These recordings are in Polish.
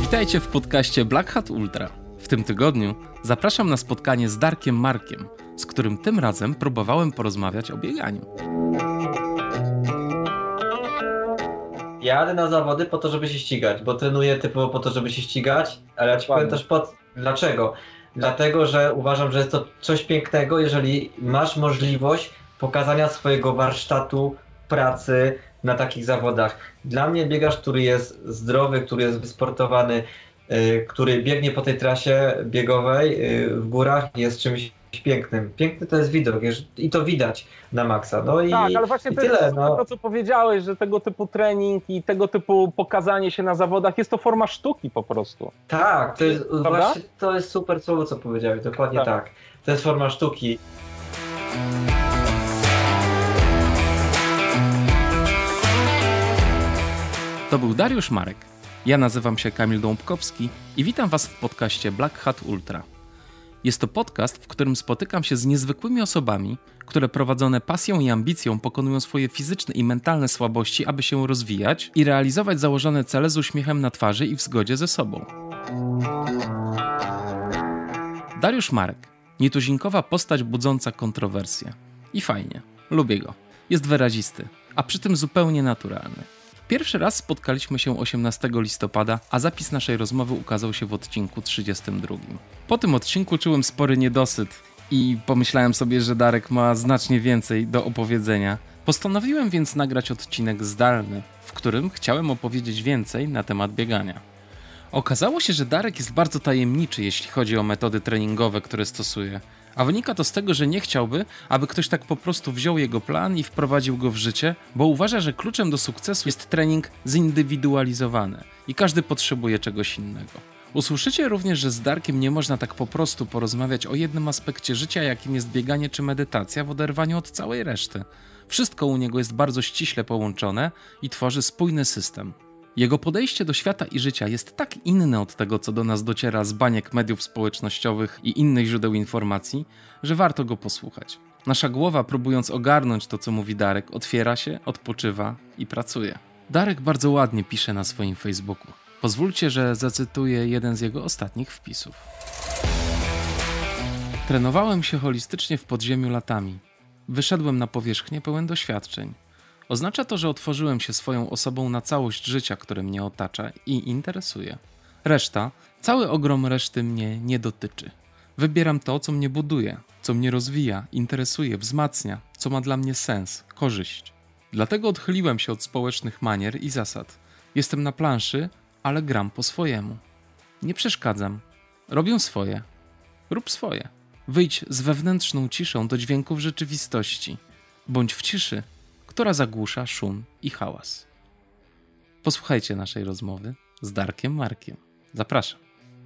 Witajcie w podcaście Black Hat Ultra. W tym tygodniu zapraszam na spotkanie z Darkiem Markiem, z którym tym razem próbowałem porozmawiać o bieganiu. Jadę na zawody po to, żeby się ścigać, bo trenuję typowo po to, żeby się ścigać, ale ja ci powiem też dlaczego. Dlatego, że uważam, że jest to coś pięknego, jeżeli masz możliwość pokazania swojego warsztatu, pracy na takich zawodach. Dla mnie biegacz, który jest zdrowy, który jest wysportowany, który biegnie po tej trasie biegowej w górach, jest czymś pięknym. Piękny to jest widok i to widać na maksa. No i, tak, ale właśnie i to tyle, jest to, co powiedziałeś, że tego typu trening i tego typu pokazanie się na zawodach jest to forma sztuki po prostu. Tak, właśnie to jest super słowo, co powiedziałeś, dokładnie tak. To jest forma sztuki. To był Dariusz Marek. Ja nazywam się Kamil Dąbkowski i witam Was w podcaście Black Hat Ultra. Jest to podcast, w którym spotykam się z niezwykłymi osobami, które prowadzone pasją i ambicją pokonują swoje fizyczne i mentalne słabości, aby się rozwijać i realizować założone cele z uśmiechem na twarzy i w zgodzie ze sobą. Dariusz Marek. Nietuzinkowa postać budząca kontrowersje. I fajnie. Lubię go. Jest wyrazisty, a przy tym zupełnie naturalny. Pierwszy raz spotkaliśmy się 18 listopada, a zapis naszej rozmowy ukazał się w odcinku 32. Po tym odcinku czułem spory niedosyt i pomyślałem sobie, że Darek ma znacznie więcej do opowiedzenia. Postanowiłem więc nagrać odcinek zdalny, w którym chciałem opowiedzieć więcej na temat biegania. Okazało się, że Darek jest bardzo tajemniczy, jeśli chodzi o metody treningowe, które stosuje. A wynika to z tego, że nie chciałby, aby ktoś tak po prostu wziął jego plan i wprowadził go w życie, bo uważa, że kluczem do sukcesu jest trening zindywidualizowany i każdy potrzebuje czegoś innego. Usłyszycie również, że z Darkiem nie można tak po prostu porozmawiać o jednym aspekcie życia, jakim jest bieganie czy medytacja w oderwaniu od całej reszty. Wszystko u niego jest bardzo ściśle połączone i tworzy spójny system. Jego podejście do świata i życia jest tak inne od tego, co do nas dociera z baniek mediów społecznościowych i innych źródeł informacji, że warto go posłuchać. Nasza głowa, próbując ogarnąć to, co mówi Darek, otwiera się, odpoczywa i pracuje. Darek bardzo ładnie pisze na swoim Facebooku. Pozwólcie, że zacytuję jeden z jego ostatnich wpisów. Trenowałem się holistycznie w podziemiu latami. Wyszedłem na powierzchnię pełen doświadczeń. Oznacza to, że otworzyłem się swoją osobą na całość życia, które mnie otacza i interesuje. Reszta, cały ogrom reszty mnie nie dotyczy. Wybieram to, co mnie buduje, co mnie rozwija, interesuje, wzmacnia, co ma dla mnie sens, korzyść. Dlatego odchyliłem się od społecznych manier i zasad. Jestem na planszy, ale gram po swojemu. Nie przeszkadzam. Robię swoje. Rób swoje. Wyjdź z wewnętrzną ciszą do dźwięków rzeczywistości. Bądź w ciszy, która zagłusza szum i hałas. Posłuchajcie naszej rozmowy z Darkiem Markiem. Zapraszam.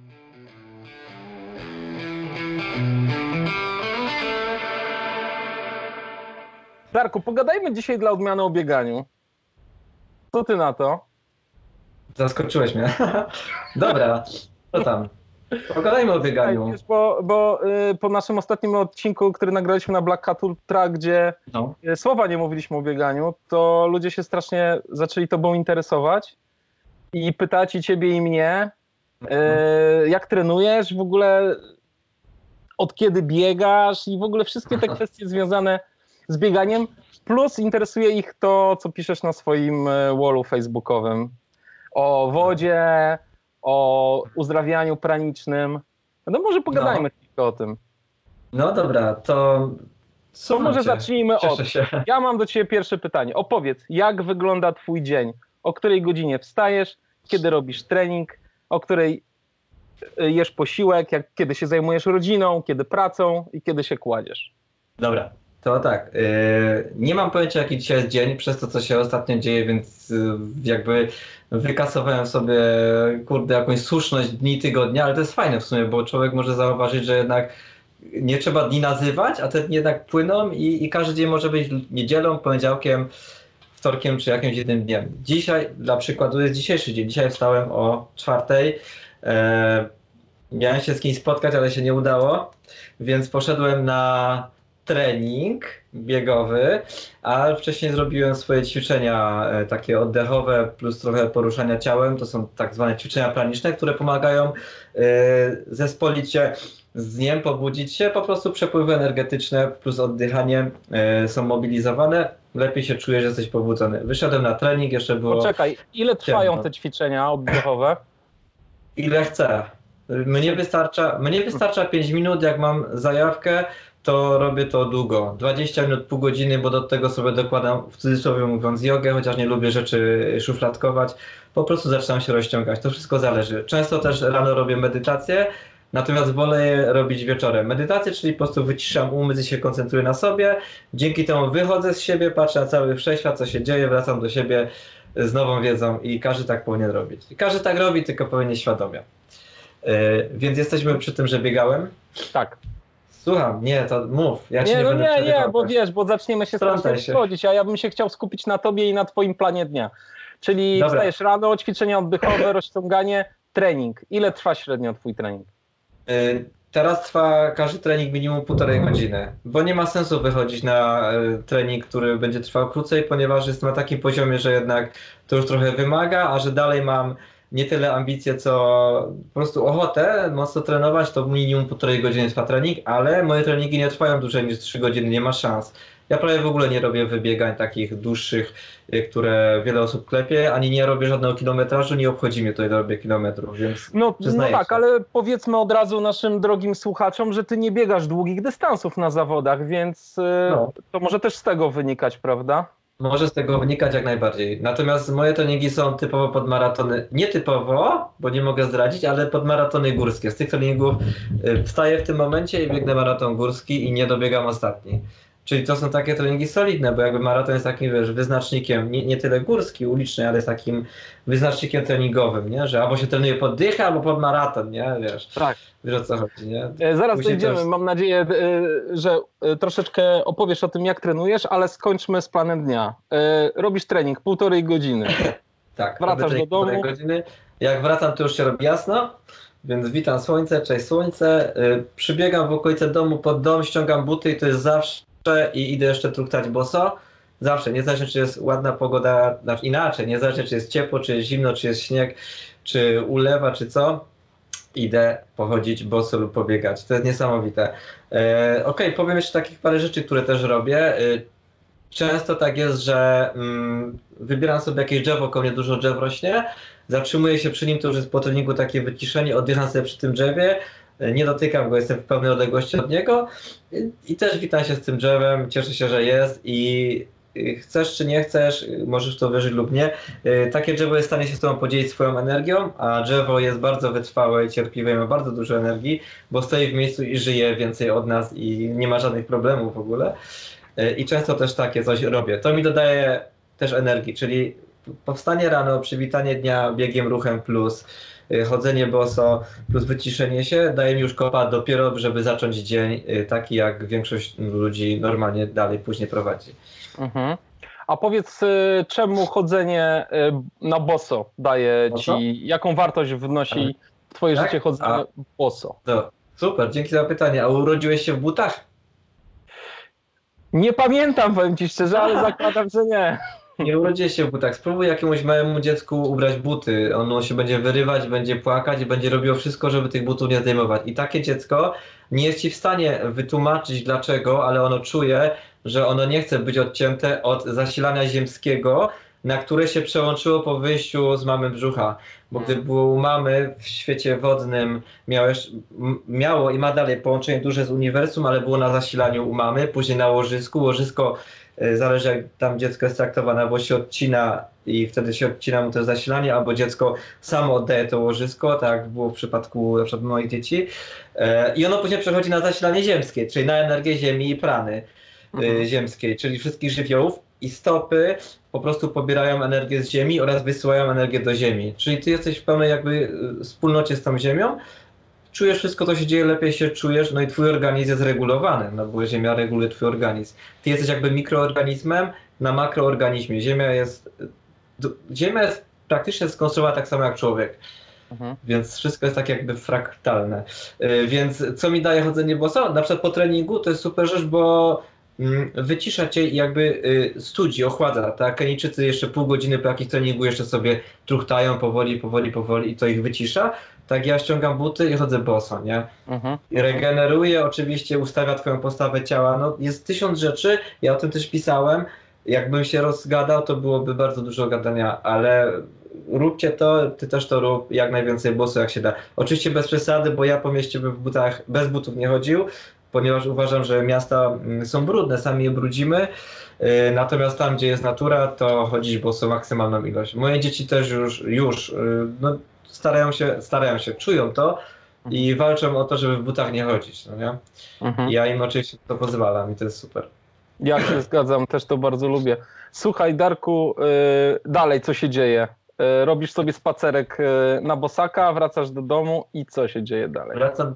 Darku, pogadajmy dzisiaj dla odmiany o bieganiu. Co ty na to? Zaskoczyłeś mnie. Dobra, co tam? Pogadajmy o bieganiu. Po naszym ostatnim odcinku, który nagraliśmy na Black Hat Ultra, gdzie słowa nie mówiliśmy o bieganiu, to ludzie się strasznie zaczęli tobą interesować i pytać i ciebie i mnie, jak trenujesz, w ogóle od kiedy biegasz i w ogóle wszystkie te kwestie związane z bieganiem, plus interesuje ich to, co piszesz na swoim wallu facebookowym o wodzie, o uzdrawianiu pranicznym. No może pogadajmy tylko o tym. No dobra, to może zacznijmy Cieszę się. Ja mam do ciebie pierwsze pytanie. Opowiedz, jak wygląda twój dzień? O której godzinie wstajesz? Kiedy robisz trening? O której jesz posiłek? Kiedy się zajmujesz rodziną? Kiedy pracą? I kiedy się kładziesz? Dobra, to tak. Nie mam pojęcia, jaki dzisiaj jest dzień, przez to, co się ostatnio dzieje, więc jakby wykasowałem sobie, jakąś słuszność dni, tygodnia, ale to jest fajne w sumie, bo człowiek może zauważyć, że jednak nie trzeba dni nazywać, a te dni jednak płyną i każdy dzień może być niedzielą, poniedziałkiem, wtorkiem czy jakimś jednym dniem. Dzisiaj, dla przykładu, jest dzisiejszy dzień. Dzisiaj wstałem o 4:00. Miałem się z kimś spotkać, ale się nie udało, więc poszedłem na trening biegowy, a wcześniej zrobiłem swoje ćwiczenia takie oddechowe plus trochę poruszania ciałem. To są tak zwane ćwiczenia praniczne, które pomagają zespolić się z dniem, pobudzić się. Po prostu przepływy energetyczne plus oddychanie są mobilizowane. Lepiej się czujesz, że jesteś pobudzony. Wyszedłem na trening, jeszcze było... Poczekaj, ile trwają te ćwiczenia oddechowe? Ile chcę. Mnie wystarcza 5 minut, jak mam zajawkę, to robię to długo. 20 minut, pół godziny, bo do tego sobie dokładam, w cudzysłowie mówiąc, jogę, chociaż nie lubię rzeczy szufladkować. Po prostu zaczynam się rozciągać. To wszystko zależy. Często też rano robię medytację, natomiast wolę je robić wieczorem. Medytację, czyli po prostu wyciszam umysł i się koncentruję na sobie. Dzięki temu wychodzę z siebie, patrzę na cały wszechświat, co się dzieje, wracam do siebie z nową wiedzą i każdy tak powinien robić. Każdy tak robi, tylko powinien świadomie. Więc jesteśmy przy tym, że biegałem. Tak. Słucham, nie, to mów. Ja ci nie będę przerywał. Bo wiesz, bo zaczniemy się strasznie wchodzić, a ja bym się chciał skupić na tobie i na twoim planie dnia. Czyli wstajesz rano, ćwiczenia oddechowe, rozciąganie, trening. Ile trwa średnio twój trening? Teraz trwa każdy trening minimum 1,5 godziny, bo nie ma sensu wychodzić na trening, który będzie trwał krócej, ponieważ jestem na takim poziomie, że jednak to już trochę wymaga, a że dalej mam nie tyle ambicje, co po prostu ochotę mocno trenować, to minimum 1,5 godziny trwa trening, ale moje treningi nie trwają dłużej niż 3 godziny, nie ma szans. Ja prawie w ogóle nie robię wybiegań takich dłuższych, które wiele osób klepie, ani nie robię żadnego kilometrażu, nie obchodzi mnie to, ile robię kilometrów, więc no tak, ale powiedzmy od razu naszym drogim słuchaczom, że ty nie biegasz długich dystansów na zawodach, więc to może też z tego wynikać, prawda? Może z tego wynikać jak najbardziej. Natomiast moje treningi są typowo pod maratony, nie typowo, bo nie mogę zdradzić, ale pod maratony górskie. Z tych treningów wstaję w tym momencie i biegnę maraton górski i nie dobiegam ostatni. Czyli to są takie treningi solidne, bo jakby maraton jest takim, wiesz, wyznacznikiem, nie tyle górski, uliczny, ale jest takim wyznacznikiem treningowym, nie? Że albo się trenuje pod dychę, albo pod maraton, nie? Wiesz, tak. Wiesz o co chodzi, nie? Zaraz dojdziemy, też... mam nadzieję, że troszeczkę opowiesz o tym, jak trenujesz, ale skończmy z planem dnia. Robisz trening 1,5 godziny. Tak, wracasz do domu. 1,5 godziny. Jak wracam, to już się robi jasno, więc witam słońce, cześć słońce. Przybiegam w okolice domu, pod dom, ściągam buty i to jest zawsze i idę jeszcze truktać boso. Zawsze, niezależnie czy jest ładna pogoda, znaczy inaczej, niezależnie czy jest ciepło, czy jest zimno, czy jest śnieg, czy ulewa, czy co, idę pochodzić boso lub pobiegać. To jest niesamowite. Okej, powiem jeszcze takich parę rzeczy, które też robię. Często tak jest, że wybieram sobie jakieś drzewo, koło mnie dużo drzew rośnie, zatrzymuję się przy nim, to już jest po treningu takie wyciszenie, oddycham sobie przy tym drzewie, nie dotykam go, jestem w pełnej odległości od niego i też witam się z tym drzewem, cieszę się, że jest i chcesz czy nie chcesz, możesz to wierzyć lub nie, takie drzewo jest w stanie się z tobą podzielić swoją energią, a drzewo jest bardzo wytrwałe i cierpliwe i ma bardzo dużo energii, bo stoi w miejscu i żyje więcej od nas i nie ma żadnych problemów w ogóle. I często też takie coś robię. To mi dodaje też energii, czyli powstanie rano, przywitanie dnia biegiem, ruchem plus chodzenie boso plus wyciszenie się daje mi już kopa dopiero, żeby zacząć dzień taki, jak większość ludzi normalnie dalej później prowadzi. Mhm. A powiedz, czemu chodzenie na boso daje ci, jaką wartość wnosi w twoje życie chodzenie boso? To super, dzięki za pytanie. A urodziłeś się w butach? Nie pamiętam, powiem ci szczerze, ale zakładam, że nie. Nie urodziłeś się w butach. Spróbuj jakiemuś małemu dziecku ubrać buty. Ono się będzie wyrywać, będzie płakać i będzie robiło wszystko, żeby tych butów nie zdejmować. I takie dziecko nie jest ci w stanie wytłumaczyć dlaczego, ale ono czuje, że ono nie chce być odcięte od zasilania ziemskiego, na które się przełączyło po wyjściu z mamy brzucha. Bo gdy było u mamy w świecie wodnym, miało i ma dalej połączenie duże z uniwersum, ale było na zasilaniu u mamy, później na łożysku. Łożysko zależy jak tam dziecko jest traktowane, albo się odcina i wtedy się odcina mu też zasilanie, albo dziecko samo oddaje to łożysko, tak jak było w przypadku na przykład moich dzieci. I ono później przechodzi na zasilanie ziemskie, czyli na energię ziemi i prany ziemskiej, czyli wszystkich żywiołów. I stopy po prostu pobierają energię z ziemi oraz wysyłają energię do ziemi. Czyli ty jesteś w pełnej jakby wspólnocie z tą ziemią, czujesz wszystko, co się dzieje, lepiej się czujesz, no i twój organizm jest regulowany, no bo ziemia reguluje twój organizm. Ty jesteś jakby mikroorganizmem na makroorganizmie. Ziemia jest praktycznie skonstruowana tak samo jak człowiek. Więc wszystko jest tak jakby fraktalne. Więc co mi daje chodzenie boso? Na przykład po treningu to jest super rzecz, bo wycisza cię i jakby studzi, ochładza. Tak? Kenijczycy jeszcze pół godziny po jakimś treningu jeszcze sobie truchtają powoli i to ich wycisza. Tak ja ściągam buty i chodzę boso, nie? I regeneruje, oczywiście ustawia twoją postawę ciała. No, jest 1000 rzeczy, ja o tym też pisałem. Jakbym się rozgadał, to byłoby bardzo dużo gadania, ale róbcie to, ty też to rób, jak najwięcej boso jak się da. Oczywiście bez przesady, bo ja po mieście bym w butach, bez butów nie chodził, ponieważ uważam, że miasta są brudne, sami je brudzimy, natomiast tam, gdzie jest natura, to chodzić boso maksymalną ilość. Moje dzieci też już no, starają się, czują to i walczą o to, żeby w butach nie chodzić, no nie? Ja im oczywiście to pozwalam i to jest super. Ja się zgadzam, też to bardzo lubię. Słuchaj, Darku, dalej co się dzieje? Robisz sobie spacerek na bosaka, wracasz do domu i co się dzieje dalej? Wracam.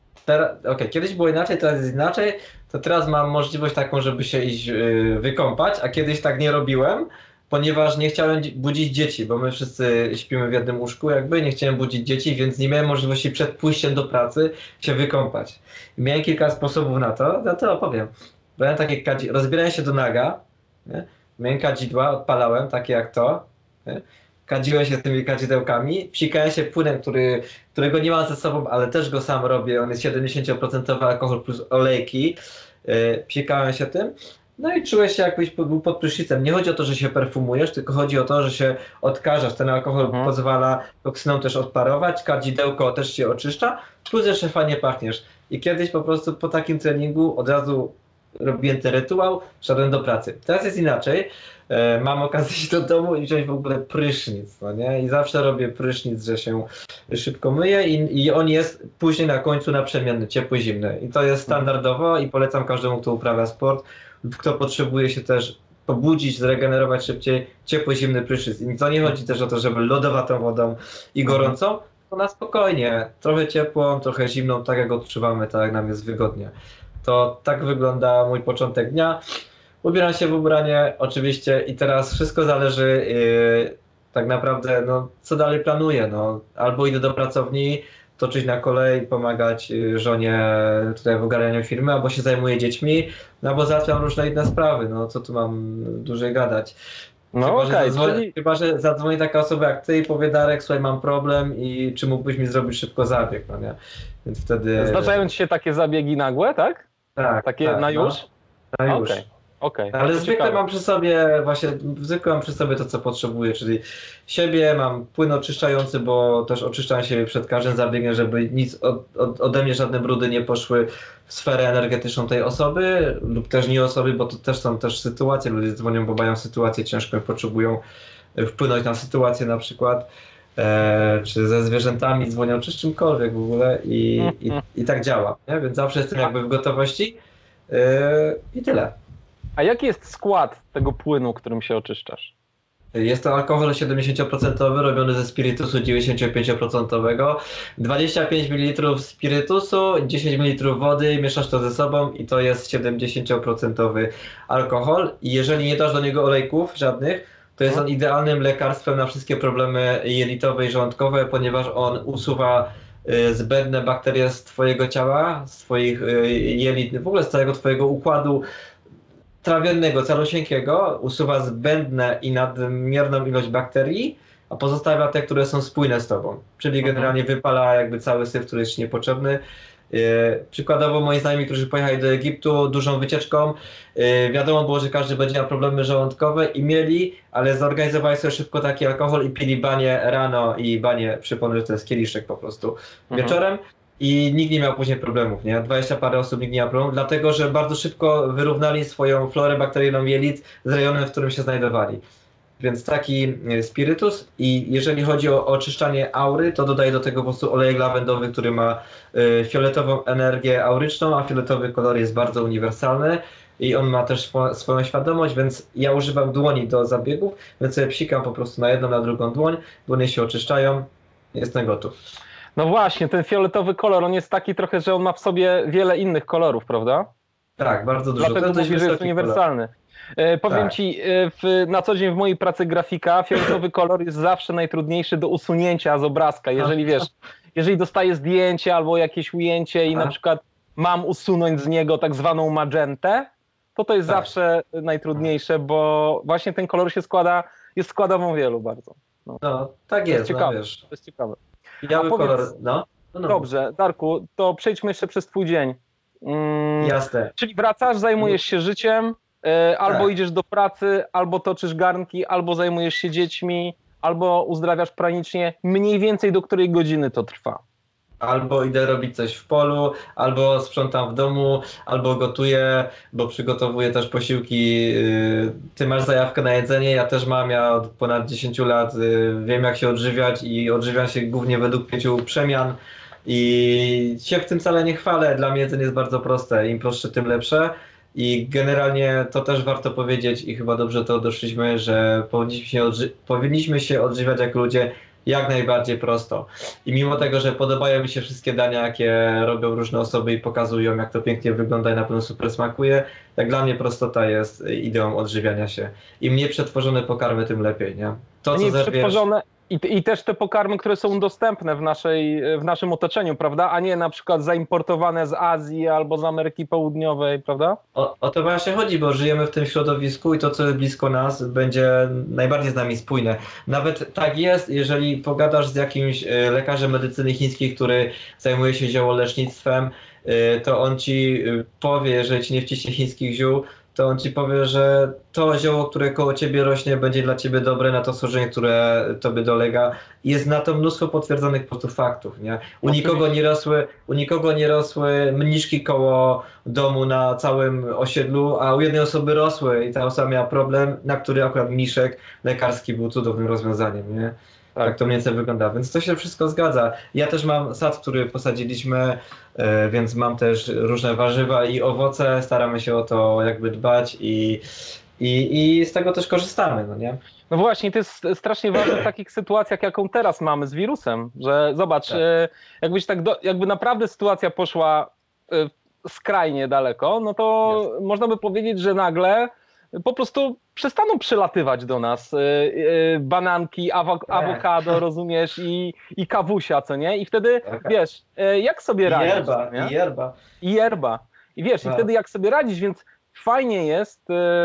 Okej, kiedyś było inaczej, teraz jest inaczej, to teraz mam możliwość taką, żeby się iść wykąpać, a kiedyś tak nie robiłem, ponieważ nie chciałem budzić dzieci, bo my wszyscy śpimy w jednym łóżku jakby, nie chciałem budzić dzieci, więc nie miałem możliwości przed pójściem do pracy się wykąpać. I miałem kilka sposobów na to opowiem. Brałem takie rozbierałem się do naga, nie? Miałem kadzidła, odpalałem, takie jak to, nie? Kadziłem się tymi kadzidełkami, psikałem się płynem, którego nie mam ze sobą, ale też go sam robię, on jest 70% alkohol plus olejki, psikałem się tym, no i czułeś się jakbyś był pod prysznicem. Nie chodzi o to, że się perfumujesz, tylko chodzi o to, że się odkażasz, ten alkohol pozwala toksynom też odparować, kadzidełko też się oczyszcza, plus jeszcze fajnie pachniesz. I kiedyś po prostu po takim treningu od razu robiłem ten rytuał, szedłem do pracy. Teraz jest inaczej. Mam okazję iść do domu i wziąć w ogóle prysznic, no nie? I zawsze robię prysznic, że się szybko myję i on jest później na końcu naprzemienny, ciepły, zimny. I to jest standardowo i polecam każdemu, kto uprawia sport, kto potrzebuje się też pobudzić, zregenerować szybciej, ciepły, zimny prysznic. I to nie chodzi też o to, żeby lodowatą wodą i gorącą, to na spokojnie, trochę ciepłą, trochę zimną, tak jak odczuwamy, tak jak nam jest wygodnie. To tak wygląda mój początek dnia. Ubieram się w ubranie oczywiście i teraz wszystko zależy tak naprawdę, no, co dalej planuję. No, albo idę do pracowni, toczyć na kolej, pomagać żonie tutaj w ogarnianiu firmy, albo się zajmuję dziećmi, no, albo załatwiam różne inne sprawy. No, co tu mam dłużej gadać. No Chyba, że zadzwoni taka osoba jak ty i powie: Darek, słuchaj, mam problem i czy mógłbyś mi zrobić szybko zabieg, no nie? Więc wtedy... Zdarzają ci się takie zabiegi nagłe, tak? Tak. Takie tak, na już? No, na już. Okay. Ale zwykle mam przy sobie to, co potrzebuję, czyli siebie, mam płyn oczyszczający, bo też oczyszczam siebie przed każdym zabiegiem, żeby nic ode mnie, żadne brudy nie poszły w sferę energetyczną tej osoby lub też nie osoby, bo to też są też sytuacje, ludzie dzwonią, bo mają sytuację ciężką i potrzebują wpłynąć na sytuację na przykład, czy ze zwierzętami dzwonią, czy z czymkolwiek w ogóle i tak działa, nie? Więc zawsze jestem jakby w gotowości i tyle. A jaki jest skład tego płynu, którym się oczyszczasz? Jest to alkohol 70% robiony ze spirytusu 95%, 25 ml spirytusu, 10 ml wody, mieszasz to ze sobą i to jest 70% alkohol. I jeżeli nie dasz do niego olejków żadnych, to jest on idealnym lekarstwem na wszystkie problemy jelitowe i żołądkowe, ponieważ on usuwa zbędne bakterie z twojego ciała, z twoich jelit, w ogóle z całego twojego układu trawiennego, calusieńkiego, usuwa zbędne i nadmierną ilość bakterii, a pozostawia te, które są spójne z tobą. Czyli generalnie wypala jakby cały syf, który jest niepotrzebny. Przykładowo moi znajomi, którzy pojechali do Egiptu dużą wycieczką, wiadomo było, że każdy będzie miał problemy żołądkowe i mieli, ale zorganizowali sobie szybko taki alkohol i pili banie rano i banie, przypomnę, że to jest kieliszek po prostu wieczorem. I nikt nie miał później problemów, nie? 20 parę osób nikt nie miał problemów, dlatego że bardzo szybko wyrównali swoją florę bakteryjną jelit z rejonem, w którym się znajdowali. Więc taki spirytus i jeżeli chodzi o oczyszczanie aury, to dodaję do tego po prostu olejek lawendowy, który ma fioletową energię auryczną, a fioletowy kolor jest bardzo uniwersalny i on ma też swoją świadomość, więc ja używam dłoni do zabiegów, więc sobie psikam po prostu na jedną, na drugą dłoń, dłonie się oczyszczają, jestem gotów. No właśnie, ten fioletowy kolor, on jest taki trochę, że on ma w sobie wiele innych kolorów, prawda? Tak, bardzo dużo. Dlatego mówię, że jest uniwersalny. Powiem ci, na co dzień w mojej pracy grafika fioletowy kolor jest zawsze najtrudniejszy do usunięcia z obrazka. Jeżeli jeżeli dostaję zdjęcie albo jakieś ujęcie i na przykład mam usunąć z niego tak zwaną magentę, to jest zawsze najtrudniejsze, bo właśnie ten kolor jest składową wielu bardzo. No tak jest, ciekawe. wiesz. To jest ciekawe. Biały kolor, no. Dobrze, Darku, to przejdźmy jeszcze przez twój dzień. Jasne. Czyli wracasz, zajmujesz się życiem, albo idziesz do pracy, albo toczysz garnki, albo zajmujesz się dziećmi, albo uzdrawiasz pranicznie. Mniej więcej do której godziny to trwa? Albo idę robić coś w polu, albo sprzątam w domu, albo gotuję, bo przygotowuję też posiłki. Ty masz zajawkę na jedzenie, ja też mam, ja od ponad 10 lat wiem jak się odżywiać i odżywiam się głównie według 5 przemian i się w tym wcale nie chwalę, dla mnie jedzenie jest bardzo proste, im prostsze tym lepsze. I generalnie to też warto powiedzieć i chyba dobrze to doszliśmy, że powinniśmy się odżywiać jako ludzie jak najbardziej prosto. I mimo tego, że podobają mi się wszystkie dania, jakie robią różne osoby i pokazują, jak to pięknie wygląda i na pewno super smakuje, tak dla mnie prostota jest ideą odżywiania się. Im mniej przetworzone pokarmy, tym lepiej, nie? To, co przetworzone i też te pokarmy, które są dostępne w naszym otoczeniu, prawda? A nie na przykład zaimportowane z Azji albo z Ameryki Południowej, prawda? O to właśnie chodzi, bo żyjemy w tym środowisku i to, co jest blisko nas, będzie najbardziej z nami spójne. Nawet tak jest, jeżeli pogadasz z jakimś lekarzem medycyny chińskiej, który zajmuje się ziołolecznictwem, to on ci powie, jeżeli ci nie wciśnie chińskich ziół, to on ci powie, że to zioło, które koło ciebie rośnie, będzie dla ciebie dobre na to schorzenie, które tobie dolega. Jest na to mnóstwo potwierdzonych po prostu faktów, nie? U nikogo nie rosły mniszki koło domu na całym osiedlu, a u jednej osoby rosły i ta osoba miała problem, na który akurat mniszek lekarski był cudownym rozwiązaniem, nie? Tak to mniej więcej wygląda, więc to się wszystko zgadza. Ja też mam sad, który posadziliśmy, więc mam też różne warzywa i owoce, staramy się o to jakby dbać i z tego też korzystamy, no nie? No właśnie, to jest strasznie ważne w takich sytuacjach, jaką teraz mamy z wirusem, że zobacz, jakby naprawdę sytuacja poszła skrajnie daleko, no to można by powiedzieć, że nagle po prostu przestaną przylatywać do nas bananki, awokado, rozumiesz, i kawusia, co nie? I wtedy, wiesz, jak sobie radzić? I yerba. I wiesz, i wtedy jak sobie radzić, więc fajnie jest,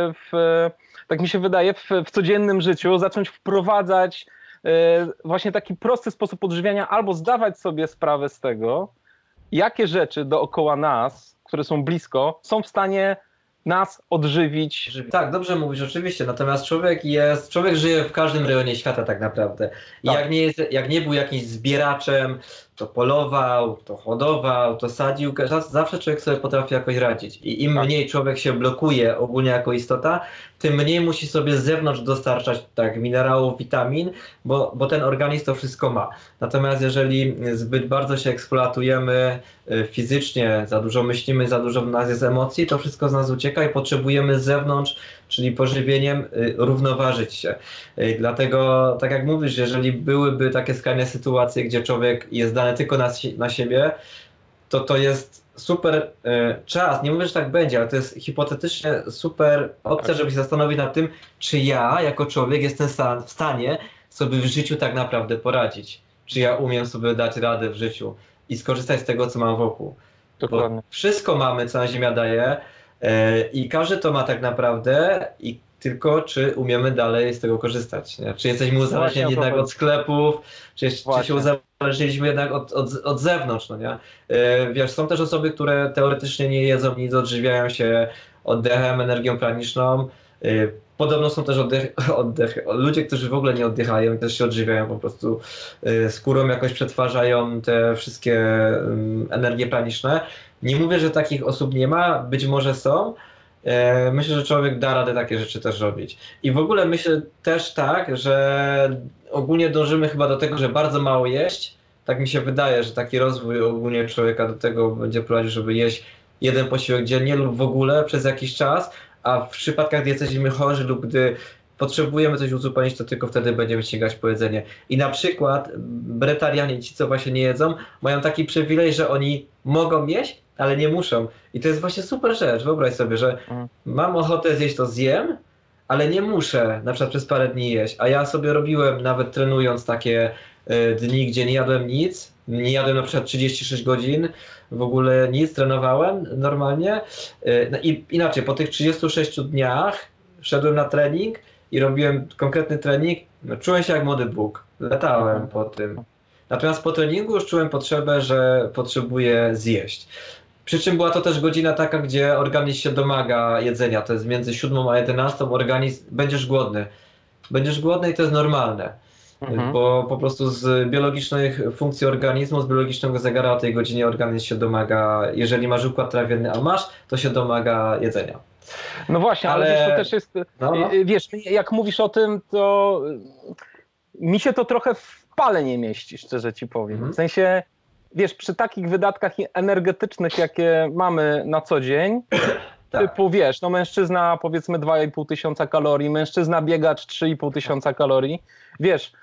tak mi się wydaje, w codziennym życiu zacząć wprowadzać właśnie taki prosty sposób odżywiania, albo zdawać sobie sprawę z tego, jakie rzeczy dookoła nas, które są blisko, są w stanie nas odżywić. Tak, dobrze mówisz, oczywiście, natomiast człowiek żyje w każdym rejonie świata tak naprawdę. I jak nie był jakimś zbieraczem, to polował, to hodował, to sadził, zawsze człowiek sobie potrafi jakoś radzić. I im mniej człowiek się blokuje ogólnie jako istota, tym mniej musi sobie z zewnątrz dostarczać minerałów, witamin, bo ten organizm to wszystko ma. Natomiast jeżeli zbyt bardzo się eksploatujemy fizycznie, za dużo myślimy, za dużo w nas jest emocji, to wszystko z nas ucieka i potrzebujemy z zewnątrz, czyli pożywieniem, równoważyć się. Dlatego, tak jak mówisz, jeżeli byłyby takie skrajne sytuacje, gdzie człowiek jest dany tylko na siebie, to jest super czas, nie mówię, że tak będzie, ale to jest hipotetycznie super opcja, żeby się zastanowić nad tym, czy ja jako człowiek jestem w stanie sobie w życiu tak naprawdę poradzić. Czy ja umiem sobie dać radę w życiu i skorzystać z tego, co mam wokół. Dokładnie. Bo wszystko mamy, co na Ziemia daje i każdy to ma tak naprawdę i tylko czy umiemy dalej z tego korzystać. Nie? Czy jesteśmy uzależnieni jednak od sklepów, czy się uzależniliśmy jednak od zewnątrz. No nie? Wiesz, są też osoby, które teoretycznie nie jedzą nic, odżywiają się oddechem, energią praniczną. Podobno są też ludzie, którzy w ogóle nie oddychają i też się odżywiają po prostu skórą, jakoś przetwarzają te wszystkie energie praniczne. Nie mówię, że takich osób nie ma, być może są. Myślę, że człowiek da radę takie rzeczy też robić. I w ogóle myślę też tak, że ogólnie dążymy chyba do tego, że bardzo mało jeść. Tak mi się wydaje, że taki rozwój ogólnie człowieka do tego będzie prowadził, żeby jeść jeden posiłek dziennie lub w ogóle przez jakiś czas, a w przypadkach, gdy jesteśmy chorzy lub gdy potrzebujemy coś uzupełnić, to tylko wtedy będziemy sięgać po jedzenie. I na przykład bretarianie, ci co właśnie nie jedzą, mają taki przywilej, że oni mogą jeść, ale nie muszą. I to jest właśnie super rzecz. Wyobraź sobie, że mam ochotę zjeść, to zjem, ale nie muszę na przykład przez parę dni jeść. A ja sobie robiłem, nawet trenując takie dni, gdzie nie jadłem nic, nie jadłem na przykład 36 godzin, w ogóle nic, trenowałem normalnie. No i inaczej, po tych 36 dniach szedłem na trening i robiłem konkretny trening, no, czułem się jak młody Bóg, latałem po tym. Natomiast po treningu już czułem potrzebę, że potrzebuję zjeść. Przy czym była to też godzina taka, gdzie organizm się domaga jedzenia, to jest między 7 a 11 organizm, będziesz głodny. Będziesz głodny i to jest normalne. Bo po prostu z biologicznych funkcji organizmu, z biologicznego zegara o tej godzinie organizm się domaga, jeżeli masz układ trawienny, a masz, to się domaga jedzenia. No właśnie, ale wiesz, to też jest, wiesz, jak mówisz o tym, to mi się to trochę w pale nie mieści, szczerze ci powiem. W sensie, wiesz, przy takich wydatkach energetycznych, jakie mamy na co dzień, typu, wiesz, no mężczyzna powiedzmy 2,5 tysiąca kalorii, mężczyzna biegacz 3,5 tysiąca kalorii, wiesz,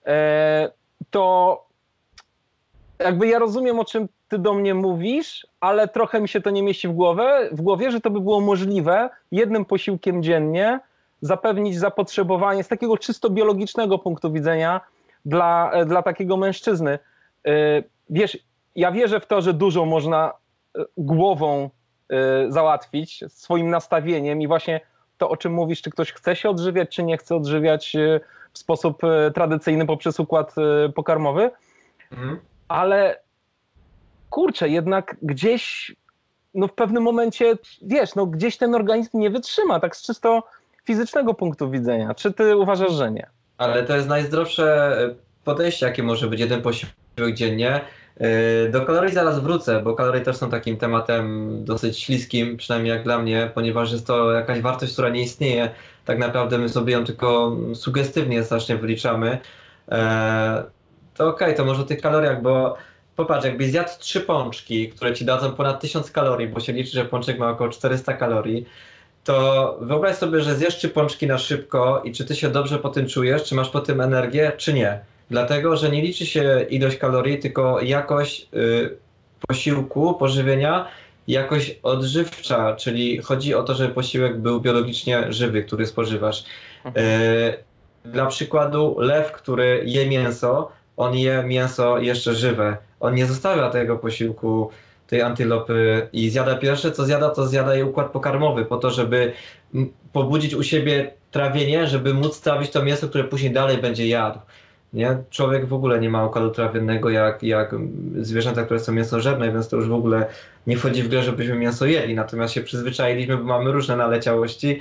to jakby ja rozumiem, o czym ty do mnie mówisz, ale trochę mi się to nie mieści w głowie, że to by było możliwe jednym posiłkiem dziennie zapewnić zapotrzebowanie z takiego czysto biologicznego punktu widzenia dla takiego mężczyzny. Wiesz, ja wierzę w to, że dużo można głową załatwić, swoim nastawieniem i właśnie to, o czym mówisz, czy ktoś chce się odżywiać, czy nie chce odżywiać w sposób tradycyjny poprzez układ pokarmowy, ale kurczę, jednak gdzieś no w pewnym momencie, wiesz, no gdzieś ten organizm nie wytrzyma, tak z czysto fizycznego punktu widzenia. Czy ty uważasz, że nie? Ale to jest najzdrowsze podejście, jakie może być jeden posiłek dziennie. Do kalorii zaraz wrócę, bo kalorie też są takim tematem dosyć śliskim, przynajmniej jak dla mnie, ponieważ jest to jakaś wartość, która nie istnieje. Tak naprawdę my sobie ją tylko sugestywnie strasznie wyliczamy. To okej, to może o tych kaloriach, bo popatrz, jakbyś zjadł 3 pączki, które ci dadzą ponad 1000 kalorii, bo się liczy, że pączek ma około 400 kalorii, to wyobraź sobie, że zjesz 3 pączki na szybko i czy ty się dobrze po tym czujesz, czy masz po tym energię, czy nie. Dlatego, że nie liczy się ilość kalorii, tylko jakość posiłku, pożywienia, jakość odżywcza, czyli chodzi o to, żeby posiłek był biologicznie żywy, który spożywasz. Dla przykładu lew, który je mięso, on je mięso jeszcze żywe. On nie zostawia tego posiłku, tej antylopy i zjada pierwsze, co zjada, to zjada jej układ pokarmowy po to, żeby pobudzić u siebie trawienie, żeby móc trawić to mięso, które później dalej będzie jadł. Nie? Człowiek w ogóle nie ma układu trawiennego jak zwierzęta, które są mięsożerne, więc to już w ogóle nie wchodzi w grę, żebyśmy mięso jedli. Natomiast się przyzwyczailiśmy, bo mamy różne naleciałości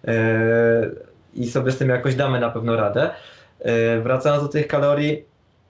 i sobie z tym jakoś damy na pewno radę. Wracając do tych kalorii,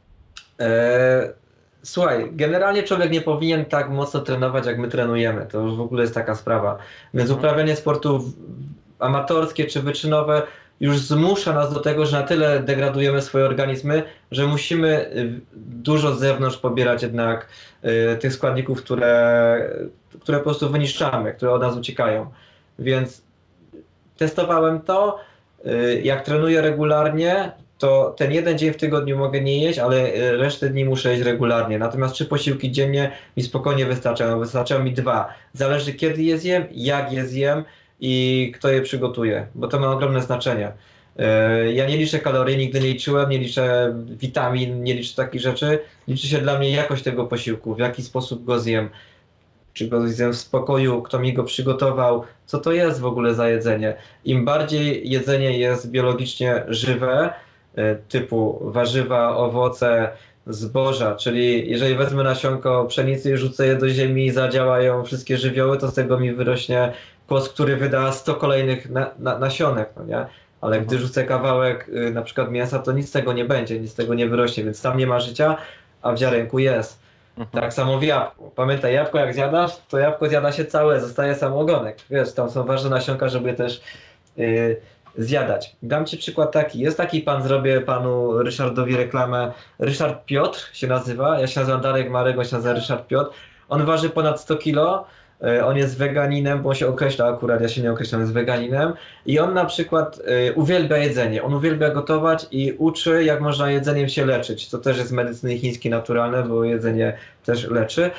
słuchaj, generalnie człowiek nie powinien tak mocno trenować, jak my trenujemy. To już w ogóle jest taka sprawa. Więc uprawianie sportów amatorskie czy wyczynowe już zmusza nas do tego, że na tyle degradujemy swoje organizmy, że musimy dużo z zewnątrz pobierać jednak tych składników, które po prostu wyniszczamy, które od nas uciekają. Więc testowałem to, jak trenuję regularnie, to ten jeden dzień w tygodniu mogę nie jeść, ale resztę dni muszę jeść regularnie. Natomiast 3 posiłki dziennie mi spokojnie wystarczają. Wystarczają mi 2. Zależy kiedy je zjem, jak je zjem i kto je przygotuje, bo to ma ogromne znaczenie. Ja nie liczę kalorii, nigdy nie liczyłem, nie liczę witamin, nie liczę takich rzeczy. Liczy się dla mnie jakość tego posiłku, w jaki sposób go zjem. Czy go zjem w spokoju, kto mi go przygotował, co to jest w ogóle za jedzenie. Im bardziej jedzenie jest biologicznie żywe, typu warzywa, owoce, zboża, czyli jeżeli wezmę nasionko pszenicy i rzucę je do ziemi i zadziałają wszystkie żywioły, to z tego mi wyrośnie kłos, który wyda 100 kolejnych nasionek, no nie? Ale gdy rzucę kawałek na przykład mięsa, to nic z tego nie będzie, nic z tego nie wyrośnie, więc tam nie ma życia, a w ziarenku jest. Tak samo w jabłku. Pamiętaj, jabłko jak zjadasz, to jabłko zjada się całe, zostaje sam ogonek. Wiesz, tam są ważne nasionka, żeby też zjadać. Dam ci przykład taki. Jest taki pan, zrobię panu Ryszardowi reklamę. Ryszard Piotr się nazywa. Ja się nazywam Darek Marek, on się nazywa Ryszard Piotr. On waży ponad 100 kilo. On jest weganinem, bo on się określa akurat, ja się nie określam, jest weganinem. I on na przykład uwielbia jedzenie. On uwielbia gotować i uczy, jak można jedzeniem się leczyć. To też jest z medycyny chińskiej naturalne, bo jedzenie też leczy.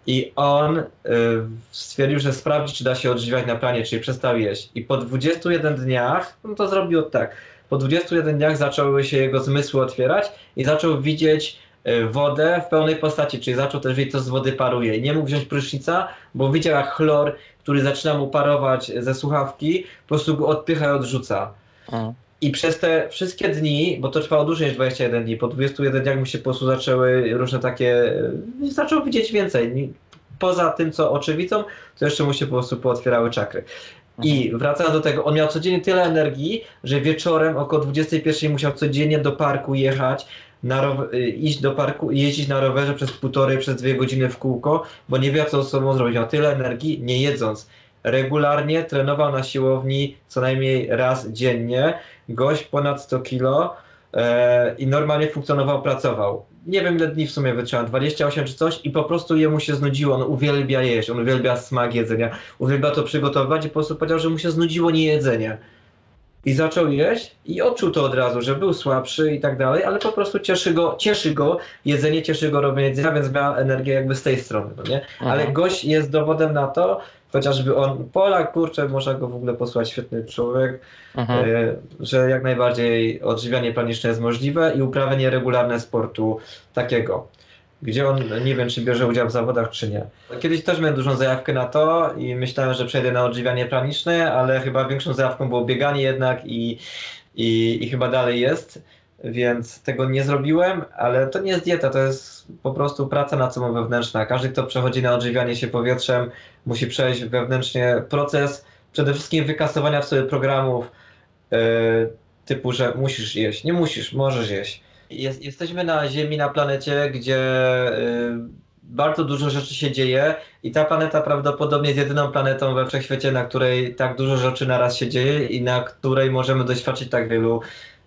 I on stwierdził, że sprawdzi, czy da się odżywiać na planie, czyli przestał jeść. I po 21 dniach, no to zrobił tak, po 21 dniach zaczęły się jego zmysły otwierać i zaczął widzieć wodę w pełnej postaci, czyli zaczął też wiedzieć, co z wody paruje. I nie mógł wziąć prysznica, bo widział, jak chlor, który zaczyna mu parować ze słuchawki, po prostu go odpycha i odrzuca. I przez te wszystkie dni, bo to trwało dłużej niż 21 dni, po 21 dniach mu się po prostu zaczęły różne takie, zaczął widzieć więcej. Poza tym, co oczy widzą, to jeszcze mu się po prostu pootwierały czakry. I wracając do tego, on miał codziennie tyle energii, że wieczorem około 21 musiał codziennie do parku jechać, iść do parku i jeździć na rowerze przez 1,5, przez 2 godziny w kółko, bo nie wiedział, co z sobą zrobić. Miał tyle energii, nie jedząc. Regularnie trenował na siłowni co najmniej raz dziennie. Gość ponad 100 kilo i normalnie funkcjonował, pracował. Nie wiem, ile dni w sumie wytrzymał, 28 czy coś, i po prostu jemu się znudziło. On uwielbia jeść, on uwielbia smak jedzenia, uwielbia to przygotowywać i po prostu powiedział, że mu się znudziło niejedzenie. I zaczął jeść i odczuł to od razu, że był słabszy i tak dalej, ale po prostu cieszy go jedzenie, cieszy go robienie jedzenia, więc miał energię jakby z tej strony, no nie? Ale gość jest dowodem na to, chociażby on, Polak, kurczę, można go w ogóle posłać, świetny człowiek, że jak najbardziej odżywianie planiczne jest możliwe i uprawianie regularne sportu takiego, gdzie on, nie wiem, czy bierze udział w zawodach, czy nie. Kiedyś też miałem dużą zajawkę na to i myślałem, że przejdę na odżywianie planiczne, ale chyba większą zajawką było bieganie jednak i chyba dalej jest, więc tego nie zrobiłem, ale to nie jest dieta, to jest po prostu praca nad sobą wewnętrzna. Każdy, kto przechodzi na odżywianie się powietrzem, musi przejść wewnętrznie proces przede wszystkim wykasowania w sobie programów typu, że musisz jeść, nie musisz, możesz jeść. Jesteśmy na Ziemi, na planecie, gdzie bardzo dużo rzeczy się dzieje i ta planeta prawdopodobnie jest jedyną planetą we wszechświecie, na której tak dużo rzeczy naraz się dzieje i na której możemy doświadczyć tak wielu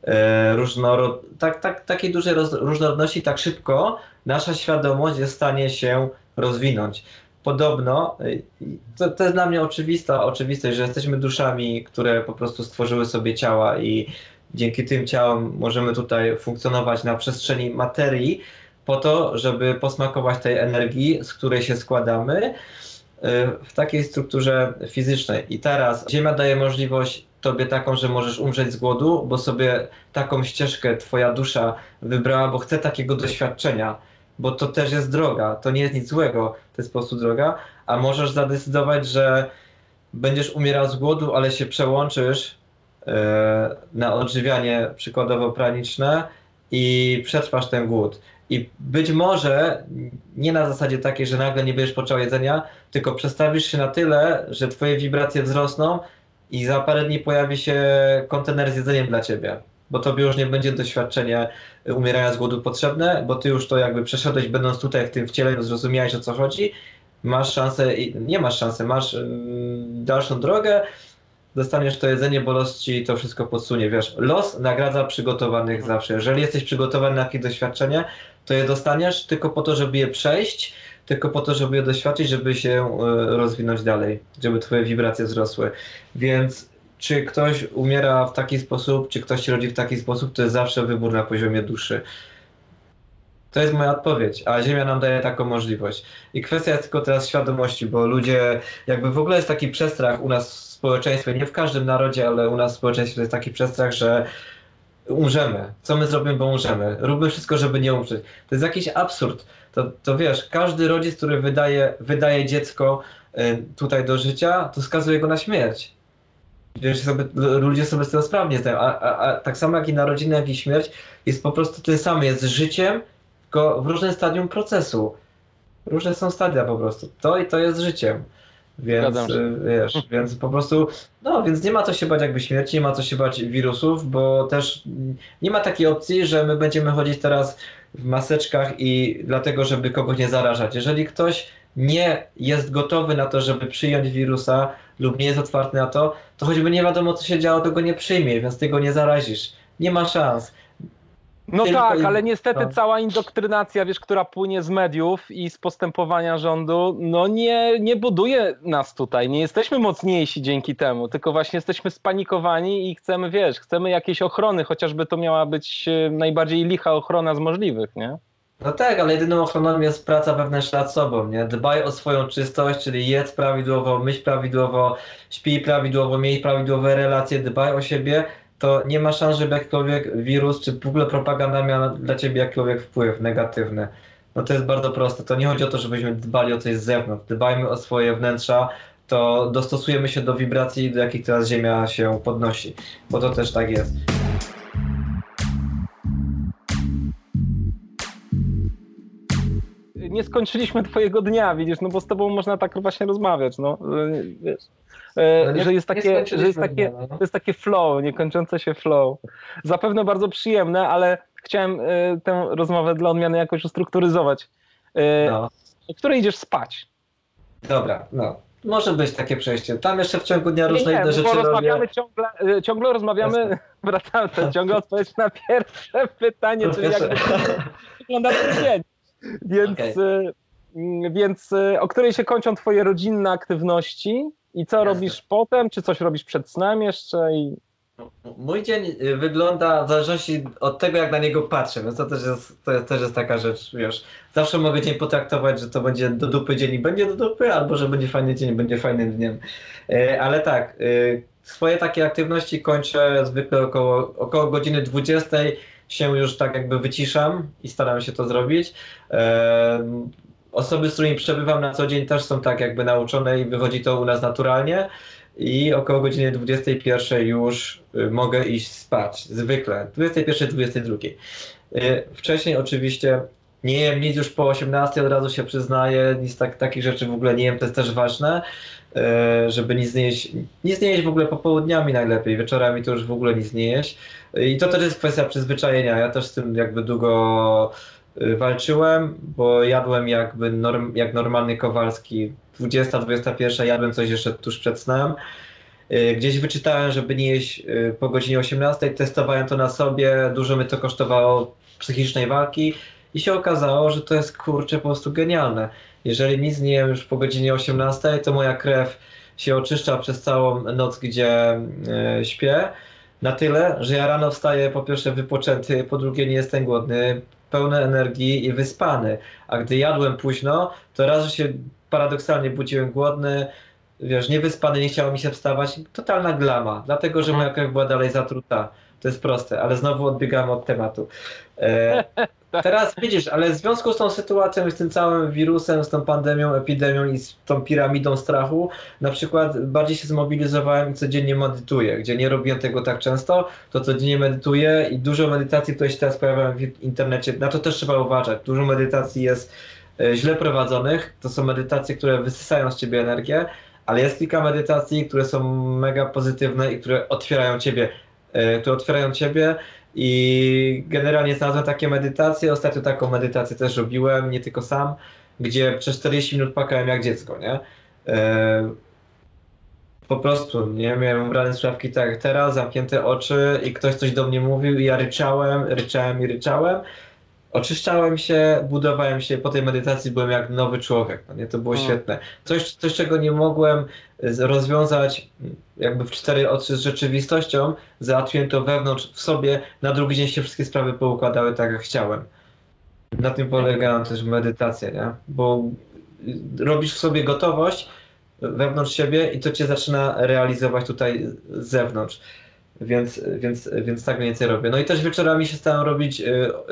takiej dużej różnorodności tak szybko. Nasza świadomość jest w stanie się rozwinąć. Podobno, to jest dla mnie oczywistość, że jesteśmy duszami, które po prostu stworzyły sobie ciała i dzięki tym ciałom możemy tutaj funkcjonować na przestrzeni materii po to, żeby posmakować tej energii, z której się składamy w takiej strukturze fizycznej. I teraz Ziemia daje możliwość tobie taką, że możesz umrzeć z głodu, bo sobie taką ścieżkę twoja dusza wybrała, bo chce takiego doświadczenia, bo to też jest droga, to nie jest nic złego, to jest po prostu droga, a możesz zadecydować, że będziesz umierał z głodu, ale się przełączysz na odżywianie przykładowo praniczne i przetrwasz ten głód. I być może nie na zasadzie takiej, że nagle nie będziesz potrzebował jedzenia, tylko przestawisz się na tyle, że twoje wibracje wzrosną i za parę dni pojawi się kontener z jedzeniem dla ciebie. Bo tobie już nie będzie doświadczenie umierania z głodu potrzebne, bo ty już to jakby przeszedłeś, będąc tutaj w tym wcieleniu, zrozumiałeś, o co chodzi, masz szansę, nie masz szansy, masz dalszą drogę, dostaniesz to jedzenie, bo los ci to wszystko podsunie, wiesz. Los nagradza przygotowanych zawsze. Jeżeli jesteś przygotowany na jakieś doświadczenie, to je dostaniesz tylko po to, żeby je przejść, tylko po to, żeby je doświadczyć, żeby się rozwinąć dalej, żeby twoje wibracje wzrosły. Więc czy ktoś umiera w taki sposób, czy ktoś się rodzi w taki sposób, to jest zawsze wybór na poziomie duszy. To jest moja odpowiedź, a Ziemia nam daje taką możliwość. I kwestia jest tylko teraz świadomości, bo ludzie, jakby w ogóle jest taki przestrach u nas w społeczeństwie, nie w każdym narodzie, ale u nas w społeczeństwie to jest taki przestrach, że umrzemy. Co my zrobimy, bo umrzemy? Róbmy wszystko, żeby nie umrzeć. To jest jakiś absurd. To wiesz, każdy rodzic, który wydaje dziecko tutaj do życia, to skazuje go na śmierć. Wiesz, ludzie sobie z tego sprawnie zdają, a tak samo jak i narodziny, jak i śmierć jest po prostu tym samym, jest życiem, tylko w różnym stadium procesu. Różne są stadia po prostu. To jest życiem. Więc wiesz, więc po prostu, no więc nie ma co się bać jakby śmierci, nie ma co się bać wirusów, bo też nie ma takiej opcji, że my będziemy chodzić teraz w maseczkach i dlatego, żeby kogoś nie zarażać. Jeżeli ktoś nie jest gotowy na to, żeby przyjąć wirusa lub nie jest otwarty na to, to choćby nie wiadomo, co się działo, to go nie przyjmie, więc ty go nie zarazisz. Nie ma szans. No tak, ale niestety cała indoktrynacja, wiesz, która płynie z mediów i z postępowania rządu, no nie buduje nas tutaj. Nie jesteśmy mocniejsi dzięki temu, tylko właśnie jesteśmy spanikowani i chcemy, wiesz, chcemy jakiejś ochrony, chociażby to miała być najbardziej licha ochrona z możliwych, nie? No tak, ale jedyną ochroną jest praca wewnętrzna nad sobą, nie? Dbaj o swoją czystość, czyli jedz prawidłowo, myśl prawidłowo, śpij prawidłowo, miej prawidłowe relacje, dbaj o siebie, to nie ma szans, żeby jakikolwiek wirus, czy w ogóle propaganda miała dla ciebie jakikolwiek wpływ negatywny. No to jest bardzo proste. To nie chodzi o to, żebyśmy dbali o coś z zewnątrz. Dbajmy o swoje wnętrza, to dostosujemy się do wibracji, do jakich teraz Ziemia się podnosi, bo to też tak jest. Nie skończyliśmy twojego dnia, widzisz, no bo z tobą można tak właśnie rozmawiać, no, wiesz, że jest takie flow, niekończące się flow. Zapewne bardzo przyjemne, ale chciałem tę rozmowę dla odmiany jakoś ustrukturyzować. O której idziesz spać? Dobra, no. Może być takie przejście. Tam jeszcze w ciągu dnia różne inne rzeczy bo rozmawiamy ciągle rozmawiamy, wracamy to ciągle odpowiedź na pierwsze pytanie, czyli jak wygląda ten dzień. Więc o której się kończą twoje rodzinne aktywności i co robisz potem? Czy coś robisz przed snem jeszcze? Mój dzień wygląda w zależności od tego, jak na niego patrzę, więc to też jest taka rzecz, wiesz, zawsze mogę dzień potraktować, że to będzie do dupy dzień i będzie do dupy, albo że będzie fajny dzień i będzie fajnym dniem. Ale tak, swoje takie aktywności kończę zwykle około godziny 20 się już tak jakby wyciszam i staram się to zrobić. Osoby, z którymi przebywam na co dzień, też są tak jakby nauczone i wychodzi to u nas naturalnie. I około godziny 21 już mogę iść spać, zwykle, 21-22. Wcześniej oczywiście nie jem nic już po 18, od razu się przyznaję, nic takich rzeczy w ogóle nie jem, to jest też ważne, żeby nic nie jeść w ogóle popołudniami najlepiej, wieczorami to już w ogóle nic nie jeść. I to też jest kwestia przyzwyczajenia, ja też z tym jakby długo walczyłem, bo jadłem jak normalny Kowalski, 20-21 jadłem coś jeszcze tuż przed snem. Gdzieś wyczytałem, żeby nie jeść po godzinie 18, testowałem to na sobie, dużo mnie to kosztowało psychicznej walki i się okazało, że to jest kurczę po prostu genialne. Jeżeli nic nie jem już po godzinie 18, to moja krew się oczyszcza przez całą noc, gdzie śpię, na tyle, że ja rano wstaję po pierwsze wypoczęty, po drugie nie jestem głodny, pełny energii i wyspany. A gdy jadłem późno, to raz, że się paradoksalnie budziłem głodny, wiesz, niewyspany, nie chciało mi się wstawać. Totalna glama, dlatego że moja krew była dalej zatruta. To jest proste, ale znowu odbiegamy od tematu. Teraz widzisz, ale w związku z tą sytuacją, z tym całym wirusem, z tą pandemią, epidemią i z tą piramidą strachu, na przykład bardziej się zmobilizowałem i codziennie medytuję. Gdzie nie robiłem tego tak często, to codziennie medytuję i dużo medytacji, które się teraz pojawiają w internecie, na to też trzeba uważać. Dużo medytacji jest źle prowadzonych, to są medytacje, które wysysają z ciebie energię, ale jest kilka medytacji, które są mega pozytywne i które otwierają ciebie, i generalnie znalazłem takie medytacje. Ostatnio taką medytację też robiłem, nie tylko sam, gdzie przez 40 minut płakałem jak dziecko, nie? Po prostu, nie? Miałem ubrane słuchawki tak jak teraz, zamknięte oczy i ktoś coś do mnie mówił i ja ryczałem. Oczyszczałem się, budowałem się, po tej medytacji byłem jak nowy człowiek, no nie? To było świetne. Coś, czego nie mogłem rozwiązać jakby w 4 oczy z rzeczywistością, załatwiłem to wewnątrz w sobie, na drugi dzień się wszystkie sprawy poukładały tak jak chciałem. Na tym polegała też medytacja, nie? Bo robisz w sobie gotowość wewnątrz siebie i to cię zaczyna realizować tutaj z zewnątrz. Więc tak mniej więcej robię. No i też wieczorami się staram robić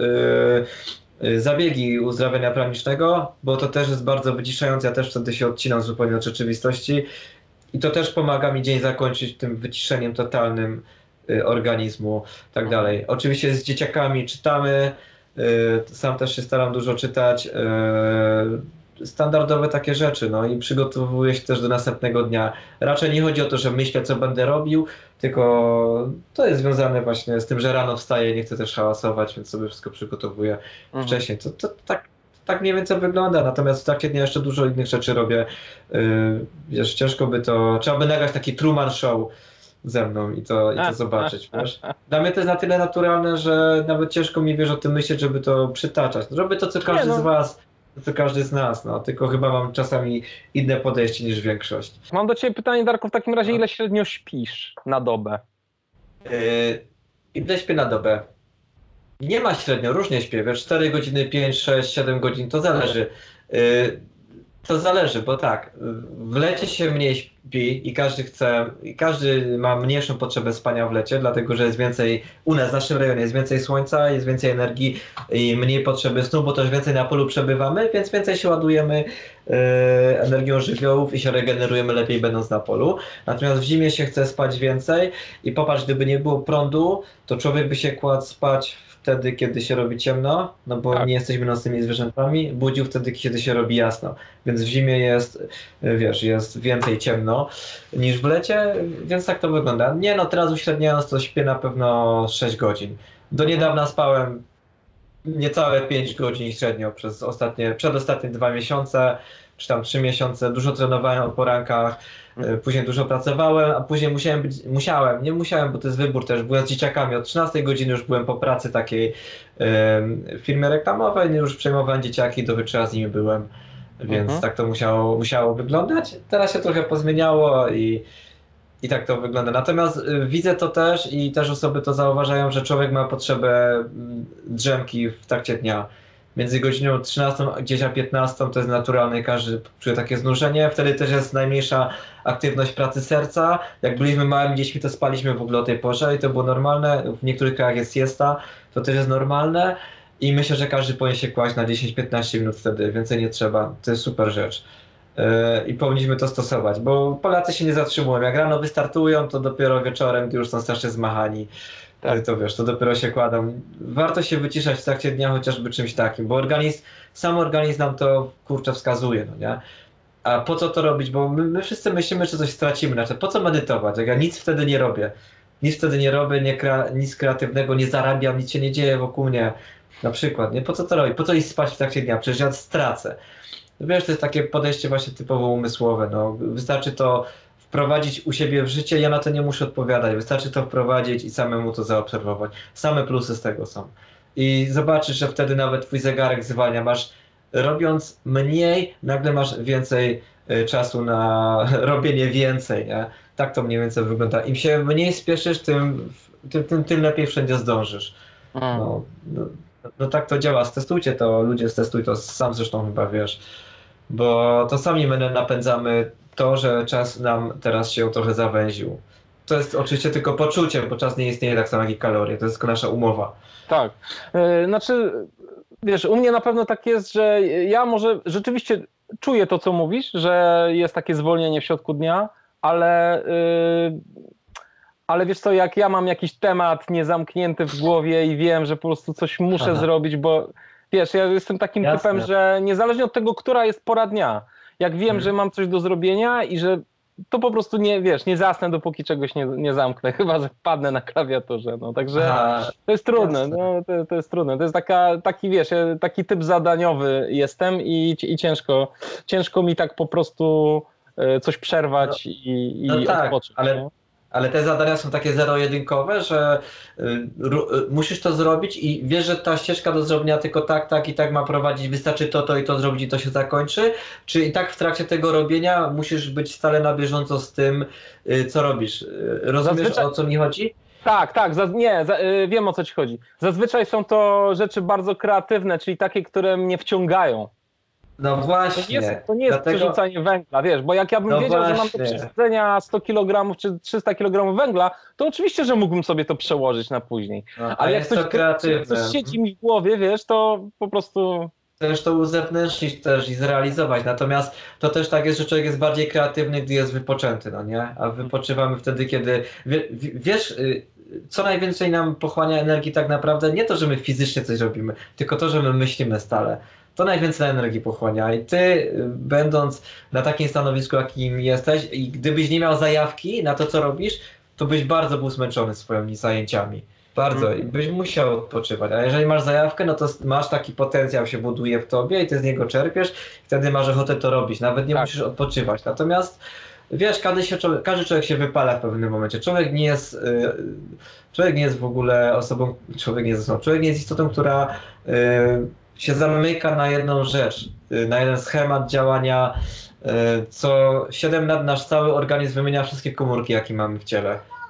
zabiegi uzdrawiania pranicznego, bo to też jest bardzo wyciszające. Ja też wtedy się odcinam zupełnie od rzeczywistości i to też pomaga mi dzień zakończyć tym wyciszeniem totalnym organizmu i tak dalej. Oczywiście z dzieciakami czytamy, sam też się staram dużo czytać. Standardowe takie rzeczy, no i przygotowuję się też do następnego dnia. Raczej nie chodzi o to, że myślę, co będę robił, tylko to jest związane właśnie z tym, że rano wstaję, nie chcę też hałasować, więc sobie wszystko przygotowuję wcześniej. To tak mniej więcej wygląda, natomiast w trakcie dnia jeszcze dużo innych rzeczy robię. Wiesz, ciężko by to, trzeba by nagrać taki Truman Show ze mną i to zobaczyć, wiesz. Dla mnie to jest na tyle naturalne, że nawet ciężko mi, wiesz, o tym myśleć, żeby to przytaczać. Robię to, co każdy z was, to każdy z nas, no, tylko chyba mam czasami inne podejście niż większość. Mam do ciebie pytanie, Darku, w takim razie ile średnio śpisz na dobę? Ile śpię na dobę? Nie ma średnio, różnie śpię, wiesz, 4 godziny, 5, 6, 7 godzin, to zależy. To zależy, bo tak, w lecie się mniej śpi i każdy ma mniejszą potrzebę spania w lecie, dlatego że jest więcej, u nas w naszym rejonie jest więcej słońca, jest więcej energii i mniej potrzeby snu, bo też więcej na polu przebywamy, więc więcej się ładujemy energią żywiołów i się regenerujemy lepiej będąc na polu. Natomiast w zimie się chce spać więcej i popatrz, gdyby nie było prądu, to człowiek by się kładł spać wtedy, kiedy się robi ciemno, no bo Tak. nie jesteśmy nocnymi zwierzętami, budził wtedy, kiedy się robi jasno. Więc w zimie jest, wiesz, jest więcej ciemno niż w lecie, więc tak to wygląda. Nie no, teraz uśredniając to śpię na pewno 6 godzin. Do niedawna spałem niecałe 5 godzin średnio przedostatnie 2 miesiące, czy tam 3 miesiące. Dużo trenowałem o porankach, później dużo pracowałem, a później nie musiałem, bo to jest wybór też. Byłem z dzieciakami, od 13 godziny już byłem po pracy takiej w firmie reklamowej, już przejmowałem dzieciaki, do wieczora z nimi byłem, więc tak to musiało wyglądać. Teraz się trochę pozmieniało i tak to wygląda. Natomiast widzę to też i też osoby to zauważają, że człowiek ma potrzebę drzemki w trakcie dnia. Między godziną 13 gdzieś a 15 to jest naturalne, każdy czuje takie znużenie. Wtedy też jest najmniejsza aktywność pracy serca. Jak byliśmy małymi dziećmi, to spaliśmy w ogóle o tej porze i to było normalne. W niektórych krajach jest siesta, to też jest normalne. I myślę, że każdy powinien się kłaść na 10-15 minut wtedy, więcej nie trzeba. To jest super rzecz. I powinniśmy to stosować, bo Polacy się nie zatrzymują. Jak rano wystartują, to dopiero wieczorem już są strasznie zmachani. Tak. To wiesz, to dopiero się kładą. Warto się wyciszać w trakcie dnia chociażby czymś takim, bo sam organizm nam to kurczę wskazuje, no nie? A po co to robić? Bo my wszyscy myślimy, że coś stracimy. Znaczy, po co medytować? Jak ja nic wtedy nie robię. Nic kreatywnego nie zarabiam, nic się nie dzieje wokół mnie. Na przykład, nie? Po co to robić? Po co iść spać w trakcie dnia? Przecież ja stracę. No wiesz, to jest takie podejście właśnie typowo umysłowe. No. Wystarczy to wprowadzić u siebie w życie, ja na to nie muszę odpowiadać. Wystarczy to wprowadzić i samemu to zaobserwować. Same plusy z tego są. I zobaczysz, że wtedy nawet twój zegarek zwalnia. Robiąc mniej, nagle masz więcej czasu na robienie więcej. Nie? Tak to mniej więcej wygląda. Im się mniej spieszysz, tym lepiej wszędzie zdążysz. No tak to działa. Stestujcie to, ludzie, testuj to, sam zresztą chyba wiesz. Bo to sami my napędzamy to, że czas nam teraz się trochę zawęził. To jest oczywiście tylko poczucie, bo czas nie istnieje tak samo jak i kalorie. To jest tylko nasza umowa. Tak. Znaczy, wiesz, u mnie na pewno tak jest, że ja może rzeczywiście czuję to, co mówisz, że jest takie zwolnienie w środku dnia, ale wiesz co, jak ja mam jakiś temat niezamknięty w głowie i wiem, że po prostu coś muszę zrobić, bo wiesz, ja jestem takim typem, że niezależnie od tego, która jest pora dnia, jak wiem, że mam coś do zrobienia i że to po prostu nie zasnę, dopóki czegoś nie zamknę, chyba że padnę na klawiaturze, no także to jest trudne, no, to jest trudne, to jest taki wiesz, taki typ zadaniowy jestem i ciężko mi tak po prostu coś przerwać i odpocząć. Ale te zadania są takie zero-jedynkowe, że musisz to zrobić i wiesz, że ta ścieżka do zrobienia tylko tak i tak ma prowadzić, wystarczy to i to zrobić i to się zakończy? Czy i tak w trakcie tego robienia musisz być stale na bieżąco z tym, co robisz? Rozumiesz, o co mi chodzi? Tak, wiem, o co ci chodzi. Zazwyczaj są to rzeczy bardzo kreatywne, czyli takie, które mnie wciągają. No właśnie. To nie jest przerzucanie węgla, wiesz, bo jak ja bym wiedział, że mam do przerzucenia 100 kg czy 300 kg węgla, to oczywiście, że mógłbym sobie to przełożyć na później. Ale jak coś siedzi mi w głowie, wiesz, to po prostu... Chcesz to uzewnętrznić też i zrealizować, natomiast to też tak jest, że człowiek jest bardziej kreatywny, gdy jest wypoczęty, no nie? A wypoczywamy wtedy, kiedy... Wiesz, co najwięcej nam pochłania energii tak naprawdę? Nie to, że my fizycznie coś robimy, tylko to, że my myślimy stale. To najwięcej energii pochłania i ty, będąc na takim stanowisku, jakim jesteś, i gdybyś nie miał zajawki na to, co robisz, to byś bardzo był zmęczony swoimi zajęciami. Bardzo. I byś musiał odpoczywać. A jeżeli masz zajawkę, no to masz taki potencjał, się buduje w tobie i ty z niego czerpiesz, i wtedy masz ochotę to robić. Nawet nie musisz odpoczywać. Natomiast wiesz, każdy człowiek się wypala w pewnym momencie. Człowiek nie jest w ogóle osobą, człowiek nie jest istotą, która się zamyka na jedną rzecz, na jeden schemat działania. Co 7 lat nasz cały organizm wymienia wszystkie komórki, jakie mamy w ciele.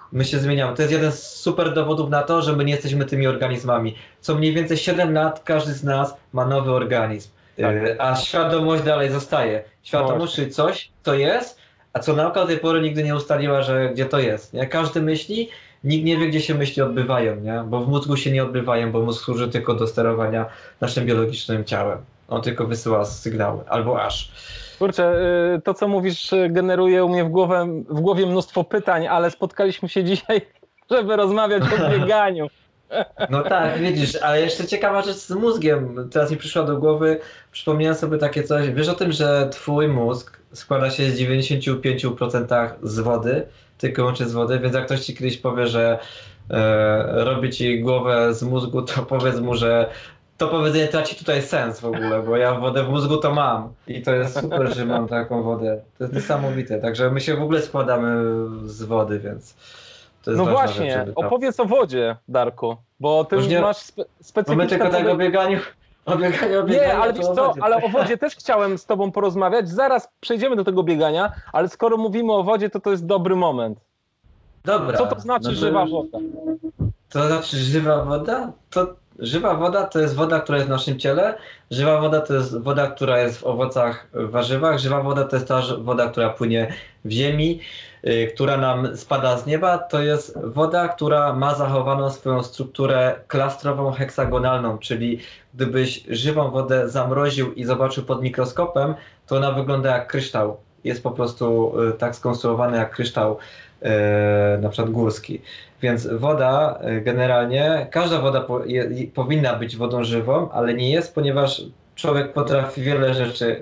my się zmieniamy. To jest jeden z super dowodów na to, że my nie jesteśmy tymi organizmami. Co mniej więcej 7 lat każdy z nas ma nowy organizm, a świadomość dalej zostaje. Świadomość, czyli coś, co jest, a co nauka do tej pory nigdy nie ustaliła, że gdzie to jest. Nie? Każdy myśli, nikt nie wie, gdzie się myśli odbywają, nie? Bo w mózgu się nie odbywają, bo mózg służy tylko do sterowania naszym biologicznym ciałem. On tylko wysyła sygnały, albo aż. Kurczę, to co mówisz generuje u mnie w głowie mnóstwo pytań, ale spotkaliśmy się dzisiaj, żeby rozmawiać o bieganiu. No tak, widzisz, ale jeszcze ciekawa rzecz z mózgiem. Teraz mi przyszła do głowy, przypomniałem sobie takie coś. Wiesz o tym, że twój mózg składa się z 95% z wody, tylko łącznie z wody, więc jak ktoś ci kiedyś powie, że robi ci głowę z mózgu, to powiedz mu, że to powiedzenie traci tutaj sens w ogóle, bo ja wodę w mózgu to mam i to jest super, że mam taką wodę. To jest niesamowite, także my się w ogóle składamy z wody, więc to jest no ważna właśnie, rzecz, opowiedz o wodzie, Darku, bo ty nie, masz specyficzne... My tylko tak o bieganiu. Nie, ale wiesz co, ale o wodzie też chciałem z tobą porozmawiać, zaraz przejdziemy do tego biegania, ale skoro mówimy o wodzie, to jest dobry moment. Dobra. Co to znaczy żywa woda? To znaczy żywa woda? Żywa woda to jest woda, która jest w naszym ciele. Żywa woda to jest woda, która jest w owocach, w warzywach. Żywa woda to jest ta woda, która płynie w ziemi, która nam spada z nieba. To jest woda, która ma zachowaną swoją strukturę klastrową, heksagonalną, czyli gdybyś żywą wodę zamroził i zobaczył pod mikroskopem, to ona wygląda jak kryształ. Jest po prostu tak skonstruowana jak kryształ, na przykład górski. Więc woda generalnie, każda woda powinna być wodą żywą, ale nie jest, ponieważ człowiek potrafi wiele rzeczy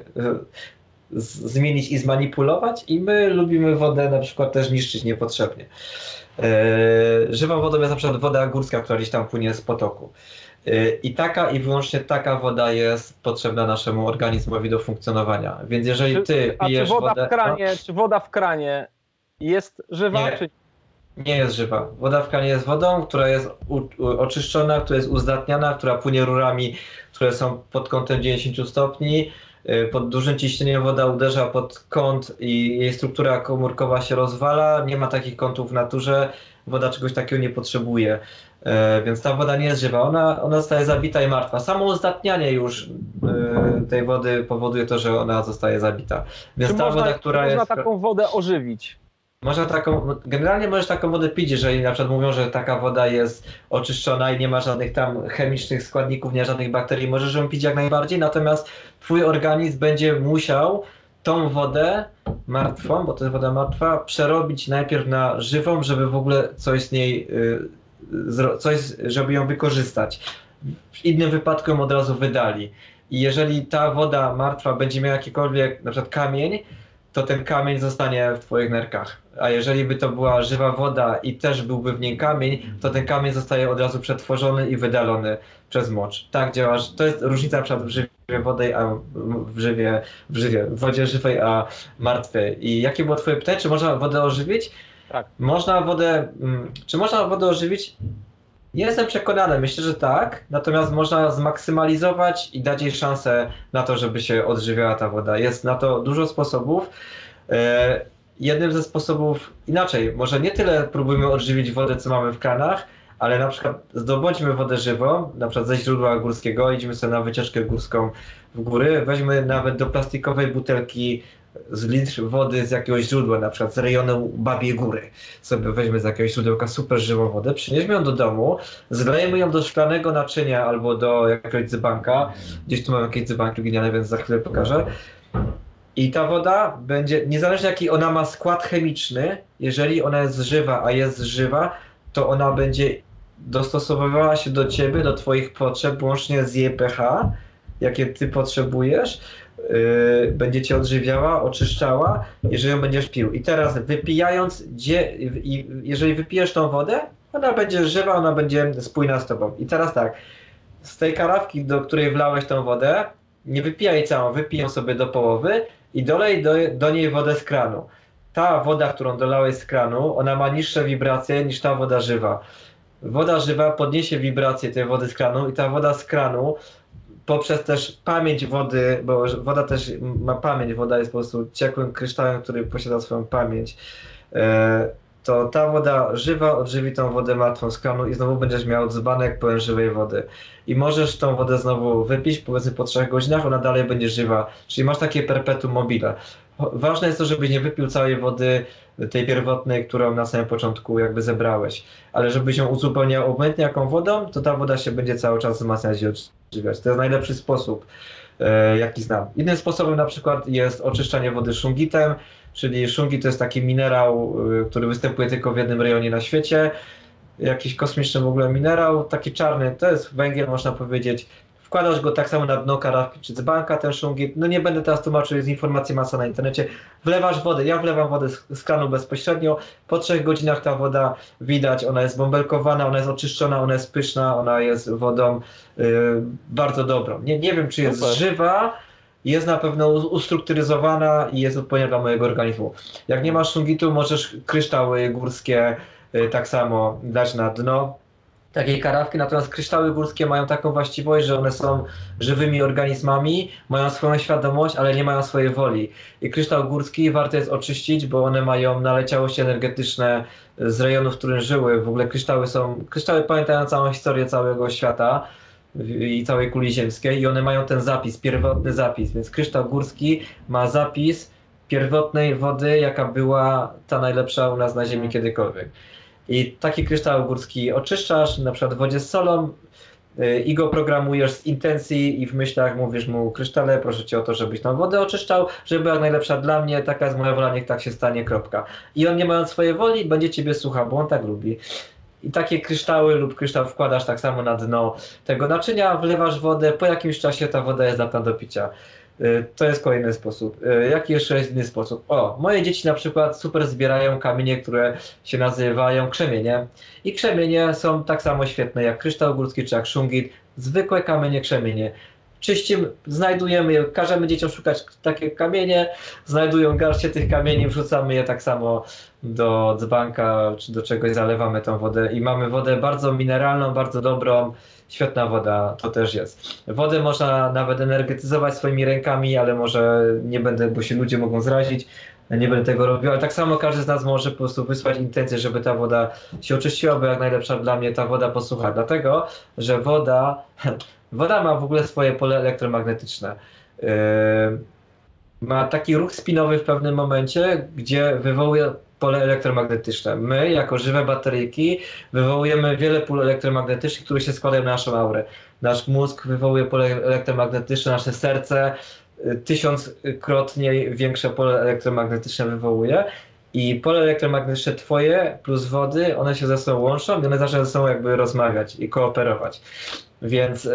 zmienić i zmanipulować i my lubimy wodę na przykład też niszczyć niepotrzebnie. Żywą wodą jest na przykład woda górska, która gdzieś tam płynie z potoku. I taka i wyłącznie taka woda jest potrzebna naszemu organizmowi do funkcjonowania. Więc jeżeli ty pijesz wodę... Czy woda w kranie jest żywa? Nie. Nie jest żywa. Woda w kranie jest wodą, która jest oczyszczona, która jest uzdatniana, która płynie rurami, które są pod kątem 90 stopni. Pod dużym ciśnieniem woda uderza pod kąt i jej struktura komórkowa się rozwala. Nie ma takich kątów w naturze. Woda czegoś takiego nie potrzebuje. Więc ta woda nie jest żywa. Ona zostaje zabita i martwa. Samo uzdatnianie już tej wody powoduje to, że ona zostaje zabita. Więc czy ta można, woda, która jest... można taką wodę ożywić? Generalnie możesz taką wodę pić, jeżeli na przykład mówią, że taka woda jest oczyszczona i nie ma żadnych tam chemicznych składników, nie ma żadnych bakterii, możesz ją pić jak najbardziej, natomiast twój organizm będzie musiał tą wodę martwą, bo to jest woda martwa, przerobić najpierw na żywą, żeby w ogóle coś z niej, żeby ją wykorzystać. W innym wypadku ją od razu wydali. I jeżeli ta woda martwa będzie miała jakikolwiek, na przykład kamień, to ten kamień zostanie w twoich nerkach. A jeżeli by to była żywa woda i też byłby w niej kamień, to ten kamień zostaje od razu przetworzony i wydalony przez mocz. Tak działa. To jest różnica na przykład w żywie wody, a w wodzie żywej, a martwej. I jakie było twoje pytanie? Czy można wodę ożywić? Tak. Czy można wodę ożywić? Nie jestem przekonany, myślę, że tak, natomiast można zmaksymalizować i dać jej szansę na to, żeby się odżywiała ta woda. Jest na to dużo sposobów. Jednym ze sposobów, inaczej, może nie tyle próbujmy odżywić wodę, co mamy w kranach, ale na przykład zdobądźmy wodę żywą, na przykład ze źródła górskiego, idziemy sobie na wycieczkę górską w góry, weźmy nawet do plastikowej butelki z litr wody z jakiegoś źródła, na przykład z rejonu Babiej Góry. Sobie weźmy z jakiegoś źródełka super żywą wodę, przynieśmy ją do domu, zlejemy ją do szklanego naczynia albo do jakiegoś dzbanka. Gdzieś tu mam jakieś dzbanki gliniane, więc za chwilę pokażę. I ta woda będzie, niezależnie jaki ona ma skład chemiczny, jeżeli ona jest żywa, a jest żywa, to ona będzie dostosowywała się do ciebie, do twoich potrzeb, łącznie z jej pH, jakie ty potrzebujesz. Będzie cię odżywiała, oczyszczała, jeżeli ją będziesz pił. I teraz wypijając, jeżeli wypijesz tą wodę, ona będzie żywa, ona będzie spójna z tobą. I teraz tak, z tej karafki, do której wlałeś tą wodę, nie wypijaj całą, wypij ją sobie do połowy i dolej do niej wodę z kranu. Ta woda, którą dolałeś z kranu, ona ma niższe wibracje niż ta woda żywa. Woda żywa podniesie wibracje tej wody z kranu i ta woda z kranu poprzez też pamięć wody, bo woda też ma pamięć, woda jest po prostu ciekłym kryształem, który posiada swoją pamięć. to ta woda żywa odżywi tą wodę martwą z kranu i znowu będziesz miał dzbanek pełen żywej wody. I możesz tą wodę znowu wypić, powiedzmy po 3 godzinach, ona dalej będzie żywa. Czyli masz takie perpetuum mobile. Ważne jest to, żebyś nie wypił całej wody tej pierwotnej, którą na samym początku jakby zebrałeś. Ale żebyś ją uzupełniał obojętnie jaką wodą, to ta woda się będzie cały czas wzmacniać i odżywiać. To jest najlepszy sposób, jaki znam. Innym sposobem na przykład jest oczyszczanie wody szungitem, czyli szungit to jest taki minerał, który występuje tylko w jednym rejonie na świecie. Jakiś kosmiczny w ogóle minerał, taki czarny, to jest węgiel, można powiedzieć. Wkładasz go tak samo na dno karafki czy dzbanka, ten szungit. No nie będę teraz tłumaczył, jest informacji masa na internecie. Wlewasz wodę, ja wlewam wodę z kranu bezpośrednio. Po 3 godzinach ta woda widać, ona jest bąbelkowana, ona jest oczyszczona, ona jest pyszna, ona jest wodą bardzo dobrą. Nie wiem, czy jest żywa, jest na pewno ustrukturyzowana i jest odpowiednia dla mojego organizmu. Jak nie masz szungitu, możesz kryształy górskie tak samo dać na dno takiej karafki, natomiast kryształy górskie mają taką właściwość, że one są żywymi organizmami, mają swoją świadomość, ale nie mają swojej woli. I kryształ górski warto jest oczyścić, bo one mają naleciałości energetyczne z rejonu, w którym żyły. W ogóle kryształy pamiętają całą historię całego świata i całej kuli ziemskiej i one mają ten zapis, pierwotny zapis, więc kryształ górski ma zapis pierwotnej wody, jaka była ta najlepsza u nas na ziemi kiedykolwiek. I taki kryształ górski oczyszczasz, na przykład w wodzie z solą i go programujesz z intencji i w myślach mówisz mu: krysztale, proszę cię o to, żebyś tą wodę oczyszczał, żeby była jak najlepsza dla mnie, taka jest moja wola, niech tak się stanie, kropka. I on, nie mając swojej woli, będzie ciebie słuchał, bo on tak lubi. I takie kryształy lub kryształ wkładasz tak samo na dno tego naczynia, wlewasz wodę, po jakimś czasie ta woda jest zdatna do picia. To jest kolejny sposób. Jaki jeszcze jest inny sposób? Moje dzieci na przykład super zbierają kamienie, które się nazywają krzemienie. I krzemienie są tak samo świetne jak kryształ górski czy jak szungit. Zwykłe kamienie, krzemienie. Czyścimy, znajdujemy je, każemy dzieciom szukać takie kamienie, znajdują garście tych kamieni, wrzucamy je tak samo do dzbanka czy do czegoś, zalewamy tą wodę i mamy wodę bardzo mineralną, bardzo dobrą. Świetna woda to też jest. Wodę można nawet energetyzować swoimi rękami, ale może nie będę, bo się ludzie mogą zrazić, nie będę tego robił, ale tak samo każdy z nas może po prostu wysłać intencję, żeby ta woda się oczyściła, bo jak najlepsza dla mnie ta woda posłucha, dlatego, że woda ma w ogóle swoje pole elektromagnetyczne. Ma taki ruch spinowy w pewnym momencie, gdzie wywołuje pole elektromagnetyczne. My, jako żywe bateryjki, wywołujemy wiele pól elektromagnetycznych, które się składają na naszą aurę. Nasz mózg wywołuje pole elektromagnetyczne, nasze serce 1000-krotnie większe pole elektromagnetyczne wywołuje. I pole elektromagnetyczne twoje plus wody, one się ze sobą łączą i one zaczynają ze sobą jakby rozmawiać i kooperować. Więc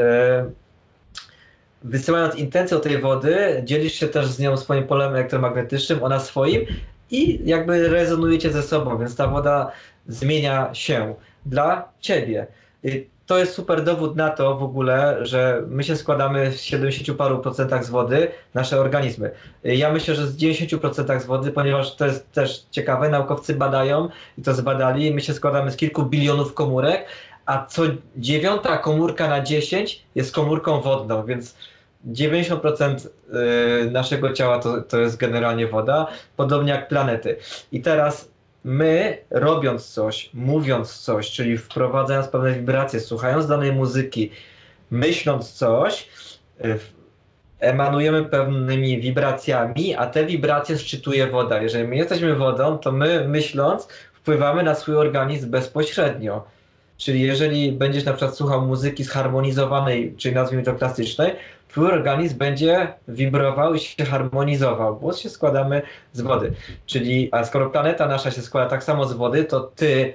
wysyłając intencję tej wody, dzielisz się też z nią swoim polem elektromagnetycznym, ona swoim i jakby rezonujecie ze sobą, więc ta woda zmienia się dla ciebie. I to jest super dowód na to w ogóle, że my się składamy w 70 paru procentach z wody, nasze organizmy. Ja myślę, że z 90% z wody, ponieważ to jest też ciekawe, naukowcy badają i to zbadali, my się składamy z kilku bilionów komórek, a co 9. komórka na 10 jest komórką wodną, więc 90% naszego ciała to jest generalnie woda, podobnie jak planety. I teraz my, robiąc coś, mówiąc coś, czyli wprowadzając pewne wibracje, słuchając danej muzyki, myśląc coś, emanujemy pewnymi wibracjami, a te wibracje szczytuje woda. Jeżeli my jesteśmy wodą, to my, myśląc, wpływamy na swój organizm bezpośrednio. Czyli jeżeli będziesz na przykład słuchał muzyki zharmonizowanej, czyli nazwijmy to klasycznej, twój organizm będzie wibrował i się harmonizował, bo się składamy z wody. Czyli, a skoro planeta nasza się składa tak samo z wody, to ty,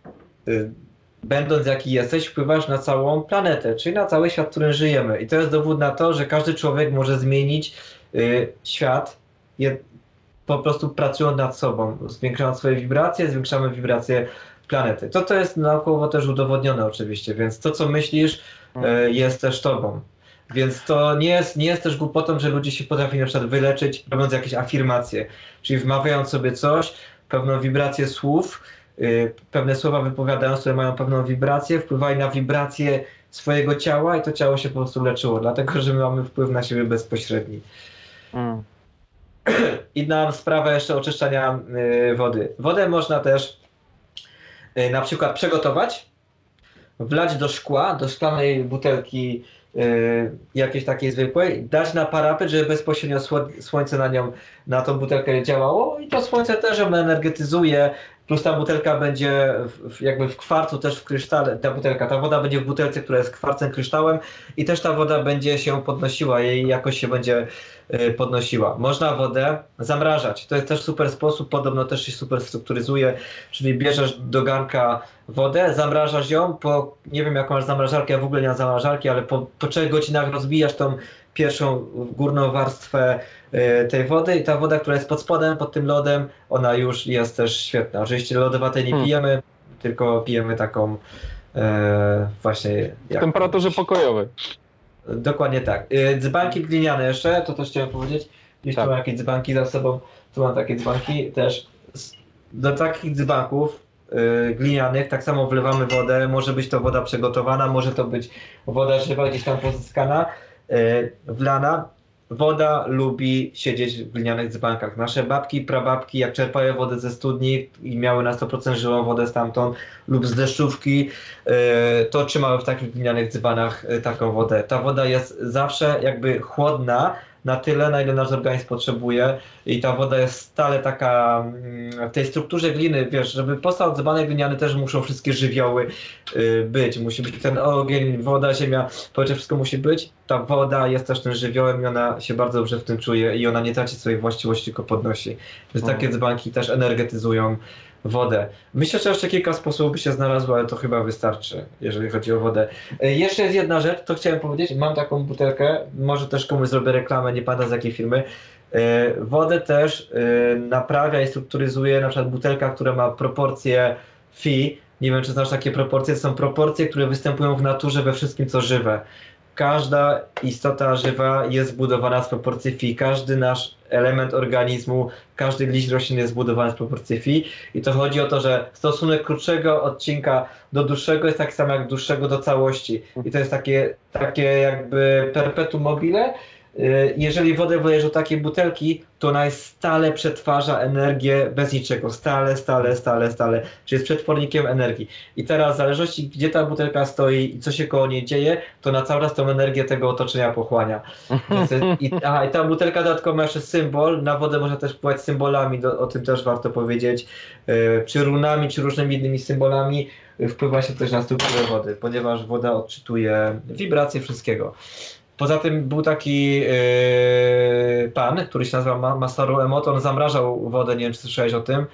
będąc jaki jesteś, wpływasz na całą planetę, czyli na cały świat, w którym żyjemy. I to jest dowód na to, że każdy człowiek może zmienić świat, po prostu pracując nad sobą, zwiększając swoje wibracje, zwiększamy wibracje planety. To jest naukowo też udowodnione oczywiście, więc to, co myślisz, jest też tobą. Więc to nie jest też głupotą, że ludzie się potrafili na przykład wyleczyć, robiąc jakieś afirmacje, czyli wmawiając sobie coś, pewną wibrację słów, pewne słowa wypowiadając, które mają pewną wibrację, wpływali na wibrację swojego ciała i to ciało się po prostu leczyło, dlatego że my mamy wpływ na siebie bezpośredni. Inna sprawa jeszcze oczyszczania wody. Wodę można też na przykład przygotować, wlać do szkła, do szklanej butelki jakiejś takiej zwykłej, dać na parapet, żeby bezpośrednio słońce na tą butelkę działało i to słońce też ją energetyzuje, plus ta butelka będzie jakby w kwarcu, też w krysztale, ta woda będzie w butelce, która jest kwarcem, kryształem i też ta woda będzie się podnosiła, jej jakość się będzie podnosiła. Można wodę zamrażać, to jest też super sposób, podobno też się super strukturyzuje, czyli bierzesz do garnka wodę, zamrażasz ją, nie wiem jaką masz zamrażarkę, ja w ogóle nie mam zamrażarki, ale po 3 godzinach rozbijasz tą pierwszą górną warstwę tej wody i ta woda, która jest pod spodem, pod tym lodem, ona już jest też świetna. Oczywiście lodowatej nie pijemy, tylko pijemy taką właśnie... W temperaturze pokojowej. Dokładnie tak. Dzbanki gliniane jeszcze, to też chciałem powiedzieć. Gdzieś tu mam jakieś dzbanki za sobą, tu mam takie dzbanki też. Do takich dzbanków glinianych tak samo wlewamy wodę, może być to woda przygotowana, może to być woda żywa gdzieś tam pozyskana, wlana. Woda lubi siedzieć w glinianych dzbankach. Nasze babki, prababki, jak czerpały wodę ze studni i miały na 100% żywą wodę stamtąd lub z deszczówki, to trzymały w takich glinianych dzbanach taką wodę. Ta woda jest zawsze jakby chłodna na tyle, na ile nasz organizm potrzebuje i ta woda jest stale taka w tej strukturze gliny, wiesz, żeby powstał dzbanek gliniany też muszą wszystkie żywioły być. Musi być ten ogień, woda, ziemia, powietrze, wszystko musi być. Ta woda jest też tym żywiołem i ona się bardzo dobrze w tym czuje i ona nie traci swojej właściwości, tylko podnosi. Więc takie dzbanki też energetyzują wodę. Myślę, że jeszcze kilka sposobów by się znalazło, ale to chyba wystarczy, jeżeli chodzi o wodę. Jeszcze jest jedna rzecz, to chciałem powiedzieć. Mam taką butelkę, może też komuś zrobię reklamę, nie pamiętam z jakiej firmy. Wodę też naprawia i strukturyzuje na przykład butelka, która ma proporcje Phi. Nie wiem, czy znasz takie proporcje. To są proporcje, które występują w naturze we wszystkim, co żywe. Każda istota żywa jest zbudowana z proporcji Phi. Każdy nasz element organizmu, każdy liść rośliny jest zbudowany z proporcji Phi. I to chodzi o to, że stosunek krótszego odcinka do dłuższego jest taki sam jak dłuższego do całości. I to jest takie jakby perpetuum mobile. Jeżeli wodę wlejesz do takiej butelki, to ona stale przetwarza energię bez niczego. Stale. Czyli jest przetwornikiem energii. I teraz w zależności gdzie ta butelka stoi i co się koło niej dzieje, to na cały czas tą energię tego otoczenia pochłania. I ta butelka dodatkowo ma jeszcze symbol. Na wodę można też wpływać symbolami, o tym też warto powiedzieć. Czy runami, czy różnymi innymi symbolami wpływa się też na strukturę wody, ponieważ woda odczytuje wibracje wszystkiego. Poza tym był taki pan, który się nazywa Masaru Emoto, on zamrażał wodę, nie wiem czy słyszałeś o tym.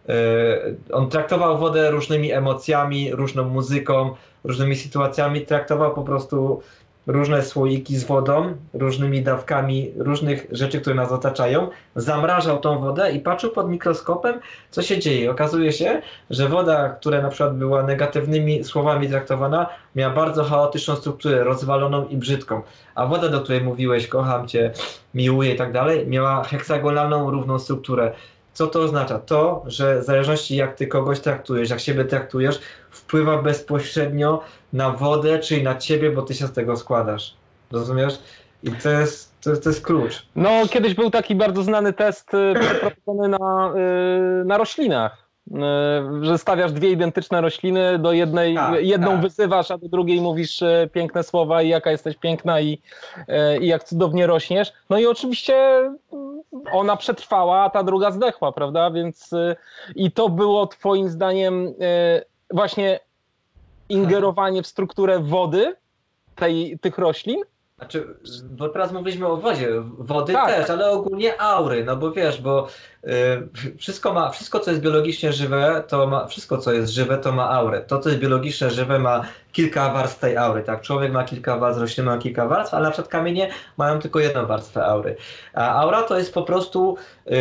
On traktował wodę różnymi emocjami, różną muzyką, różnymi sytuacjami, traktował po prostu różne słoiki z wodą, różnymi dawkami różnych rzeczy, które nas otaczają, zamrażał tą wodę i patrzył pod mikroskopem, co się dzieje. Okazuje się, że woda, która na przykład była negatywnymi słowami traktowana, miała bardzo chaotyczną strukturę, rozwaloną i brzydką. A woda, do której mówiłeś, kocham cię, miłuję i tak dalej, miała heksagonalną, równą strukturę. Co to oznacza? To, że w zależności jak ty kogoś traktujesz, jak siebie traktujesz, wpływa bezpośrednio na wodę, czyli na ciebie, bo ty się z tego składasz. Rozumiesz? I to jest klucz. No, kiedyś był taki bardzo znany test przeprowadzony na roślinach, że stawiasz 2 identyczne rośliny, do jedną wyzywasz, a do drugiej mówisz piękne słowa i jaka jesteś piękna i jak cudownie rośniesz. No i oczywiście ona przetrwała, a ta druga zdechła, prawda? Więc i to było twoim zdaniem właśnie ingerowanie w strukturę wody tych roślin? Znaczy, bo teraz mówiliśmy o wodzie, wody też, ale ogólnie aury, no bo wiesz, bo wszystko co jest biologicznie żywe, wszystko co jest żywe, to ma aurę. To co jest biologicznie żywe ma kilka warstw tej aury, tak? Człowiek ma kilka warstw, rośliny mają kilka warstw, ale na przykład kamienie mają tylko jedną warstwę aury. A aura to jest po prostu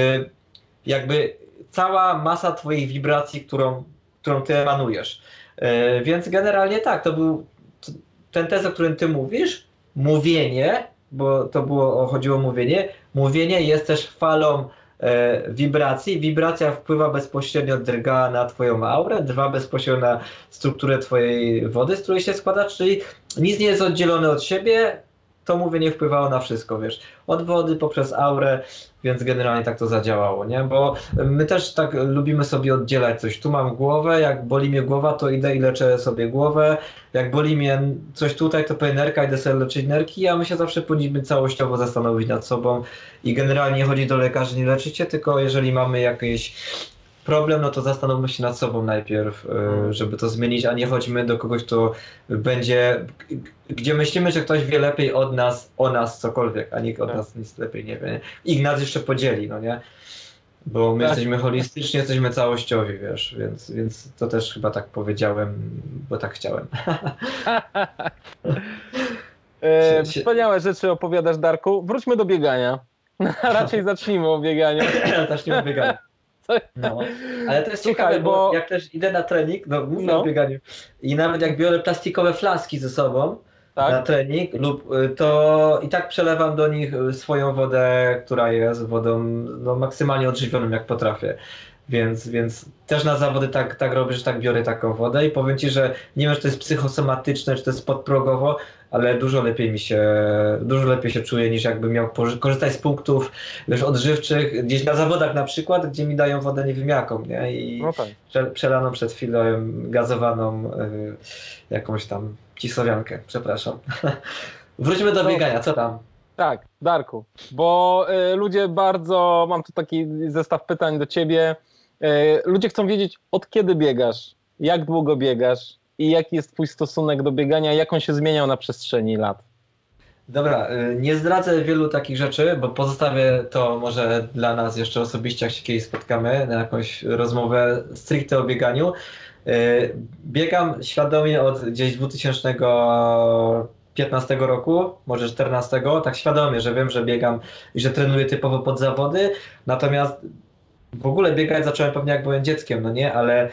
jakby cała masa twoich wibracji, którą ty emanujesz. Więc generalnie tak, to był ten test, o którym ty mówisz, mówienie, bo chodziło o mówienie. Mówienie jest też falą wibracji. Wibracja wpływa bezpośrednio drga na twoją aurę, bezpośrednio na strukturę twojej wody, z której się składa, czyli nic nie jest oddzielone od siebie, to mówienie wpływało na wszystko, wiesz, od wody poprzez aurę, więc generalnie tak to zadziałało, nie? Bo my też tak lubimy sobie oddzielać coś. Tu mam głowę, jak boli mnie głowa, to idę i leczę sobie głowę, jak boli mnie coś tutaj, to powiem nerka, idę sobie leczyć nerki, a my się zawsze powinniśmy całościowo zastanowić nad sobą i generalnie nie chodzi do lekarzy, nie leczycie, tylko jeżeli mamy jakieś problem, no to zastanówmy się nad sobą najpierw, żeby to zmienić, a nie chodźmy do kogoś, kto będzie, gdzie myślimy, że ktoś wie lepiej od nas, o nas cokolwiek, a nikt od nas nic lepiej nie wie. I nas jeszcze podzieli, no nie? Bo my jesteśmy holistyczni, jesteśmy całościowi, wiesz, więc to też chyba tak powiedziałem, bo tak chciałem. Wspaniałe rzeczy opowiadasz, Darku. Wróćmy do biegania. Raczej zacznijmy od biegania. Zacznijmy od biegania. No, ale to jest ciekawe, bo jak też idę na trening, no mówię o bieganiu, i nawet jak biorę plastikowe flaski ze sobą na trening, to i tak przelewam do nich swoją wodę, która jest wodą no, maksymalnie odżywioną jak potrafię. Więc też na zawody tak robię, że tak biorę taką wodę i powiem Ci, że nie wiem, czy to jest psychosomatyczne, czy to jest podprogowo, ale dużo lepiej się czuję, niż jakbym miał korzystać z punktów, wiesz, odżywczych, gdzieś na zawodach na przykład, gdzie mi dają wodę niewymiaką, nie? I przelaną przed chwilą, gazowaną, jakąś tam cisłowiankę, przepraszam. Wróćmy do biegania, co tam? Tak, Darku, bo ludzie bardzo, mam tu taki zestaw pytań do Ciebie, ludzie chcą wiedzieć, od kiedy biegasz, jak długo biegasz i jaki jest Twój stosunek do biegania, jak on się zmieniał na przestrzeni lat. Dobra, nie zdradzę wielu takich rzeczy, bo pozostawię to może dla nas jeszcze osobiście, jak się kiedyś spotkamy, na jakąś rozmowę stricte o bieganiu. Biegam świadomie od gdzieś 2015 roku, może 14, tak świadomie, że wiem, że biegam i że trenuję typowo pod zawody, natomiast w ogóle biegać zacząłem pewnie jak byłem dzieckiem, no nie, ale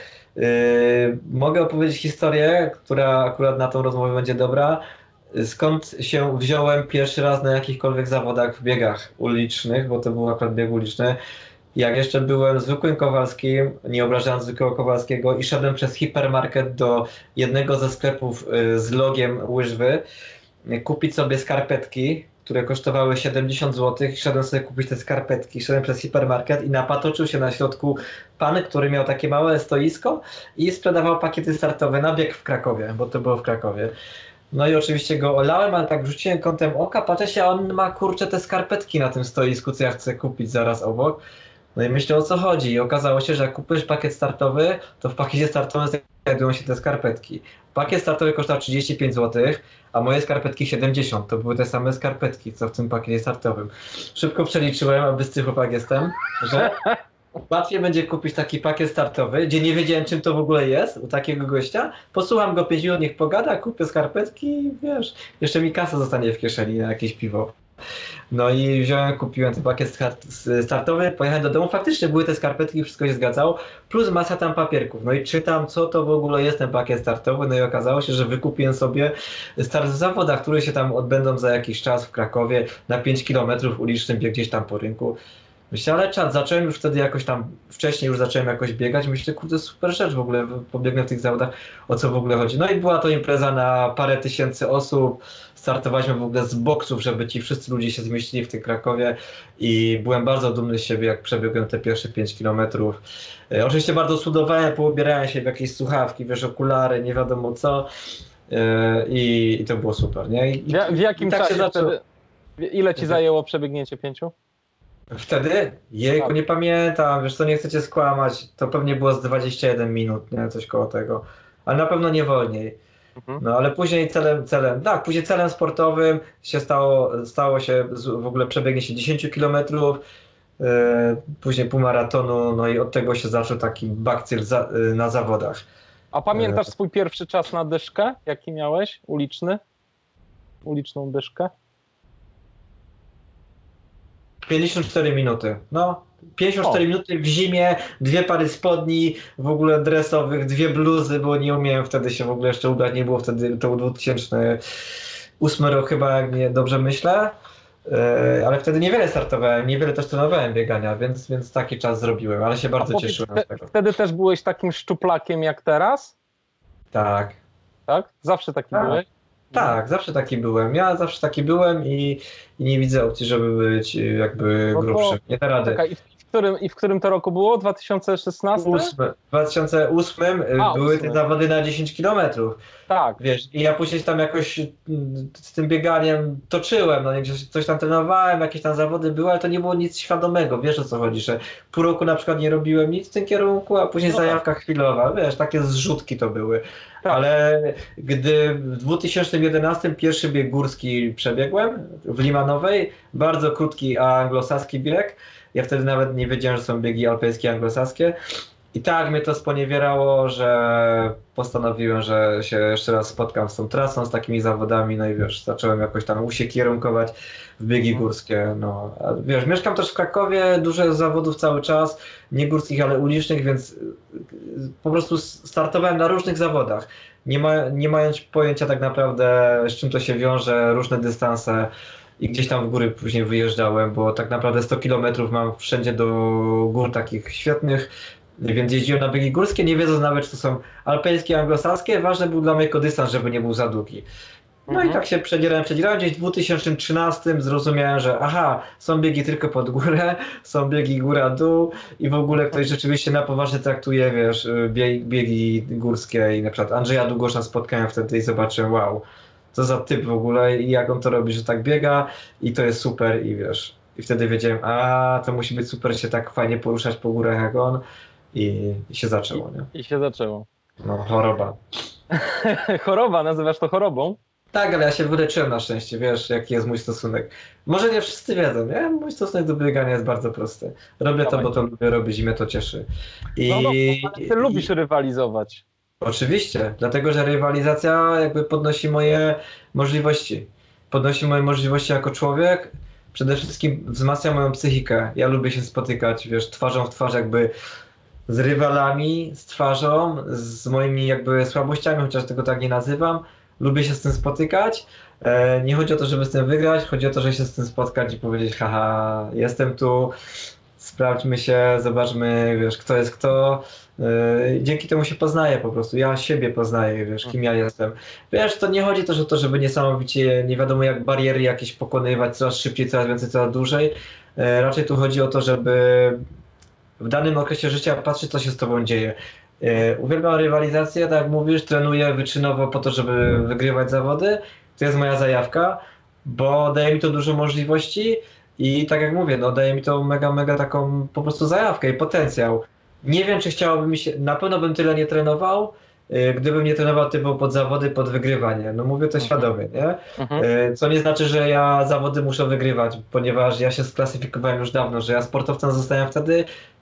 mogę opowiedzieć historię, która akurat na tą rozmowę będzie dobra, skąd się wziąłem pierwszy raz na jakichkolwiek zawodach w biegach ulicznych, bo to był akurat bieg uliczny. Jak jeszcze byłem zwykłym Kowalskim, nie obrażając zwykłego Kowalskiego, i szedłem przez hipermarket do jednego ze sklepów z logiem łyżwy, kupić sobie skarpetki, które kosztowały 70 zł. Szedłem sobie kupić te skarpetki, szedłem przez hipermarket i napatoczył się na środku pan, który miał takie małe stoisko i sprzedawał pakiety startowe na bieg w Krakowie, bo to było w Krakowie. No i oczywiście go olałem, ale tak rzuciłem kątem oka, patrzę się, a on ma kurczę te skarpetki na tym stoisku, co ja chcę kupić zaraz obok. No i myślę, o co chodzi. I okazało się, że jak kupujesz pakiet startowy, to w pakiecie startowym znajdują się te skarpetki. Pakiet startowy kosztował 35 zł, a moje skarpetki 70. To były te same skarpetki, co w tym pakiecie startowym. Szybko przeliczyłem, a bystry chłopak jestem, że łatwiej będzie kupić taki pakiet startowy, gdzie nie wiedziałem, czym to w ogóle jest, u takiego gościa. Posłucham go 5 minut, niech pogada, kupię skarpetki i wiesz, jeszcze mi kasa zostanie w kieszeni na jakieś piwo. No i kupiłem ten pakiet startowy, pojechałem do domu, faktycznie były te skarpetki, wszystko się zgadzało, plus masa tam papierków. No i czytam, co to w ogóle jest ten pakiet startowy, no i okazało się, że wykupiłem sobie start w zawodach, które się tam odbędą za jakiś czas w Krakowie na 5 km ulicznym, gdzieś tam po rynku. Myślę, ale czad, zacząłem już wtedy jakoś tam, wcześniej już zacząłem jakoś biegać, myślę, kurde, super rzecz w ogóle, pobiegnę w tych zawodach, o co w ogóle chodzi. No i była to impreza na parę tysięcy osób, startowaliśmy w ogóle z boksów, żeby ci wszyscy ludzie się zmieścili w tym Krakowie i byłem bardzo dumny z siebie, jak przebiegłem te pierwsze 5 kilometrów. Oczywiście bardzo studowałem, poubierałem się w jakieś słuchawki, wiesz, okulary, nie wiadomo co i to było super, nie? W jakim tak czasie wtedy, ile ci zajęło przebiegnięcie 5? Wtedy? Jejku, nie pamiętam, wiesz co, nie chcecie skłamać, to pewnie było z 21 minut, nie, coś koło tego, ale na pewno nie wolniej. No ale później później celem sportowym się stało się w ogóle przebiegnie się 10 kilometrów, później półmaratonu, no i od tego się zaczął taki bakcyl na zawodach. A pamiętasz swój pierwszy czas na dyszkę, jaki miałeś, uliczną dyszkę? 54 minuty, no. 54 minuty w zimie, 2 pary spodni, w ogóle dresowych, 2 bluzy, bo nie umiałem wtedy się w ogóle jeszcze ubrać, nie było wtedy, to był 2008 rok chyba, jak nie dobrze myślę, ale wtedy niewiele startowałem, niewiele też trenowałem biegania, więc taki czas zrobiłem, ale się bardzo cieszyłem z tego. Wtedy też byłeś takim szczuplakiem jak teraz? Tak. Tak? Zawsze taki byłeś? Tak, zawsze taki byłem. Ja zawsze taki byłem i nie widzę opcji, żeby być jakby grubszym. Nie da rady. Czekaj, w którym to roku było? 2016? W 2008 były te zawody na 10 kilometrów. Tak. Wiesz, i ja później tam jakoś z tym bieganiem toczyłem, no coś tam trenowałem, jakieś tam zawody były, ale to nie było nic świadomego, wiesz o co chodzi, że pół roku na przykład nie robiłem nic w tym kierunku, a później zajawka chwilowa, wiesz, takie zrzutki to były. Tak. Ale gdy w 2011 pierwszy bieg górski przebiegłem w Limanowej, bardzo krótki anglosaski bieg, ja wtedy nawet nie wiedziałem, że są biegi alpejskie, anglosaskie. I tak mnie to sponiewierało, że postanowiłem, że się jeszcze raz spotkam z tą trasą, z takimi zawodami, no i wiesz, zacząłem jakoś tam się kierunkować w biegi górskie, no. A wiesz, mieszkam też w Krakowie, dużo zawodów cały czas, nie górskich, ale ulicznych, więc po prostu startowałem na różnych zawodach, nie mając pojęcia tak naprawdę, z czym to się wiąże, różne dystanse. I gdzieś tam w góry później wyjeżdżałem, bo tak naprawdę 100 km mam wszędzie do gór takich świetnych, więc jeździłem na biegi górskie, nie wiedząc nawet, czy to są alpejskie, anglosaskie. Ważny był dla mnie jako dystans, żeby nie był za długi. No i tak się przedzierałem. Gdzieś w 2013 zrozumiałem, że są biegi tylko pod górę, są biegi góra-dół i w ogóle ktoś rzeczywiście na poważnie traktuje, wiesz, biegi górskie i na przykład Andrzeja Długosza spotkałem wtedy i zobaczyłem, wow, co za typ w ogóle i jak on to robi, że tak biega i to jest super i wiesz, i wtedy wiedziałem, to musi być super się tak fajnie poruszać po górach jak on i się zaczęło, nie? I się zaczęło. No, choroba. Choroba, nazywasz to chorobą? Tak, ale ja się wyleczyłem na szczęście, wiesz, jaki jest mój stosunek. Może nie wszyscy wiedzą, nie? Mój stosunek do biegania jest bardzo prosty. Robię to, bo to lubię robić i mnie to cieszy. Ale ty lubisz rywalizować. Oczywiście, dlatego że rywalizacja jakby podnosi moje możliwości. Podnosi moje możliwości jako człowiek, przede wszystkim wzmacnia moją psychikę. Ja lubię się spotykać, wiesz, twarzą w twarz jakby z rywalami, z twarzą, z moimi jakby słabościami, chociaż tego tak nie nazywam. Lubię się z tym spotykać. Nie chodzi o to, żeby z tym wygrać, chodzi o to, żeby się z tym spotkać i powiedzieć, haha, jestem tu, sprawdźmy się, zobaczmy, wiesz, kto jest kto. Dzięki temu się poznaję po prostu, ja siebie poznaję, wiesz, kim ja jestem. Wiesz, to nie chodzi też o to, żeby niesamowicie, nie wiadomo jak bariery jakieś pokonywać coraz szybciej, coraz więcej, coraz dłużej. Raczej tu chodzi o to, żeby w danym okresie życia patrzeć, co się z tobą dzieje. Uwielbiam rywalizację, tak jak mówisz, trenuję wyczynowo po to, żeby wygrywać zawody. To jest moja zajawka, bo daje mi to dużo możliwości i tak jak mówię, no daje mi to mega taką po prostu zajawkę i potencjał. Nie wiem, czy chciałoby mi się, na pewno bym tyle nie trenował, gdybym nie trenował typu pod zawody, pod wygrywanie. No mówię to świadomie, nie? Co nie znaczy, że ja zawody muszę wygrywać, ponieważ ja się sklasyfikowałem już dawno, że ja sportowcem zostałem wtedy,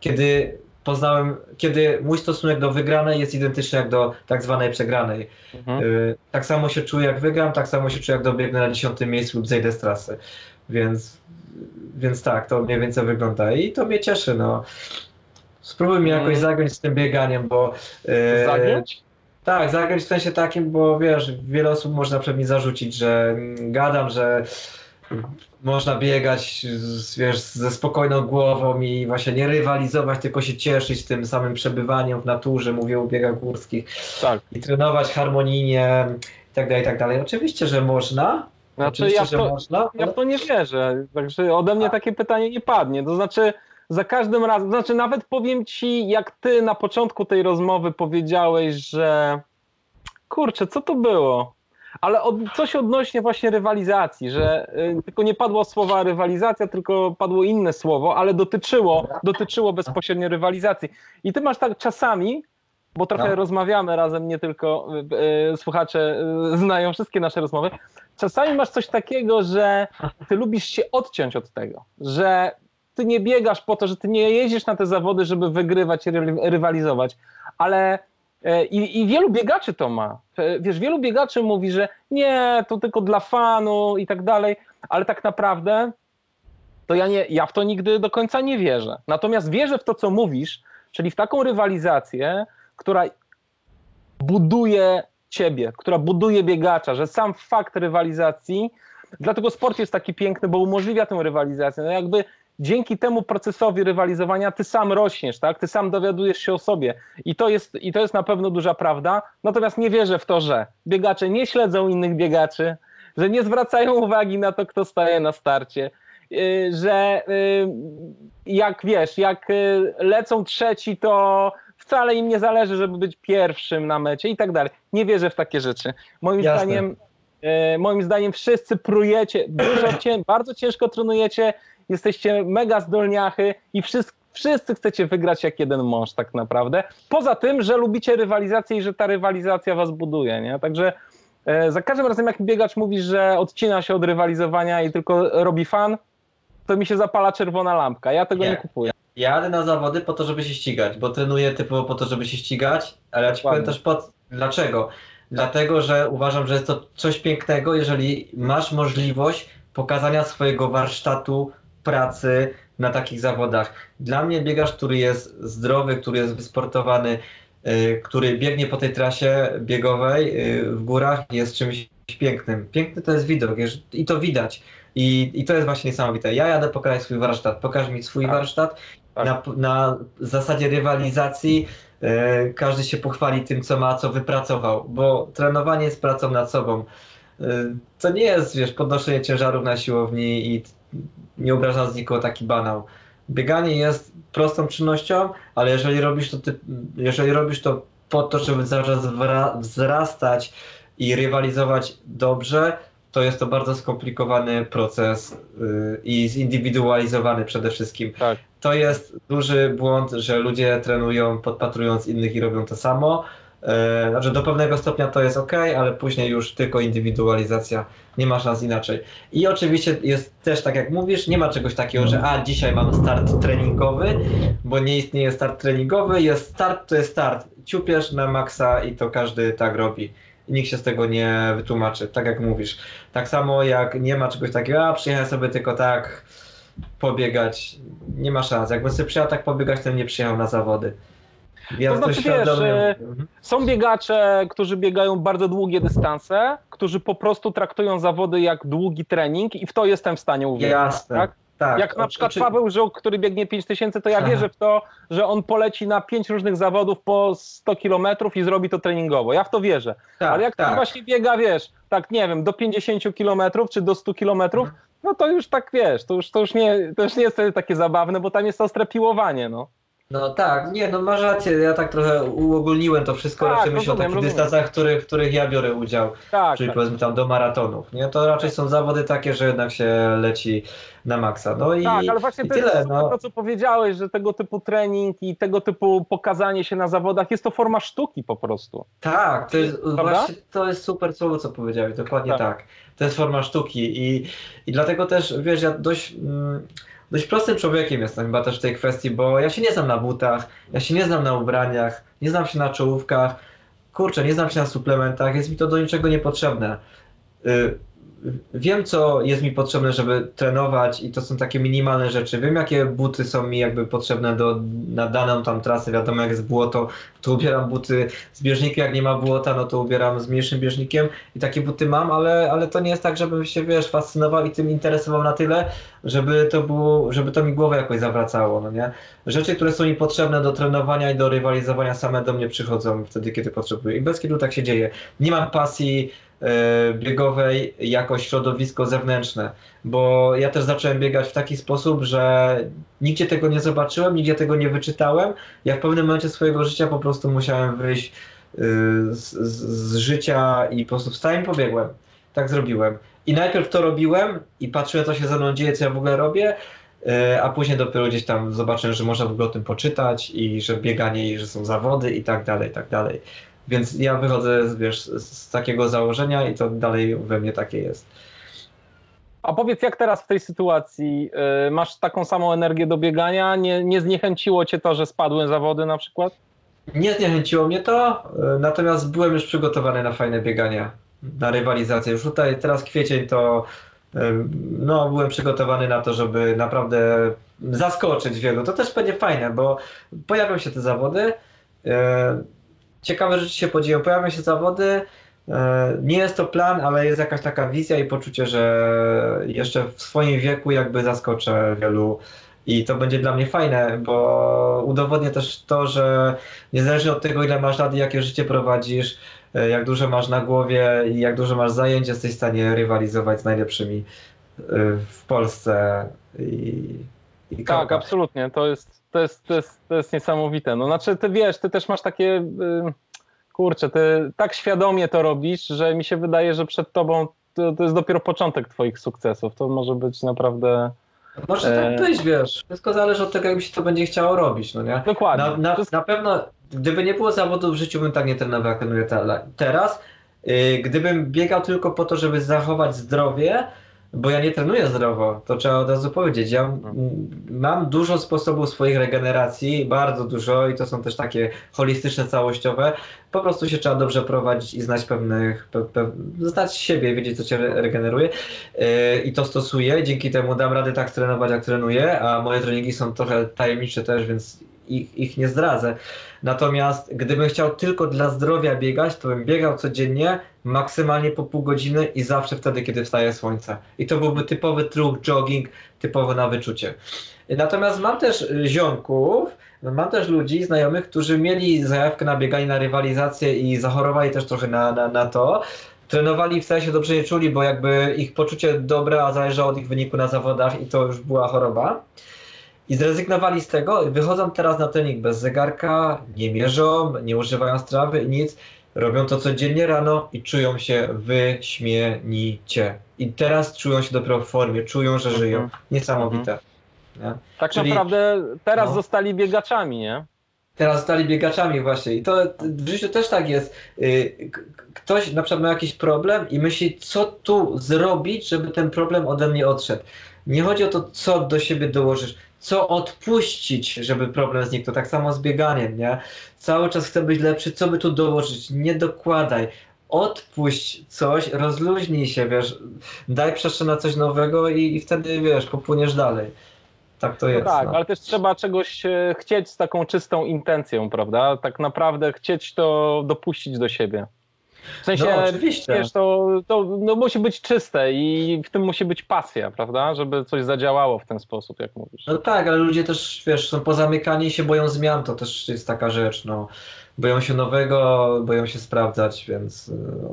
kiedy mój stosunek do wygranej jest identyczny jak do tak zwanej przegranej. Tak samo się czuję jak wygram, tak samo się czuję jak dobiegnę na 10. miejscu lub zejdę z trasy. Więc tak, to mniej więcej wygląda i to mnie cieszy, no. Spróbuj mnie jakoś zagiąć z tym bieganiem, bo... Zagiąć? Tak, zagiąć w sensie takim, bo wiesz, wiele osób można przed mnie zarzucić, że gadam, że można biegać wiesz, ze spokojną głową i właśnie nie rywalizować, tylko się cieszyć tym samym przebywaniem w naturze, mówię o biegach górskich, tak. I trenować harmonijnie i tak dalej. Oczywiście, że można. Znaczy, ja w to nie wierzę, także ode mnie takie pytanie nie padnie, to znaczy za każdym razem, znaczy nawet powiem ci, jak ty na początku tej rozmowy powiedziałeś, że kurczę, co to było? Ale coś odnośnie właśnie rywalizacji, że tylko nie padło słowa rywalizacja, tylko padło inne słowo, ale dotyczyło bezpośrednio rywalizacji. I ty masz tak czasami, bo trochę rozmawiamy razem, nie tylko słuchacze znają wszystkie nasze rozmowy, czasami masz coś takiego, że ty lubisz się odciąć od tego, że ty nie biegasz po to, że ty nie jeździsz na te zawody, żeby wygrywać i rywalizować, ale i wielu biegaczy to ma. Wiesz, wielu biegaczy mówi, że nie, to tylko dla fanu i tak dalej, ale tak naprawdę to ja w to nigdy do końca nie wierzę. Natomiast wierzę w to, co mówisz, czyli w taką rywalizację, która buduje ciebie, która buduje biegacza, że sam fakt rywalizacji, dlatego sport jest taki piękny, bo umożliwia tę rywalizację. No jakby dzięki temu procesowi rywalizowania ty sam rośniesz, tak? Ty sam dowiadujesz się o sobie i to jest na pewno duża prawda, natomiast nie wierzę w to, że biegacze nie śledzą innych biegaczy, że nie zwracają uwagi na to, kto staje na starcie, że jak lecą trzeci, to wcale im nie zależy, żeby być pierwszym na mecie i tak dalej. Nie wierzę w takie rzeczy. Moim zdaniem wszyscy prujecie, bardzo ciężko trenujecie, jesteście mega zdolniachy i wszyscy chcecie wygrać jak jeden mąż tak naprawdę. Poza tym, że lubicie rywalizację i że ta rywalizacja was buduje, nie? Także za każdym razem jak biegacz mówi, że odcina się od rywalizowania i tylko robi fan, to mi się zapala czerwona lampka. Ja tego nie kupuję. Ja jadę na zawody po to, żeby się ścigać, bo trenuję typowo po to, żeby się ścigać, ale ja ci powiem też dlaczego. Dlatego, że uważam, że jest to coś pięknego, jeżeli masz możliwość pokazania swojego warsztatu, pracy na takich zawodach. Dla mnie biegacz, który jest zdrowy, który jest wysportowany, który biegnie po tej trasie biegowej w górach, jest czymś pięknym. Piękny to jest widok i to widać. I to jest właśnie niesamowite. Ja jadę pokazać swój warsztat, pokaż mi swój warsztat. Na zasadzie rywalizacji każdy się pochwali tym, co ma, co wypracował, bo trenowanie jest pracą nad sobą. To nie jest, podnoszenie ciężarów na siłowni i nie obrażam z nikogo taki banał. Bieganie jest prostą czynnością, ale jeżeli robisz to po to, żeby cały czas wzrastać i rywalizować dobrze, to jest to bardzo skomplikowany proces i zindywidualizowany przede wszystkim. Tak. To jest duży błąd, że ludzie trenują podpatrując innych i robią to samo. Znaczy do pewnego stopnia to jest ok, ale później już tylko indywidualizacja, nie ma szans inaczej. I oczywiście jest też tak jak mówisz, nie ma czegoś takiego, że dzisiaj mam start treningowy, bo nie istnieje start treningowy, jest start, to jest start. Ciupiesz na maksa i to każdy tak robi. I nikt się z tego nie wytłumaczy, tak jak mówisz. Tak samo jak nie ma czegoś takiego, przyjechałem sobie tylko tak pobiegać, nie ma szans. Jakbym sobie przyjechał tak pobiegać, to bym nie przyjechał na zawody. Ja to znaczy są biegacze, którzy biegają bardzo długie dystanse, którzy po prostu traktują zawody jak długi trening i w to jestem w stanie uwierzyć. Jasne. Tak? Jak na przykład Paweł Żuk, który biegnie 5000, to ja wierzę w to, że on poleci na 5 różnych zawodów po 100 kilometrów i zrobi to treningowo. Ja w to wierzę. Ale jak ktoś właśnie biega, tak nie wiem, do 50 kilometrów czy do 100 kilometrów, no to już tak to już nie jest wtedy takie zabawne, bo tam jest ostre piłowanie, no. No tak, masz rację, ja tak trochę uogólniłem to wszystko, raczej myślę o takich dystansach, w których ja biorę udział, czyli powiedzmy tam do maratonów, nie? To raczej są zawody takie, że jednak się leci na maksa. No ale właśnie to tyle, jest to, co powiedziałeś, że tego typu trening i tego typu pokazanie się na zawodach jest to forma sztuki po prostu. Tak, to jest super słowo, co powiedziałeś, dokładnie tak. To jest forma sztuki i dlatego też, ja dość prostym człowiekiem jestem chyba też w tej kwestii, bo ja się nie znam na butach, ja się nie znam na ubraniach, nie znam się na czołówkach, nie znam się na suplementach, jest mi to do niczego niepotrzebne. Wiem, co jest mi potrzebne, żeby trenować i to są takie minimalne rzeczy. Wiem, jakie buty są mi jakby potrzebne na daną tam trasę. Wiadomo, jak jest błoto, to ubieram buty z bieżnikiem, jak nie ma błota, no to ubieram z mniejszym bieżnikiem i takie buty mam, ale to nie jest tak, żebym się, fascynował i tym interesował na tyle, żeby to mi głowę jakoś zawracało, no nie? Rzeczy, które są mi potrzebne do trenowania i do rywalizowania, same do mnie przychodzą wtedy, kiedy potrzebuję. I bez kitu tak się dzieje. Nie mam pasji biegowej jako środowisko zewnętrzne, bo ja też zacząłem biegać w taki sposób, że nigdzie tego nie zobaczyłem, nigdzie tego nie wyczytałem. Ja w pewnym momencie swojego życia po prostu musiałem wyjść z życia i po prostu wstałem i pobiegłem. Tak zrobiłem. I najpierw to robiłem i patrzyłem, co się ze mną dzieje, co ja w ogóle robię, a później dopiero gdzieś tam zobaczyłem, że można w ogóle o tym poczytać i że bieganie, i że są zawody i tak dalej, i tak dalej. Więc ja wychodzę, z takiego założenia i to dalej we mnie takie jest. A powiedz, jak teraz w tej sytuacji? Masz taką samą energię do biegania? Nie zniechęciło cię to, że spadły zawody na przykład? Nie zniechęciło mnie to, natomiast byłem już przygotowany na fajne biegania, na rywalizację. Już tutaj teraz kwiecień to byłem przygotowany na to, żeby naprawdę zaskoczyć wielu. To też będzie fajne, bo pojawią się te zawody, ciekawe rzeczy się podzieją, pojawią się zawody, Nie jest to plan, ale jest jakaś taka wizja i poczucie, że jeszcze w swoim wieku jakby zaskoczę wielu i to będzie dla mnie fajne, bo udowodnię też to, że niezależnie od tego, ile masz lat i jakie życie prowadzisz, jak dużo masz na głowie i jak dużo masz zajęć, jesteś w stanie rywalizować z najlepszymi w Polsce i tak, absolutnie. To jest niesamowite. No, znaczy, ty wiesz, ty też masz takie, kurczę, ty tak świadomie to robisz, że mi się wydaje, że przed tobą to jest dopiero początek twoich sukcesów. To może być naprawdę... Może tak być, wiesz. Wszystko zależy od tego, jak mi się to będzie chciało robić, no nie? Dokładnie. Na pewno, gdyby nie było zawodu w życiu, bym tak nie trenował, jak trenuję teraz. Gdybym biegał tylko po to, żeby zachować zdrowie, bo ja nie trenuję zdrowo, to trzeba od razu powiedzieć. Ja mam dużo sposobów swoich regeneracji, bardzo dużo i to są też takie holistyczne, całościowe. Po prostu się trzeba dobrze prowadzić i znać znać siebie i wiedzieć, co cię regeneruje. I to stosuję. Dzięki temu dam radę tak trenować, jak trenuję, a moje treningi są trochę tajemnicze też, więc ich nie zdradzę. Natomiast gdybym chciał tylko dla zdrowia biegać, to bym biegał codziennie, maksymalnie po pół godziny i zawsze wtedy, kiedy wstaje słońce. I to byłby typowy truch, jogging, typowy na wyczucie. Natomiast mam też ziomków, mam też ludzi, znajomych, którzy mieli zajawkę na bieganie, na rywalizację i zachorowali też trochę na to. Trenowali, wcale się dobrze nie czuli, bo jakby ich poczucie dobre, a zależało od ich wyniku na zawodach i to już była choroba. I zrezygnowali z tego, wychodzą teraz na trening bez zegarka, nie mierzą, nie używają strawy i nic. Robią to codziennie rano i czują się wyśmienicie. I teraz czują się dopiero w formie, czują, że żyją. Niesamowite. Nie? Tak czyli, naprawdę teraz zostali biegaczami, nie? Teraz zostali biegaczami właśnie. I to w życiu też tak jest. Ktoś na przykład ma jakiś problem i myśli, co tu zrobić, żeby ten problem ode mnie odszedł. Nie chodzi o to, co do siebie dołożysz, co odpuścić, żeby problem zniknął. Tak samo z bieganiem, nie? Cały czas chcę być lepszy, co by tu dołożyć? Nie dokładaj. Odpuść coś, rozluźnij się, wiesz, daj przestrzeń na coś nowego i wtedy, wiesz, popłyniesz dalej. Tak to jest. No tak, ale też trzeba czegoś chcieć z taką czystą intencją, prawda? Tak naprawdę chcieć to dopuścić do siebie. W sensie, oczywiście. Wiesz, to musi być czyste i w tym musi być pasja, prawda? Żeby coś zadziałało w ten sposób, jak mówisz. No tak, ale ludzie też, wiesz, są pozamykani i się boją zmian, to też jest taka rzecz, no. Boją się nowego, boją się sprawdzać, więc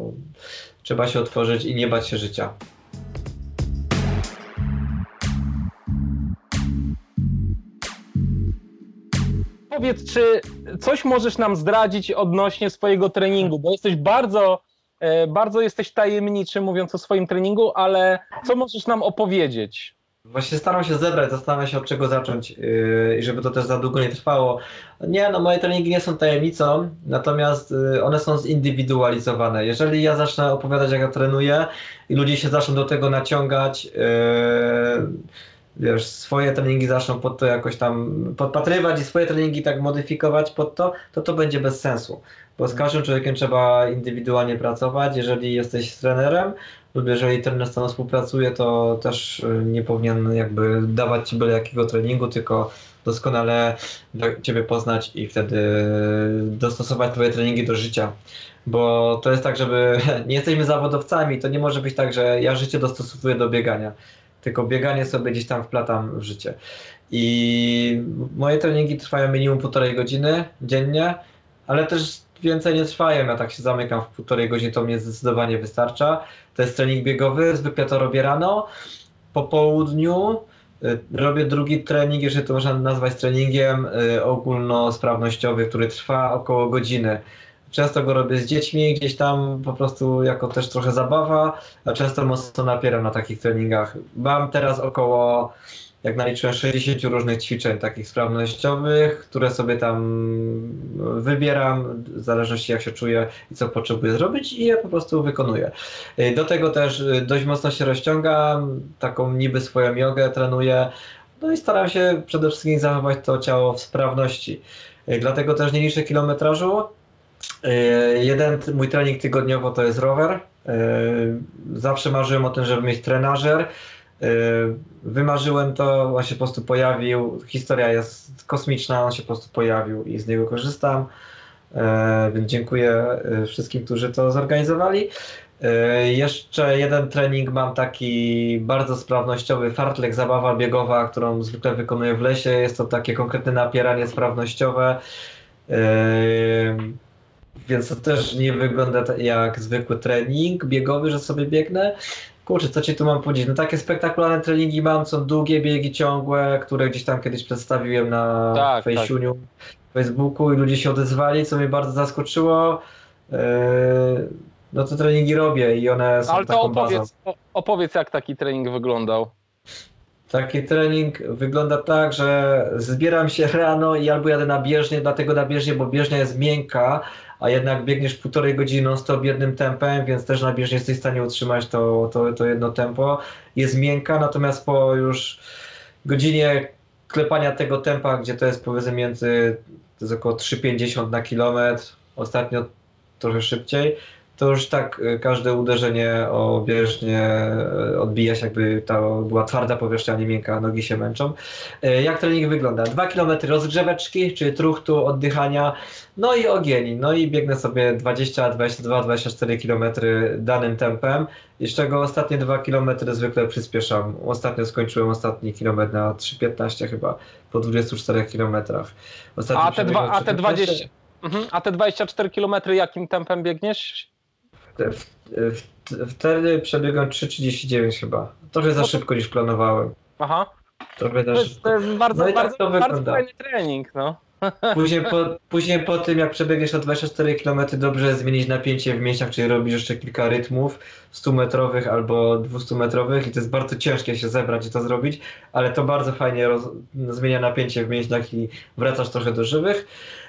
trzeba się otworzyć i nie bać się życia. Powiedz, czy coś możesz nam zdradzić odnośnie swojego treningu, bo jesteś bardzo jesteś tajemniczy, mówiąc o swoim treningu, ale co możesz nam opowiedzieć? Właśnie staram się zebrać, zastanawiam się od czego zacząć i żeby to też za długo nie trwało. Nie, no moje treningi nie są tajemnicą, natomiast one są zindywidualizowane. Jeżeli ja zacznę opowiadać, jak ja trenuję i ludzie się zaczną do tego naciągać, wiesz, swoje treningi zaczną pod to jakoś tam podpatrywać i swoje treningi tak modyfikować pod to będzie bez sensu. Bo z każdym człowiekiem trzeba indywidualnie pracować. Jeżeli jesteś trenerem lub jeżeli trener z tobą współpracuje, to też nie powinien jakby dawać ci byle jakiego treningu, tylko doskonale ciebie poznać i wtedy dostosować twoje treningi do życia. Bo to jest tak, żeby nie jesteśmy zawodowcami, to nie może być tak, że ja życie dostosowuję do biegania. Tylko bieganie sobie gdzieś tam wplatam w życie. I moje treningi trwają minimum 1,5 godziny dziennie, ale też więcej nie trwają. Ja tak się zamykam w 1,5 godziny, to mnie zdecydowanie wystarcza. To jest trening biegowy, zwykle to robię rano, po południu robię drugi trening, jeżeli to można nazwać treningiem ogólnosprawnościowy, który trwa około godziny. Często go robię z dziećmi, gdzieś tam po prostu jako też trochę zabawa, a często mocno napieram na takich treningach. Mam teraz około, jak naliczyłem, 60 różnych ćwiczeń takich sprawnościowych, które sobie tam wybieram w zależności jak się czuję i co potrzebuję zrobić i je po prostu wykonuję. Do tego też dość mocno się rozciągam, taką niby swoją jogę trenuję, no i staram się przede wszystkim zachować to ciało w sprawności. Dlatego też nie liczę kilometrażu. Jeden mój trening tygodniowo to jest rower. Zawsze marzyłem o tym, żeby mieć trenażer. Wymarzyłem to, on się po prostu pojawił. Historia jest kosmiczna, on się po prostu pojawił i z niego korzystam. Więc dziękuję wszystkim, którzy to zorganizowali. Jeszcze jeden trening mam taki bardzo sprawnościowy, fartlek, zabawa biegowa, którą zwykle wykonuję w lesie. Jest to takie konkretne napieranie sprawnościowe, więc to też nie wygląda jak zwykły trening biegowy, że sobie biegnę. Kurczę, co ci tu mam powiedzieć? No takie spektakularne treningi mam, są długie biegi ciągłe, które gdzieś tam kiedyś przedstawiłem na Facebooku i ludzie się odezwali, co mnie bardzo zaskoczyło. No to treningi robię i one są taką bazą. Opowiedz, jak taki trening wyglądał. Taki trening wygląda tak, że zbieram się rano i albo jadę na bieżnię, dlatego na bieżnię, bo bieżnia jest miękka, a jednak biegniesz 1,5 godziny non-stop jednym tempem, więc też na bieżni jesteś w stanie utrzymać to jedno tempo. Jest miękka, natomiast po już godzinie klepania tego tempa, gdzie to jest powiedzmy to jest około 3,50 na kilometr, ostatnio trochę szybciej, to już tak każde uderzenie o bieżnię odbija się, jakby to była twarda powierzchnia, nie miękka, nogi się męczą. Jak trening wygląda? 2 km rozgrzeweczki, czyli truchtu, oddychania, no i ogień. No i biegnę sobie 20, 22, 24 km danym tempem, i z czego ostatnie 2 km zwykle przyspieszam. Ostatnio skończyłem ostatni kilometr na 3,15 chyba, po 24 km. A te 24 km jakim tempem biegniesz? Wtedy przebiegłem 3,39 chyba. Trochę za szybko niż planowałem. Aha. Trochę to jest bardzo fajny trening, no. Później po tym, jak przebiegniesz na 24 km, dobrze zmienić napięcie w mięśniach, czyli robisz jeszcze kilka rytmów 100-metrowych albo 200-metrowych i to jest bardzo ciężkie się zebrać i to zrobić, ale to bardzo fajnie zmienia napięcie w mięśniach i wracasz trochę do żywych.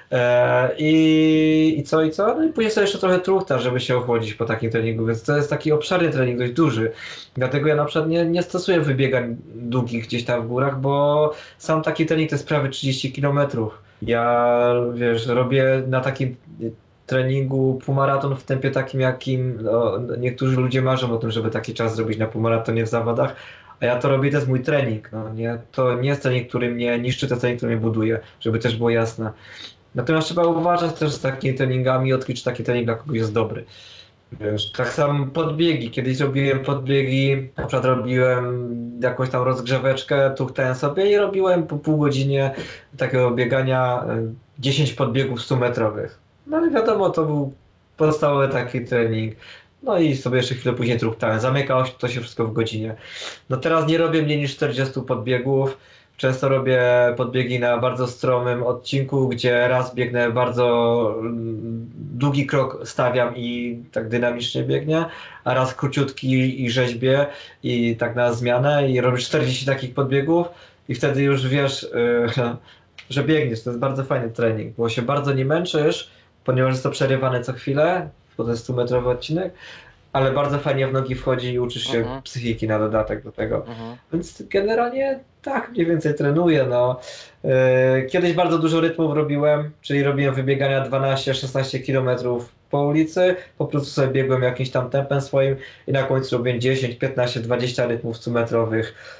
I co? No i później sobie jeszcze trochę truchta, żeby się ochłodzić po takim treningu, więc to jest taki obszarny trening, dość duży. Dlatego ja na przykład nie stosuję wybiegań długich gdzieś tam w górach, bo sam taki trening to jest prawie 30 km. Ja, robię na takim treningu półmaraton w tempie takim, jakim niektórzy ludzie marzą o tym, żeby taki czas zrobić na półmaratonie w zawodach, a ja to robię, to jest mój trening. To nie jest trening, który mnie niszczy, to jest trening, który mnie buduje, żeby też było jasne. Natomiast trzeba uważać też z takimi treningami, odkryć, czy taki trening dla kogoś jest dobry. Tak samo podbiegi. Kiedyś robiłem podbiegi, na przykład robiłem jakąś tam rozgrzeweczkę, tuchtałem sobie i robiłem po pół godzinie takiego biegania 10 podbiegów 100-metrowych. No i wiadomo, to był podstawowy taki trening. No i sobie jeszcze chwilę później truchtałem. Zamykało to się wszystko w godzinie. No teraz nie robię mniej niż 40 podbiegów. Często robię podbiegi na bardzo stromym odcinku, gdzie raz biegnę bardzo długi krok stawiam i tak dynamicznie biegnie, a raz króciutki i rzeźbię i tak na zmianę i robisz 40 takich podbiegów i wtedy już wiesz, że biegniesz. To jest bardzo fajny trening, bo się bardzo nie męczysz, ponieważ jest to przerywane co chwilę, bo to jest 100-metrowy odcinek, ale bardzo fajnie w nogi wchodzi i uczysz się psychiki na dodatek do tego. Więc generalnie tak mniej więcej trenuję. Kiedyś bardzo dużo rytmów robiłem, czyli robiłem wybiegania 12-16 km po ulicy, po prostu sobie biegłem jakimś tam tempem swoim i na końcu robiłem 10, 15, 20 rytmów 100-metrowych.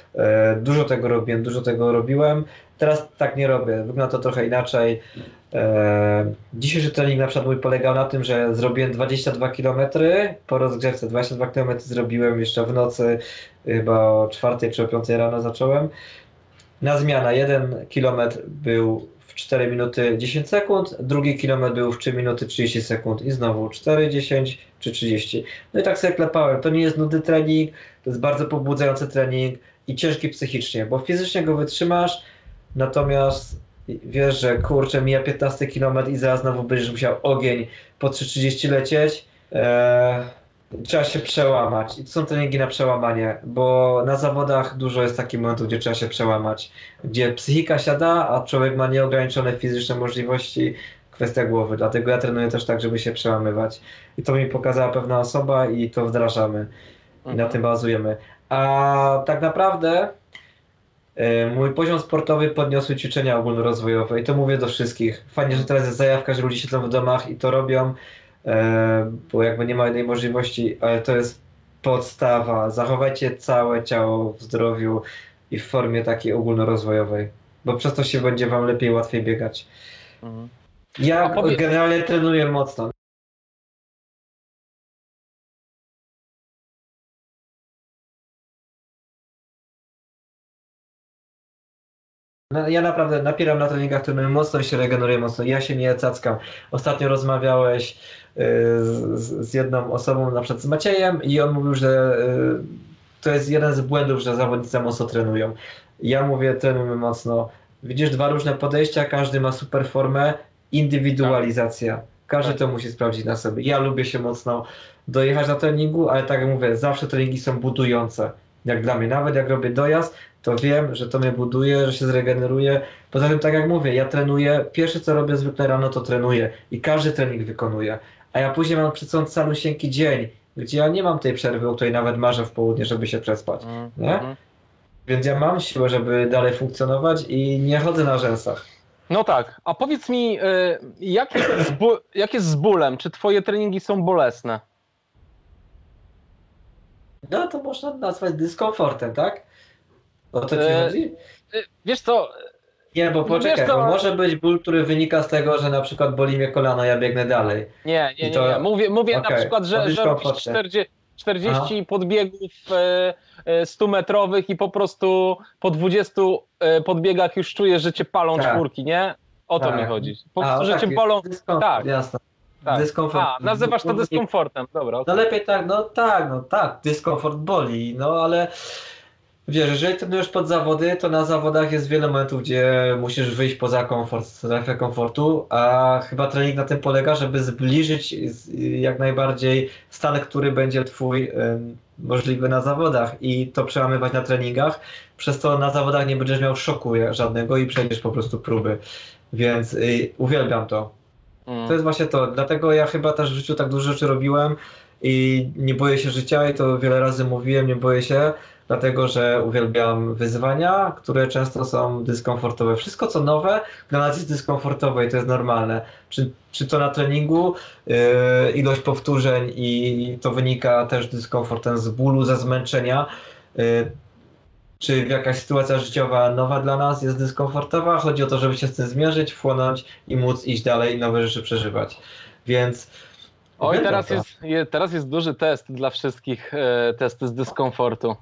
Dużo tego robiłem. Teraz tak nie robię, wygląda to trochę inaczej. Dzisiejszy trening na przykład mój polegał na tym, że zrobiłem 22 km po rozgrzewce. 22 km zrobiłem jeszcze w nocy, chyba o 4 czy o 5 rano zacząłem. Na zmianę 1 km był w 4 minuty 10 sekund, drugi kilometr był w 3 minuty 30 sekund i znowu 4, 10 czy 30. No i tak sobie klepałem. To nie jest nudny trening, to jest bardzo pobudzający trening i ciężki psychicznie, bo fizycznie go wytrzymasz, natomiast wiesz, że kurczę, mija 15 km i zaraz znowu będziesz musiał ogień po 3,30 lecieć. Trzeba się przełamać. I to są treningi na przełamanie, bo na zawodach dużo jest takich momentów, gdzie trzeba się przełamać, gdzie psychika siada, a człowiek ma nieograniczone fizyczne możliwości, kwestia głowy. Dlatego ja trenuję też tak, żeby się przełamywać. I to mi pokazała pewna osoba i to wdrażamy. I na tym bazujemy. A tak naprawdę mój poziom sportowy podniosły ćwiczenia ogólnorozwojowe i to mówię do wszystkich. Fajnie, że teraz jest zajawka, że ludzie siedzą w domach i to robią, bo jakby nie ma innej możliwości, ale to jest podstawa. Zachowajcie całe ciało w zdrowiu i w formie takiej ogólnorozwojowej, bo przez to się będzie wam lepiej, łatwiej biegać. Ja generalnie trenuję mocno. No, ja naprawdę napieram na treningach, trenuję mocno i się regeneruję mocno. Ja się nie cackam. Ostatnio rozmawiałeś z jedną osobą, na przykład z Maciejem, i on mówił, że to jest jeden z błędów, że zawodnicy mocno trenują. Ja mówię, trenujmy mocno. Widzisz, dwa różne podejścia, każdy ma super formę, indywidualizacja. Każdy to musi sprawdzić na sobie. Ja lubię się mocno dojechać na treningu, ale tak jak mówię, zawsze treningi są budujące. Jak dla mnie, nawet jak robię dojazd, to wiem, że to mnie buduje, że się zregeneruje. Poza tym, tak jak mówię, ja trenuję, pierwsze co robię zwykle rano, to trenuję i każdy trening wykonuję. A ja później mam przed sobą calusieńki dzień, gdzie ja nie mam tej przerwy, o której nawet marzę w południe, żeby się przespać. Nie? Więc ja mam siłę, żeby dalej funkcjonować i nie chodzę na rzęsach. No tak, a powiedz mi, jak jest z bólem? Czy twoje treningi są bolesne? No to można nazwać dyskomfortem, tak? O to ci chodzi? Wiesz co? Nie, bo poczekaj, bo może być ból, który wynika z tego, że na przykład boli mnie kolano, ja biegnę dalej. Nie. Mówię na przykład, że robisz 40 podbiegów 100-metrowych i po prostu po 20 podbiegach już czujesz, że cię palą czwórki, nie? O to mi chodzi. Że cię bolą. Tak, jasne. Tak. Dyskomfort. Nazywasz to dyskomfortem, dobra. No lepiej tak, no tak, dyskomfort boli, no ale wiesz, jeżeli trenujesz pod zawody, to na zawodach jest wiele momentów, gdzie musisz wyjść poza strefę komfortu, a chyba trening na tym polega, żeby zbliżyć jak najbardziej stan, który będzie twój możliwy na zawodach i to przełamywać na treningach, przez to na zawodach nie będziesz miał szoku żadnego i przejdziesz po prostu próby, więc uwielbiam to. To jest właśnie to, dlatego ja chyba też w życiu tak dużo rzeczy robiłem i nie boję się życia i to wiele razy mówiłem, nie boję się, dlatego że uwielbiam wyzwania, które często są dyskomfortowe. Wszystko co nowe dla nas jest dyskomfortowe i to jest normalne. Czy to na treningu, ilość powtórzeń i to wynika też dyskomfortem z bólu, ze zmęczenia, czy jakaś sytuacja życiowa nowa dla nas jest dyskomfortowa, chodzi o to, żeby się z tym zmierzyć, wchłonąć i móc iść dalej i nowe rzeczy przeżywać. Więc... Oj, teraz jest duży test dla wszystkich, test z dyskomfortu.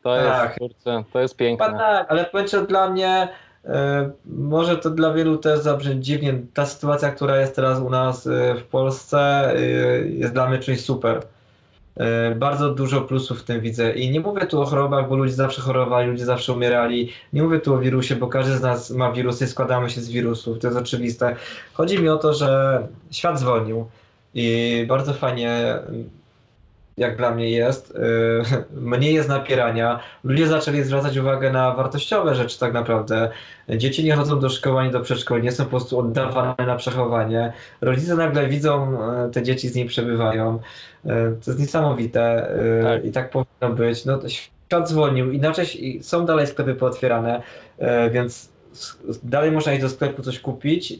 To jest piękne. Tak, ale powiem, że dla mnie, może to dla wielu też zabrzmi dziwnie, ta sytuacja, która jest teraz u nas w Polsce, jest dla mnie czymś super. Bardzo dużo plusów w tym widzę i nie mówię tu o chorobach, bo ludzie zawsze chorowali, ludzie zawsze umierali. Nie mówię tu o wirusie, bo każdy z nas ma wirusy, składamy się z wirusów, to jest oczywiste. Chodzi mi o to, że świat zwolnił i bardzo fajnie, jak dla mnie jest, mniej jest napierania. Ludzie zaczęli zwracać uwagę na wartościowe rzeczy tak naprawdę. Dzieci nie chodzą do szkoły ani do przedszkoli, nie są po prostu oddawane na przechowanie. Rodzice nagle widzą, te dzieci z niej przebywają. To jest niesamowite i tak powinno być. No, świat zwolnił, inaczej są dalej sklepy pootwierane, więc dalej można iść do sklepu coś kupić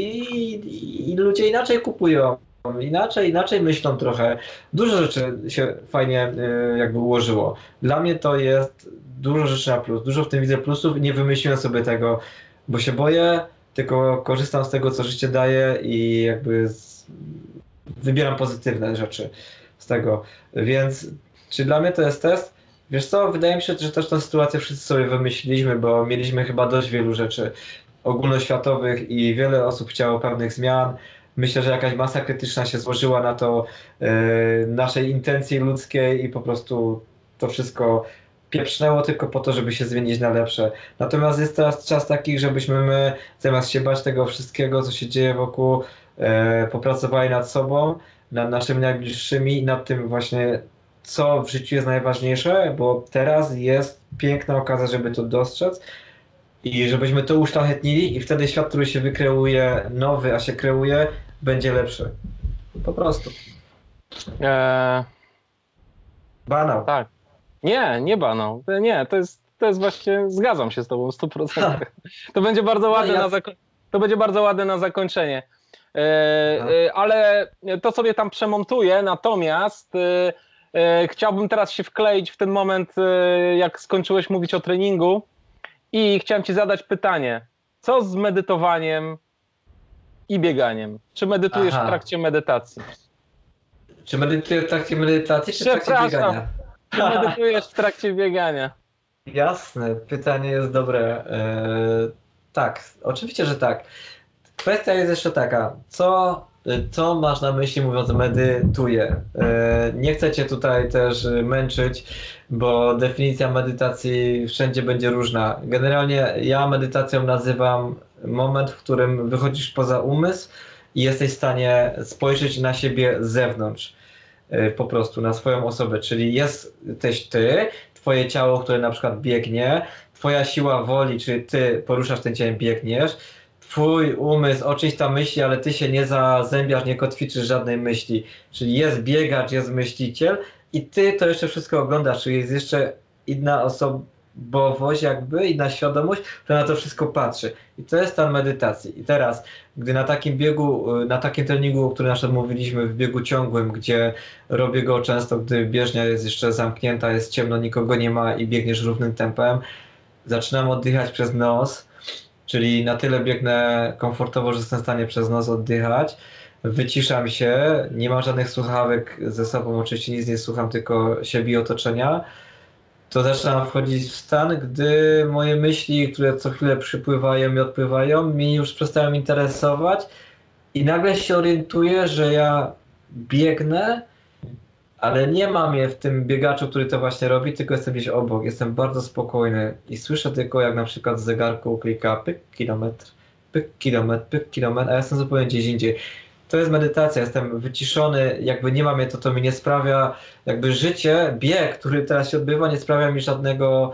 i ludzie inaczej kupują. Inaczej myślą trochę. Dużo rzeczy się fajnie jakby ułożyło. Dla mnie to jest dużo rzeczy na plus. Dużo w tym widzę plusów i nie wymyśliłem sobie tego, bo się boję, tylko korzystam z tego, co życie daje i jakby wybieram pozytywne rzeczy z tego. Więc czy dla mnie to jest test? Wiesz co, wydaje mi się, że też tę sytuację wszyscy sobie wymyśliliśmy, bo mieliśmy chyba dość wielu rzeczy ogólnoświatowych i wiele osób chciało pewnych zmian. Myślę, że jakaś masa krytyczna się złożyła na to naszej intencji ludzkiej i po prostu to wszystko pieprznęło tylko po to, żeby się zmienić na lepsze. Natomiast jest teraz czas taki, żebyśmy my zamiast się bać tego wszystkiego, co się dzieje wokół, popracowali nad sobą, nad naszymi najbliższymi i nad tym właśnie, co w życiu jest najważniejsze, bo teraz jest piękna okazja, żeby to dostrzec. I żebyśmy to uszlachetnili i wtedy świat, który się wykreuje, nowy, a się kreuje, będzie lepszy. Po prostu. Banał. Tak. Nie banał. Nie, to jest właśnie, zgadzam się z tobą w 100%. To będzie bardzo ładne, to będzie bardzo ładne na zakończenie. Ale to sobie tam przemontuję, natomiast chciałbym teraz się wkleić w ten moment, jak skończyłeś mówić o treningu. I chciałem ci zadać pytanie, co z medytowaniem i bieganiem. Czy medytujesz w trakcie medytacji? Czy medytuję w trakcie medytacji, czy w trakcie biegania? Czy medytujesz w trakcie biegania? Jasne, pytanie jest dobre. Tak, oczywiście, że tak. Kwestia jest jeszcze taka, co masz na myśli mówiąc medytuję? Nie chcę cię tutaj też męczyć, bo definicja medytacji wszędzie będzie różna. Generalnie ja medytacją nazywam moment, w którym wychodzisz poza umysł i jesteś w stanie spojrzeć na siebie z zewnątrz. Po prostu na swoją osobę, czyli jesteś ty, twoje ciało, które na przykład biegnie, twoja siła woli, czy ty poruszasz ten ciałem, biegniesz, twój umysł o czymś tam myśli, ale ty się nie zazębiasz, nie kotwiczysz żadnej myśli. Czyli jest biegacz, jest myśliciel i ty to jeszcze wszystko oglądasz, czyli jest jeszcze inna osobowość jakby, inna świadomość, która na to wszystko patrzy. I to jest stan medytacji. I teraz, gdy na takim biegu, na takim treningu, o którym na przykład mówiliśmy, w biegu ciągłym, gdzie robię go często, gdy bieżnia jest jeszcze zamknięta, jest ciemno, nikogo nie ma i biegniesz równym tempem, zaczynam oddychać przez nos, czyli na tyle biegnę komfortowo, że jestem w stanie przez nos oddychać. Wyciszam się, nie mam żadnych słuchawek ze sobą, oczywiście nic nie słucham, tylko siebie i otoczenia. To zaczynam wchodzić w stan, gdy moje myśli, które co chwilę przypływają i odpływają, mnie już przestają interesować i nagle się orientuję, że ja biegnę, ale nie mam je w tym biegaczu, który to właśnie robi, tylko jestem gdzieś obok, jestem bardzo spokojny i słyszę tylko, jak na przykład z zegarku klika pyk kilometr, pyk kilometr, a ja jestem zupełnie gdzieś indziej. To jest medytacja, jestem wyciszony, jakby nie mam je, to mi nie sprawia, jakby życie, bieg, który teraz się odbywa, nie sprawia mi żadnego,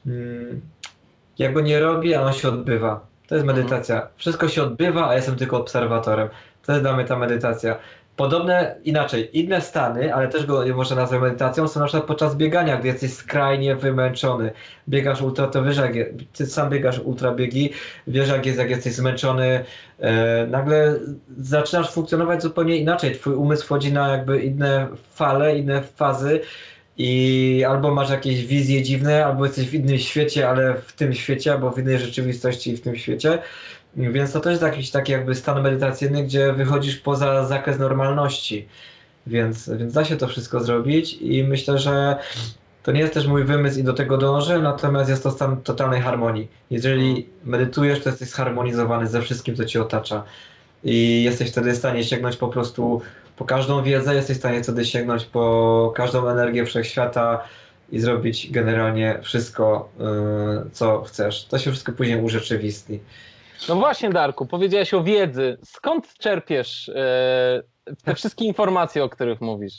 jak go nie robi, a on się odbywa. To jest medytacja. Wszystko się odbywa, a jestem tylko obserwatorem. To jest dla mnie ta medytacja. Podobne, inaczej, inne stany, ale też go można nazwać medytacją, są na przykład podczas biegania, gdy jesteś skrajnie wymęczony. Biegasz ultra, to wiesz, ty sam biegasz ultra biegi, wiesz jak jesteś zmęczony, nagle zaczynasz funkcjonować zupełnie inaczej. Twój umysł wchodzi na jakby inne fale, inne fazy i albo masz jakieś wizje dziwne, albo jesteś w innym świecie, ale w tym świecie, albo w innej rzeczywistości w tym świecie. Więc to też jest jakiś taki jakby stan medytacyjny, gdzie wychodzisz poza zakres normalności. Więc da się to wszystko zrobić i myślę, że to nie jest też mój wymysł i do tego dążę, natomiast jest to stan totalnej harmonii. Jeżeli medytujesz, to jesteś zharmonizowany ze wszystkim, co ci otacza. I jesteś wtedy w stanie sięgnąć po prostu po każdą wiedzę, jesteś w stanie wtedy sięgnąć po każdą energię wszechświata i zrobić generalnie wszystko, co chcesz. To się wszystko później urzeczywistni. No właśnie, Darku, powiedziałeś o wiedzy. Skąd czerpiesz te wszystkie informacje, o których mówisz?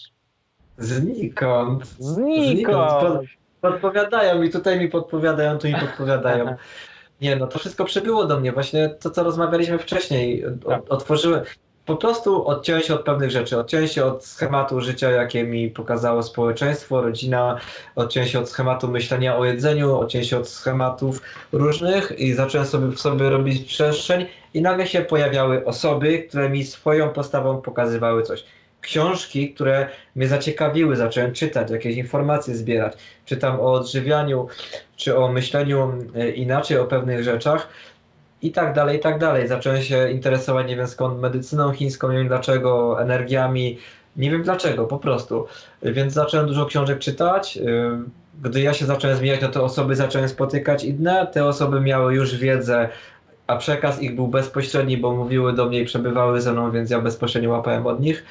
Znikąd. Znikąd. Podpowiadają mi, tutaj mi podpowiadają, tu mi podpowiadają. Nie, no to wszystko przybyło do mnie. Właśnie to, co rozmawialiśmy wcześniej. Otworzyłem, po prostu odciąłem się od pewnych rzeczy. Odciąłem się od schematu życia, jakie mi pokazało społeczeństwo, rodzina. Odciąłem się od schematu myślenia o jedzeniu, odciąłem się od schematów różnych i zacząłem w sobie robić przestrzeń i nagle się pojawiały osoby, które mi swoją postawą pokazywały coś. Książki, które mnie zaciekawiły, zacząłem czytać, jakieś informacje zbierać. Czytam o odżywianiu, czy o myśleniu inaczej o pewnych rzeczach. I tak dalej, i tak dalej. Zacząłem się interesować, nie wiem skąd, medycyną chińską, nie wiem dlaczego, energiami, nie wiem dlaczego, po prostu. Więc zacząłem dużo książek czytać. Gdy ja się zacząłem zmieniać, no to osoby zacząłem spotykać inne. Te osoby miały już wiedzę, a przekaz ich był bezpośredni, bo mówiły do mnie i przebywały ze mną, więc ja bezpośrednio łapałem od nich.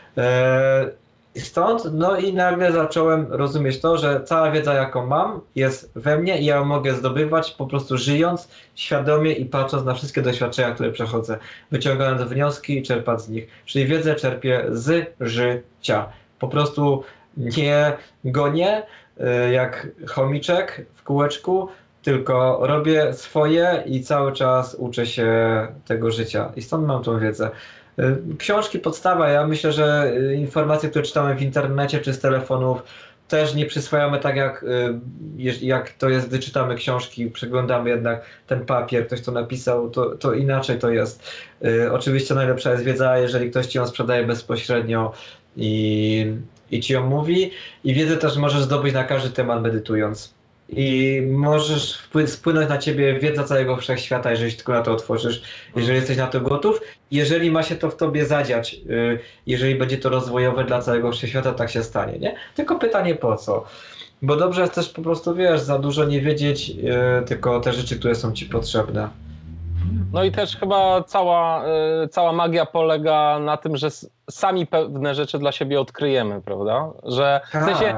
Stąd, no i nagle zacząłem rozumieć to, że cała wiedza, jaką mam, jest we mnie i ja ją mogę zdobywać po prostu żyjąc świadomie i patrząc na wszystkie doświadczenia, które przechodzę, wyciągając wnioski i czerpać z nich. Czyli wiedzę czerpię z życia. Po prostu nie gonię jak chomiczek w kółeczku, tylko robię swoje i cały czas uczę się tego życia. I stąd mam tą wiedzę. Książki, podstawa. Ja myślę, że informacje, które czytamy w internecie czy z telefonów, też nie przyswajamy tak jak to jest, gdy czytamy książki, przeglądamy jednak ten papier, ktoś to napisał, to inaczej to jest. Oczywiście najlepsza jest wiedza, jeżeli ktoś ci ją sprzedaje bezpośrednio i ci ją mówi. I wiedzę też możesz zdobyć na każdy temat medytując. i możesz spłynąć na ciebie wiedza całego wszechświata, jeżeli tylko na to otworzysz, jeżeli jesteś na to gotów. Jeżeli ma się to w tobie zadziać, jeżeli będzie to rozwojowe dla całego wszechświata, tak się stanie, nie? Tylko pytanie po co? Bo dobrze jest też po prostu, wiesz, za dużo nie wiedzieć, tylko te rzeczy, które są ci potrzebne. No i też chyba cała magia polega na tym, że sami pewne rzeczy dla siebie odkryjemy, prawda? Że w sensie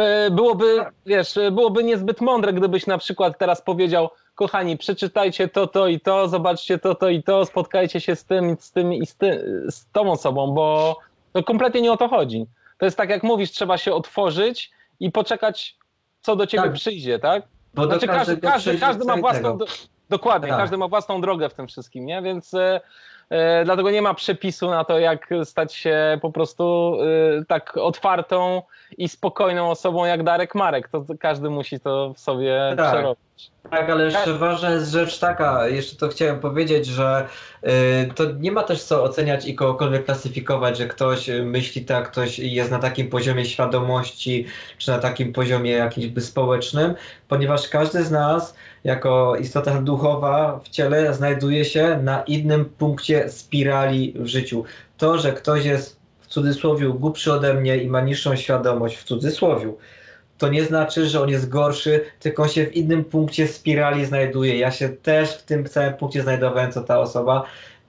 byłoby niezbyt mądre, gdybyś na przykład teraz powiedział: kochani, przeczytajcie to i to, zobaczcie to i to, spotkajcie się z tym i z tą osobą, bo to kompletnie nie o to chodzi. To jest tak, jak mówisz, trzeba się otworzyć i poczekać, co do ciebie przyjdzie, tak? Bo znaczy każdy ma własną... Dokładnie, każdy ma własną drogę w tym wszystkim, nie? Więc dlatego nie ma przepisu na to, jak stać się po prostu tak otwartą i spokojną osobą jak Darek Marek. To każdy musi to w sobie przerobić. Tak, ale jeszcze ważna jest rzecz taka, jeszcze to chciałem powiedzieć, że to nie ma też co oceniać i kogokolwiek klasyfikować, że ktoś myśli tak, ktoś jest na takim poziomie świadomości, czy na takim poziomie jakimś społecznym, ponieważ każdy z nas jako istota duchowa w ciele znajduje się na innym punkcie spirali w życiu. To, że ktoś jest w cudzysłowie głupszy ode mnie i ma niższą świadomość w cudzysłowie, to nie znaczy, że on jest gorszy, tylko on się w innym punkcie spirali znajduje. Ja się też w tym samym punkcie znajdowałem, co ta osoba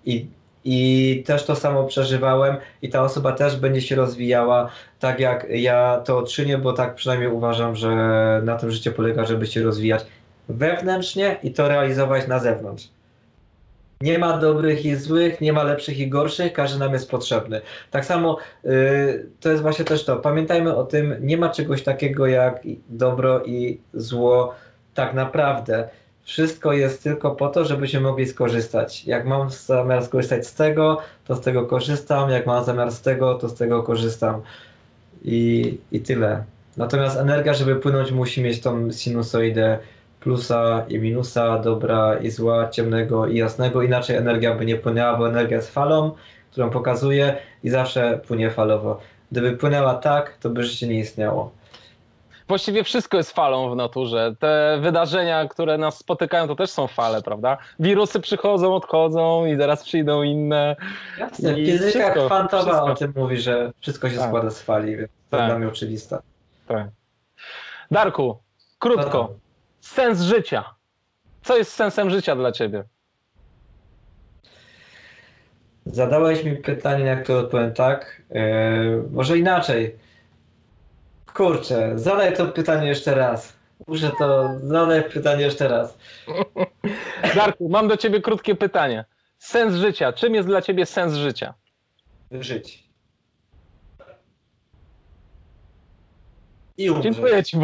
i też to samo przeżywałem i ta osoba też będzie się rozwijała tak jak ja to czynię, bo tak przynajmniej uważam, że na tym życie polega, żeby się rozwijać wewnętrznie i to realizować na zewnątrz. Nie ma dobrych i złych, nie ma lepszych i gorszych, każdy nam jest potrzebny. Tak samo to jest właśnie też to. Pamiętajmy o tym, nie ma czegoś takiego jak dobro i zło tak naprawdę. Wszystko jest tylko po to, żebyśmy mogli skorzystać. Jak mam zamiar skorzystać z tego, to z tego korzystam. Jak mam zamiar z tego, to z tego korzystam. I tyle. Natomiast energia, żeby płynąć, musi mieć tą sinusoidę plusa i minusa, dobra i zła, ciemnego i jasnego. Inaczej energia by nie płynęła, bo energia jest falą, którą pokazuje i zawsze płynie falowo. Gdyby płynęła tak, to by życie nie istniało. Właściwie wszystko jest falą w naturze. Te wydarzenia, które nas spotykają, to też są fale, prawda? Wirusy przychodzą, odchodzą i zaraz przyjdą inne. Jasne, fizyka kwantowa o tym mówi, że wszystko się składa z fali, więc to dla mnie oczywiste. Tak. Darku, krótko. Sens życia. Co jest sensem życia dla ciebie? Zadałeś mi pytanie, jak to odpowiem tak. Może inaczej. Kurczę, zadaj to pytanie jeszcze raz. Zadaj pytanie jeszcze raz. Darku, mam do ciebie krótkie pytanie. Sens życia. Czym jest dla ciebie sens życia? Żyć. I umrzeć. Dziękuję ci.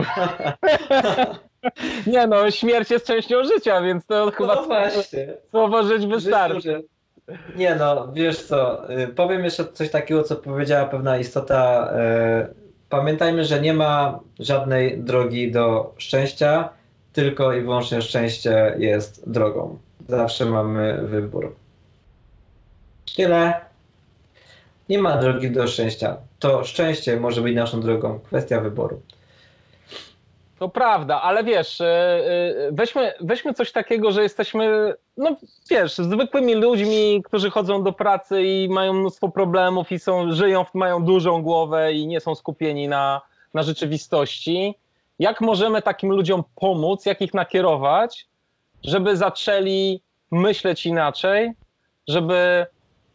Nie no, śmierć jest częścią życia, więc to chyba słowo żyć wystarczy. Nie no, wiesz co, powiem jeszcze coś takiego, co powiedziała pewna istota. Pamiętajmy, że nie ma żadnej drogi do szczęścia, tylko i wyłącznie szczęście jest drogą. Zawsze mamy wybór. Tyle. Nie ma drogi do szczęścia. To szczęście może być naszą drogą. Kwestia wyboru. To prawda, ale wiesz, weźmy coś takiego, że jesteśmy, no wiesz, zwykłymi ludźmi, którzy chodzą do pracy i mają mnóstwo problemów i mają dużą głowę i nie są skupieni na rzeczywistości. Jak możemy takim ludziom pomóc, jak ich nakierować, żeby zaczęli myśleć inaczej, żeby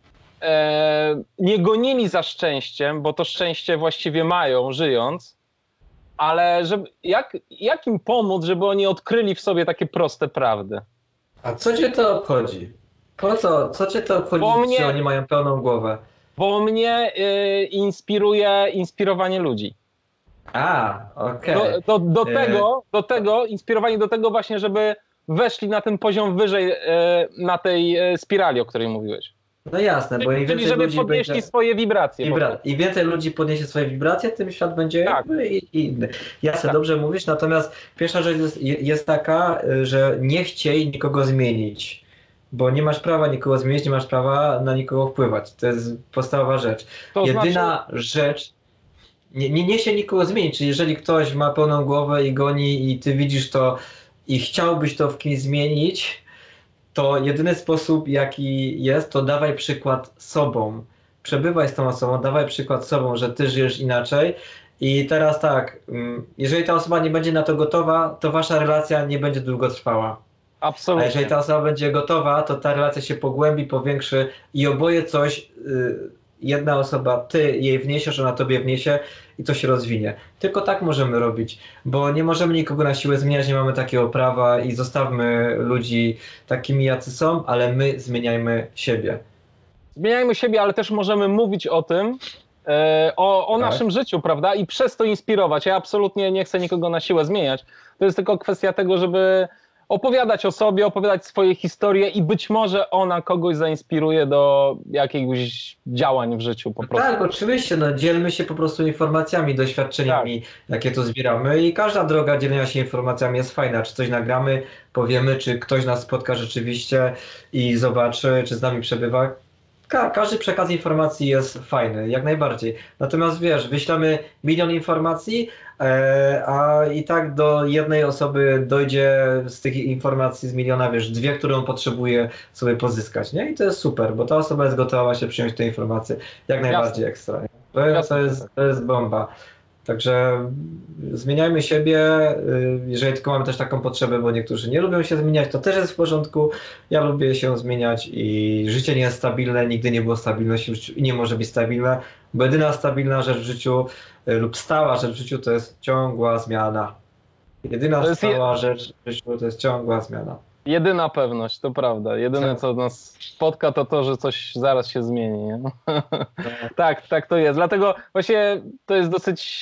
nie gonili za szczęściem, bo to szczęście właściwie mają, żyjąc, ale jak im pomóc, żeby oni odkryli w sobie takie proste prawdy? A co cię to obchodzi? Po co? Co cię to obchodzi, że oni mają pełną głowę? Bo mnie inspiruje inspirowanie ludzi. Okej. Do tego inspirowanie do tego właśnie, żeby weszli na ten poziom wyżej na tej spirali, o której mówiłeś. No jasne, bo im więcej żeby ludzi podnieśli będzie... swoje wibracje. Im więcej ludzi podniesie swoje wibracje, tym świat będzie jakby inny. Jasne, dobrze mówisz, natomiast pierwsza rzecz jest taka, że nie chciej nikogo zmienić, bo nie masz prawa nikogo zmienić, nie masz prawa na nikogo wpływać. To jest podstawowa rzecz. nie się nikogo zmienić. Czyli jeżeli ktoś ma pełną głowę i goni i ty widzisz to i chciałbyś to w kimś zmienić, to jedyny sposób, jaki jest, to dawaj przykład sobą. Przebywaj z tą osobą, dawaj przykład sobą, że ty żyjesz inaczej. I teraz tak, jeżeli ta osoba nie będzie na to gotowa, to wasza relacja nie będzie długo trwała. Absolutnie. A jeżeli ta osoba będzie gotowa, to ta relacja się pogłębi, powiększy i oboje coś, jedna osoba, ty jej wniesiesz, ona tobie wniesie i to się rozwinie. Tylko tak możemy robić, bo nie możemy nikogo na siłę zmieniać, nie mamy takiego prawa i zostawmy ludzi takimi, jacy są, ale my zmieniajmy siebie. Zmieniajmy siebie, ale też możemy mówić o tym, o Tak. naszym życiu, prawda? I przez to inspirować. Ja absolutnie nie chcę nikogo na siłę zmieniać. To jest tylko kwestia tego, żeby opowiadać o sobie, opowiadać swoje historie i być może ona kogoś zainspiruje do jakiegoś działań w życiu po prostu. Tak, oczywiście, no, dzielmy się po prostu informacjami, doświadczeniami, jakie tu zbieramy i każda droga dzielenia się informacjami jest fajna. Czy coś nagramy, powiemy, czy ktoś nas spotka rzeczywiście i zobaczy, czy z nami przebywa. Każdy przekaz informacji jest fajny, jak najbardziej. Natomiast wiesz, wyślemy 1 000 000 informacji, a i tak do jednej osoby dojdzie z tych informacji z 1 000 000, wiesz, 2, które on potrzebuje sobie pozyskać, nie? I to jest super, bo ta osoba jest gotowa się przyjąć te informacje jak najbardziej ekstra. To jest bomba. Także zmieniajmy siebie, jeżeli tylko mamy też taką potrzebę, bo niektórzy nie lubią się zmieniać, to też jest w porządku. Ja lubię się zmieniać i życie nie jest stabilne, nigdy nie było stabilności w życiu i nie może być stabilne, bo jedyna stabilna rzecz w życiu lub stała rzecz w życiu to jest ciągła zmiana. Jedyna stała rzecz w życiu to jest ciągła zmiana. Jedyna pewność, to prawda. Jedyne, co nas spotka, to to, że coś zaraz się zmieni. Nie? Tak to jest. Dlatego właśnie to jest dosyć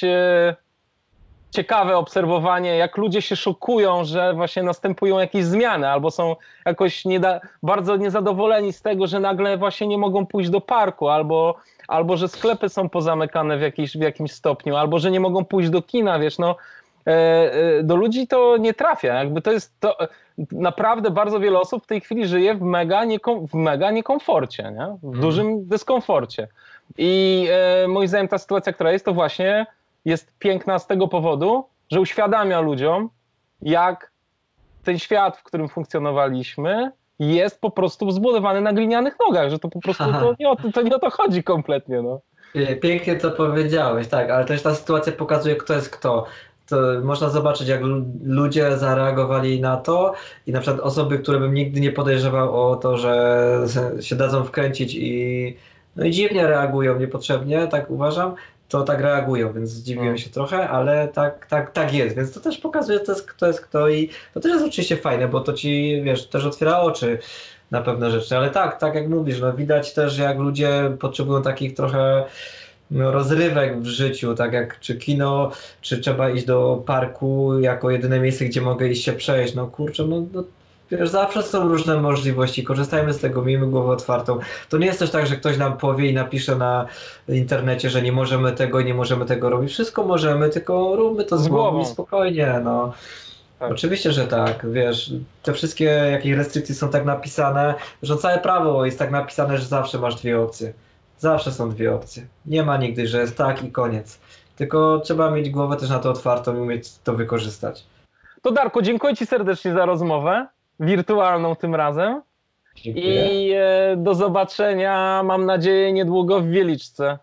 ciekawe obserwowanie, jak ludzie się szokują, że właśnie następują jakieś zmiany, albo są jakoś bardzo niezadowoleni z tego, że nagle właśnie nie mogą pójść do parku, albo że sklepy są pozamykane w jakimś stopniu, albo że nie mogą pójść do kina, wiesz, no. Do ludzi to nie trafia. Jakby to naprawdę bardzo wiele osób w tej chwili żyje w mega niekomforcie, nie? W dużym dyskomforcie. I moim zdaniem ta sytuacja, która jest, to właśnie jest piękna z tego powodu, że uświadamia ludziom, jak ten świat, w którym funkcjonowaliśmy, jest po prostu zbudowany na glinianych nogach, że to po prostu to nie o to chodzi kompletnie. No. Pięknie to powiedziałeś, tak, ale też ta sytuacja pokazuje, kto jest kto. To można zobaczyć, jak ludzie zareagowali na to i na przykład osoby, które bym nigdy nie podejrzewał o to, że się dadzą wkręcić i dziwnie reagują niepotrzebnie, tak uważam, to tak reagują, więc zdziwiłem się trochę, ale tak jest, więc to też pokazuje, kto jest kto i to też jest oczywiście fajne, bo to ci, wiesz, też otwiera oczy na pewne rzeczy, ale tak jak mówisz, no widać też, jak ludzie potrzebują takich trochę rozrywek w życiu, tak jak czy kino, czy trzeba iść do parku jako jedyne miejsce, gdzie mogę iść się przejść. No kurczę, wiesz, zawsze są różne możliwości, korzystajmy z tego, miejmy głowę otwartą. To nie jest też tak, że ktoś nam powie i napisze na internecie, że nie możemy tego i nie możemy tego robić. Wszystko możemy, tylko róbmy to z głową i spokojnie, no. Tak. Oczywiście, że tak, wiesz, te wszystkie jakieś restrykcje są tak napisane, że całe prawo jest tak napisane, że zawsze masz 2 opcje. Zawsze są 2 opcje. Nie ma nigdy, że jest tak i koniec. Tylko trzeba mieć głowę też na to otwartą i umieć to wykorzystać. To Darku, dziękuję Ci serdecznie za rozmowę, wirtualną tym razem. Dziękuję. I do zobaczenia, mam nadzieję, niedługo w Wieliczce.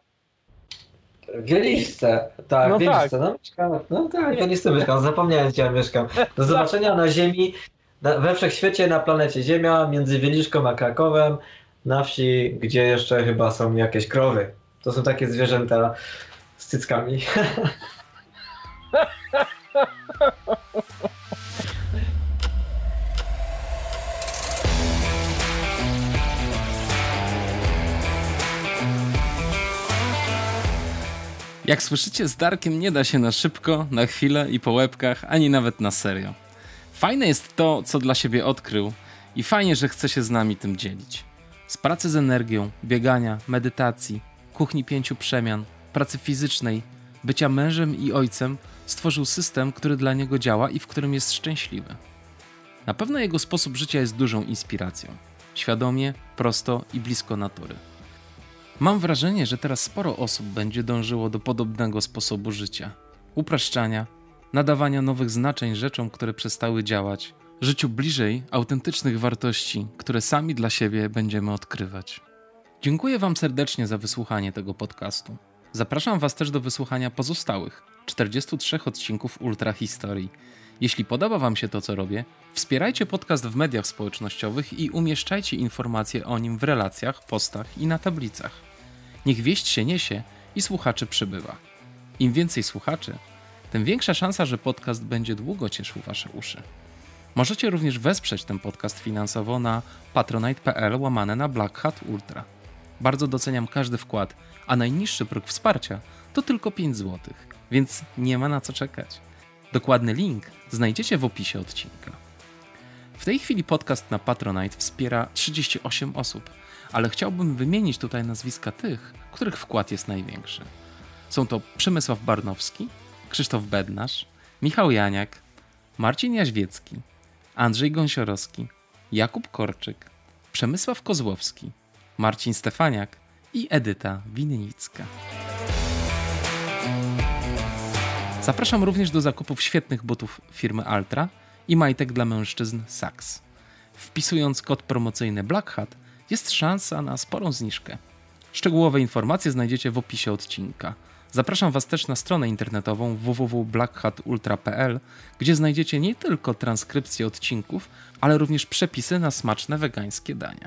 W Wieliczce, tak, no w Wieliczce, tak. W Wieliczce mieszkam, zapomniałem, gdzie ja mieszkam. Do zobaczenia na Ziemi, we wszechświecie, na planecie Ziemia, między Wieliczką a Krakowem. Na wsi, gdzie jeszcze chyba są jakieś krowy. To są takie zwierzęta z cyckami. Jak słyszycie, z Darkiem nie da się na szybko, na chwilę i po łebkach, ani nawet na serio. Fajne jest to, co dla siebie odkrył i fajnie, że chce się z nami tym dzielić. Z pracy z energią, biegania, medytacji, kuchni 5 przemian, pracy fizycznej, bycia mężem i ojcem stworzył system, który dla niego działa i w którym jest szczęśliwy. Na pewno jego sposób życia jest dużą inspiracją. Świadomie, prosto i blisko natury. Mam wrażenie, że teraz sporo osób będzie dążyło do podobnego sposobu życia. Upraszczania, nadawania nowych znaczeń rzeczom, które przestały działać, życiu bliżej autentycznych wartości, które sami dla siebie będziemy odkrywać. Dziękuję Wam serdecznie za wysłuchanie tego podcastu. Zapraszam Was też do wysłuchania pozostałych 43 odcinków Ultra Historii. Jeśli podoba Wam się to, co robię, wspierajcie podcast w mediach społecznościowych i umieszczajcie informacje o nim w relacjach, postach i na tablicach. Niech wieść się niesie i słuchaczy przybywa. Im więcej słuchaczy, tym większa szansa, że podcast będzie długo cieszył Wasze uszy. Możecie również wesprzeć ten podcast finansowo na patronite.pl/Black Hat Ultra. Bardzo doceniam każdy wkład, a najniższy próg wsparcia to tylko 5 zł, więc nie ma na co czekać. Dokładny link znajdziecie w opisie odcinka. W tej chwili podcast na Patronite wspiera 38 osób, ale chciałbym wymienić tutaj nazwiska tych, których wkład jest największy. Są to Przemysław Barnowski, Krzysztof Bednarz, Michał Janiak, Marcin Jaźwiecki, Andrzej Gąsiorowski, Jakub Korczyk, Przemysław Kozłowski, Marcin Stefaniak i Edyta Winnicka. Zapraszam również do zakupów świetnych butów firmy Altra i majtek dla mężczyzn Saks. Wpisując kod promocyjny Black Hat jest szansa na sporą zniżkę. Szczegółowe informacje znajdziecie w opisie odcinka. Zapraszam Was też na stronę internetową www.blackhatultra.pl, gdzie znajdziecie nie tylko transkrypcje odcinków, ale również przepisy na smaczne wegańskie dania.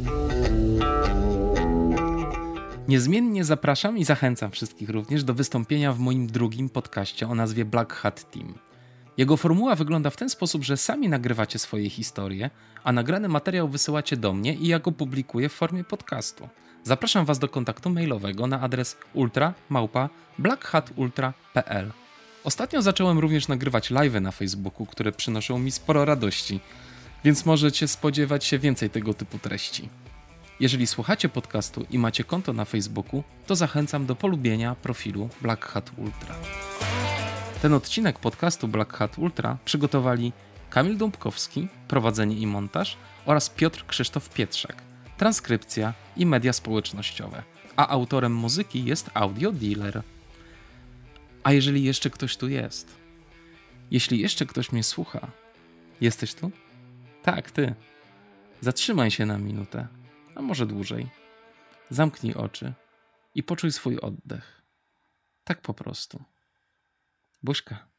Niezmiennie zapraszam i zachęcam wszystkich również do wystąpienia w moim drugim podcaście o nazwie Black Hat Team. Jego formuła wygląda w ten sposób, że sami nagrywacie swoje historie, a nagrany materiał wysyłacie do mnie i ja go publikuję w formie podcastu. Zapraszam Was do kontaktu mailowego na adres ultra@blackhatultra.pl. Ostatnio zacząłem również nagrywać live'y na Facebooku, które przynoszą mi sporo radości, więc możecie spodziewać się więcej tego typu treści. Jeżeli słuchacie podcastu i macie konto na Facebooku, to zachęcam do polubienia profilu Black Hat Ultra. Ten odcinek podcastu Black Hat Ultra przygotowali Kamil Dąbkowski, prowadzenie i montaż oraz Piotr Krzysztof Pietrzak, transkrypcja i media społecznościowe, a autorem muzyki jest Audio Dealer. A jeżeli jeszcze ktoś tu jest, jeśli jeszcze ktoś mnie słucha, jesteś tu? Tak, ty. Zatrzymaj się na minutę, a może dłużej. Zamknij oczy i poczuj swój oddech. Tak po prostu. Buźka.